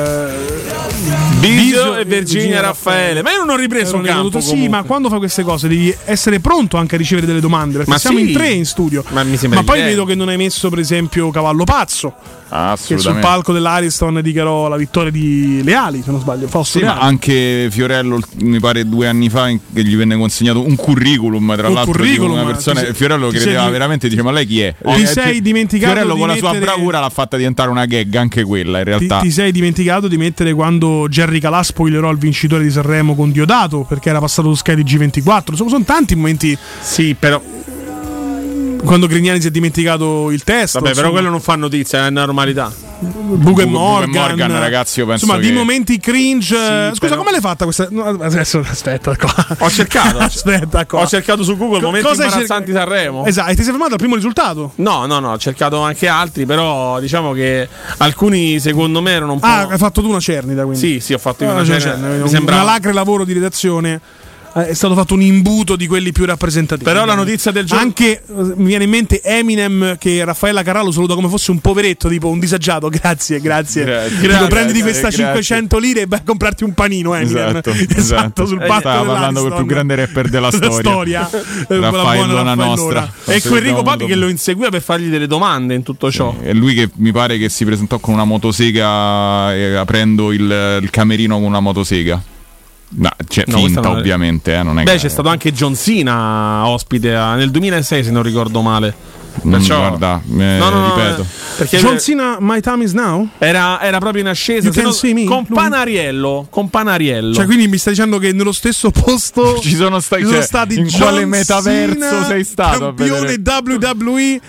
Bisio e Virginia Raffaele. Ma io non ho ripreso Campo. Sì, ma quando fai queste cose devi essere pronto anche a ricevere delle domande, perché siamo in 3 in studio. Ma poi vedo che non hai messo, per esempio, Cavallo Pazzo, che sul palco dell'Ariston dichiarò la vittoria di Leali, se non sbaglio. Sì, ma anche Fiorello, mi pare 2 anni fa, che gli venne consegnato un curriculum, tra l'altro, di una persona. Fiorello credeva veramente, dice: ma lei chi è? Ti sei dimenticato Fiorello di con mettere... la sua bravura l'ha fatta diventare una gag, anche quella in realtà. Ti sei dimenticato di mettere quando Jerry Calà spoilerò il vincitore di Sanremo con Diodato, perché era passato su Sky di G24. Sono tanti momenti. Sì, però quando Grignani si è dimenticato il testo. Vabbè, però quello non fa notizia, è una normalità. Bugo e Morgan, ragazzi, io penso insomma, che... di momenti cringe. Sì, scusa, come l'hai fatta questa? No, adesso aspetta qua. Ho cercato. Aspetta qua. Ho cercato su Google momenti imbarazzanti Sanremo. Esatto, e ti sei fermato al primo risultato? No, ho cercato anche altri, però diciamo che alcuni secondo me erano un po'. Hai fatto tu una cernita, quindi. Sì, ho fatto una cernita. Mi sembrava un lacre lavoro di redazione. È stato fatto un imbuto di quelli più rappresentativi. Però la notizia del giorno, anche mi viene in mente Eminem che Raffaella Carrallo saluta come fosse un poveretto, tipo un disagiato. Grazie. Tipo, prenditi questa 500 lire e vai a comprarti un panino, Eminem. Esatto, sul palco. Stava parlando con il più grande rapper della storia. Raffaello la nostra. E quel Enrico Papi che lo inseguiva per fargli delle domande in tutto ciò. È lui che mi pare che si presentò con una motosega, aprendo il camerino con una motosega. No, finta ovviamente, non è. Beh, c'è stato anche John Cena ospite nel 2006, se non ricordo male. Guarda, ripeto. Perché John Cena, My Time Is Now? Era proprio in ascesa. You Can See Me? Con Panariello. Cioè, quindi mi stai dicendo che nello stesso posto ci sono stati in John quale metaverso Cena, sei stato? Campione WWE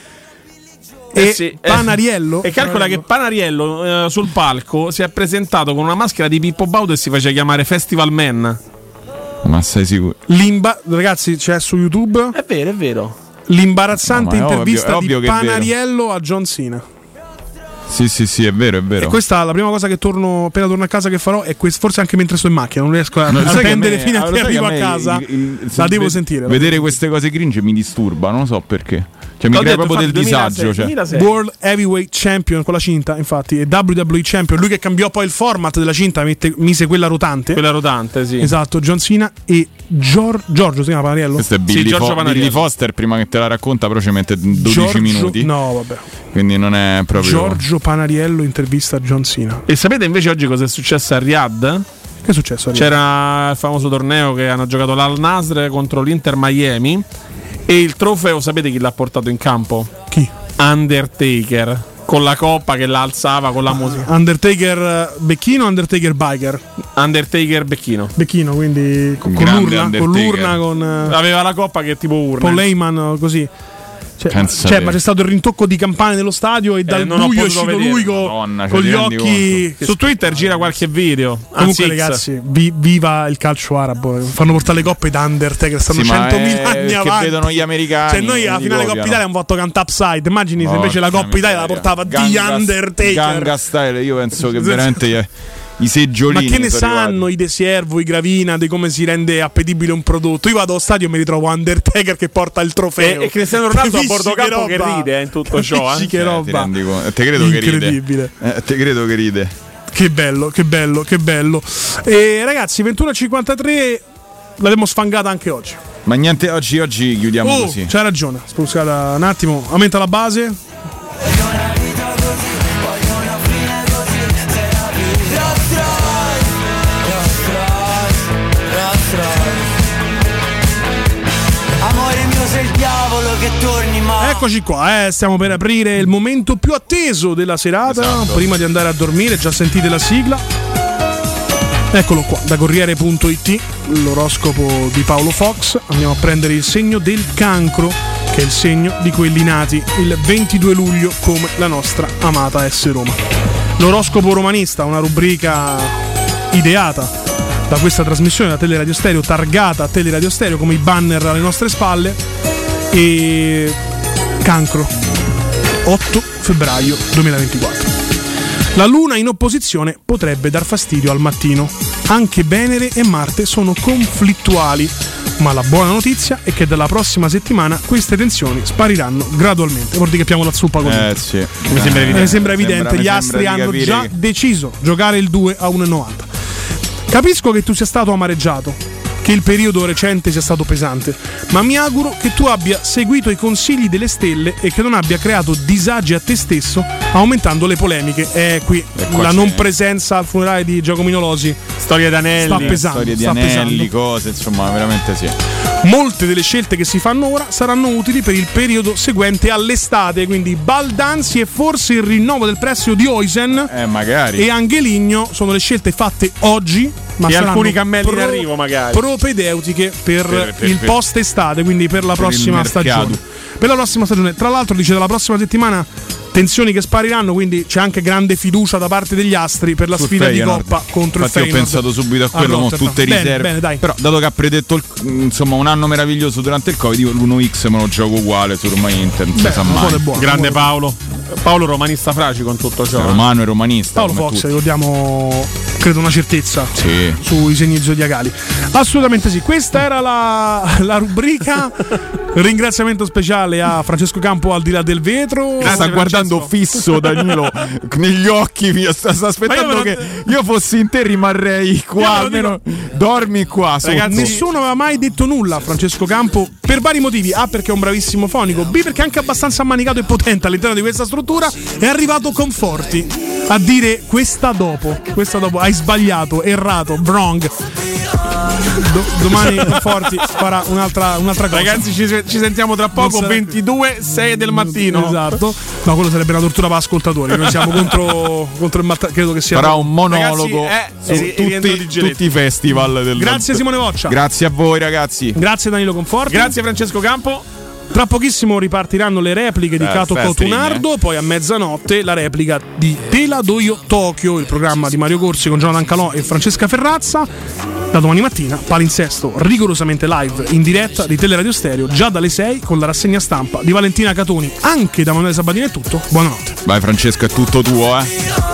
e Panariello. E calcola che Panariello sul palco si è presentato con una maschera di Pippo Baudo e si faceva chiamare Festival Man. Ma sei sicuro? Ragazzi, c'è su YouTube. È vero. L'imbarazzante No, intervista ovvio di Panariello a John Cena. Sì, è vero. E questa è la prima cosa che appena torno a casa che farò. È forse anche mentre sto in macchina. Non riesco a attendere fino a che arrivo a casa. La devo sentire. Vedere queste cose cringe mi disturba, non so perché. Cioè, mi crea proprio del disagio. 2006. World Heavyweight Champion con la cinta, infatti, e WWE Champion. Lui che cambiò poi il format della cinta, mise quella rotante. Quella rotante, sì. Esatto, John Cena e Giorgio si chiama Panariello? Questo è Billy Foster, prima che te la racconta, però ci mette 12 minuti. No, vabbè. Quindi non è proprio. Giorgio Panariello intervista a John Cena. E sapete invece oggi cosa è successo a Riyadh? Che è successo a Riyadh? C'era il famoso torneo che hanno giocato l'Al Nasr contro l'Inter Miami. E il trofeo, sapete chi l'ha portato in campo? Chi? Undertaker. Con la coppa che la alzava con la musica. Undertaker Becchino o Undertaker Biker? Undertaker Becchino. Becchino, quindi con l'urna. Aveva la coppa che è tipo urna. Paul Heyman, così. Ma c'è stato il rintocco di campane nello stadio e dal buio è uscito lui con gli occhi. Su Twitter gira qualche video. Comunque, ragazzi, viva il calcio arabo. Fanno portare le coppe da Undertaker. Stanno 100.000 anni avanti. Che vedono gli americani. Cioè, noi alla finale Coppa Italia abbiamo fatto cantare Upside. Immagini se invece la Coppa Italia la portava The Undertaker. Ganga Style, io penso che veramente. I seggiolini. Ma che ne sanno i De Siervo, i Gravina di come si rende appetibile un prodotto? Io vado allo stadio e mi ritrovo Undertaker che porta il trofeo e Cristiano Ronaldo a bordo campo che ride in tutto ciò. Che roba te credo incredibile. Te credo che ride. Che bello. E ragazzi, 21:53 l'abbiamo sfangata anche oggi. Ma niente, oggi chiudiamo così. C'hai ragione, spulsata un attimo. Aumenta la base. Che torni mai. Eccoci qua, stiamo per aprire il momento più atteso della serata. Esatto. Prima di andare a dormire, già sentite la sigla. Eccolo qua, da Corriere.it, l'oroscopo di Paolo Fox. Andiamo a prendere il segno del Cancro, che è il segno di quelli nati il 22 luglio come la nostra amata S Roma. L'oroscopo romanista, una rubrica ideata da questa trasmissione da Teleradio Stereo, targata a Teleradio Stereo come i banner alle nostre spalle. E Cancro, 8 febbraio 2024. La Luna in opposizione potrebbe dar fastidio al mattino. Anche Venere e Marte sono conflittuali, ma la buona notizia è che dalla prossima settimana queste tensioni spariranno gradualmente. Vuol dire che abbiamo la zuppa così. Sì. Mi sembra evidente. Gli astri hanno già deciso giocare il 2 a 1,90. Capisco che tu sia stato amareggiato, che il periodo recente sia stato pesante, ma mi auguro che tu abbia seguito i consigli delle stelle e che non abbia creato disagi a te stesso aumentando le polemiche. Qui la non presenza al funerale di Giacomino Losi, storia d'anelli, sta pesando, storia di anelli, cose, insomma, veramente sì. Molte delle scelte che si fanno ora saranno utili per il periodo seguente all'estate, quindi Baldanzi e forse il rinnovo del prestito di Oisen magari. E Angeligno sono le scelte fatte oggi, ma e alcuni cammelli in arrivo magari propedeutiche per il post estate, quindi per la prossima stagione. Per la prossima stagione, tra l'altro, dice dalla prossima settimana tensioni che spariranno, quindi c'è anche grande fiducia da parte degli astri per la sfida di Coppa contro il Feyenoord. Ho pensato subito a quello, con tutte riserve. Bene, dai. Però dato che ha predetto insomma un anno meraviglioso durante il Covid, io l'1x me lo gioco uguale su Roma Inter, non si sa mai. Grande Paolo romanista fraci con tutto ciò. Romano e romanista. Paolo Fox, ricordiamo, credo una certezza sui segni zodiacali. Assolutamente sì. Questa era la rubrica. Ringraziamento speciale a Francesco Campo al di là del vetro. Sta guardando fisso Danilo negli occhi, sta aspettando che io fossi in te, rimarrei qua, almeno dormi qua. Ragazzi, nessuno aveva mai detto nulla a Francesco Campo per vari motivi. A, perché è un bravissimo fonico. B, perché è anche abbastanza ammanicato e potente all'interno di questa struttura. È arrivato con Forti a dire questa dopo hai sbagliato, errato, wrong. Domani Conforti farà un'altra cosa. Ragazzi, ci sentiamo tra poco, 22:06 del mattino. Esatto. No, quello sarebbe una tortura per ascoltatori. Noi siamo contro il mattino. Credo che sia. Farà un monologo su tutti i festival del. Grazie Simone Voccia. Grazie a voi ragazzi. Grazie Danilo Conforti. Grazie Francesco Campo. Tra pochissimo ripartiranno le repliche di Cato Cotunardo, poi a mezzanotte la replica di Te la do io Tokyo, il programma di Mario Corsi con Jonathan Calò e Francesca Ferrazza. Da domani mattina palinsesto rigorosamente live in diretta di Teleradio Stereo già dalle 6 con la rassegna stampa di Valentina Catoni. Anche da Manuele Sabatini è tutto. Buonanotte. Vai Francesco, è tutto tuo,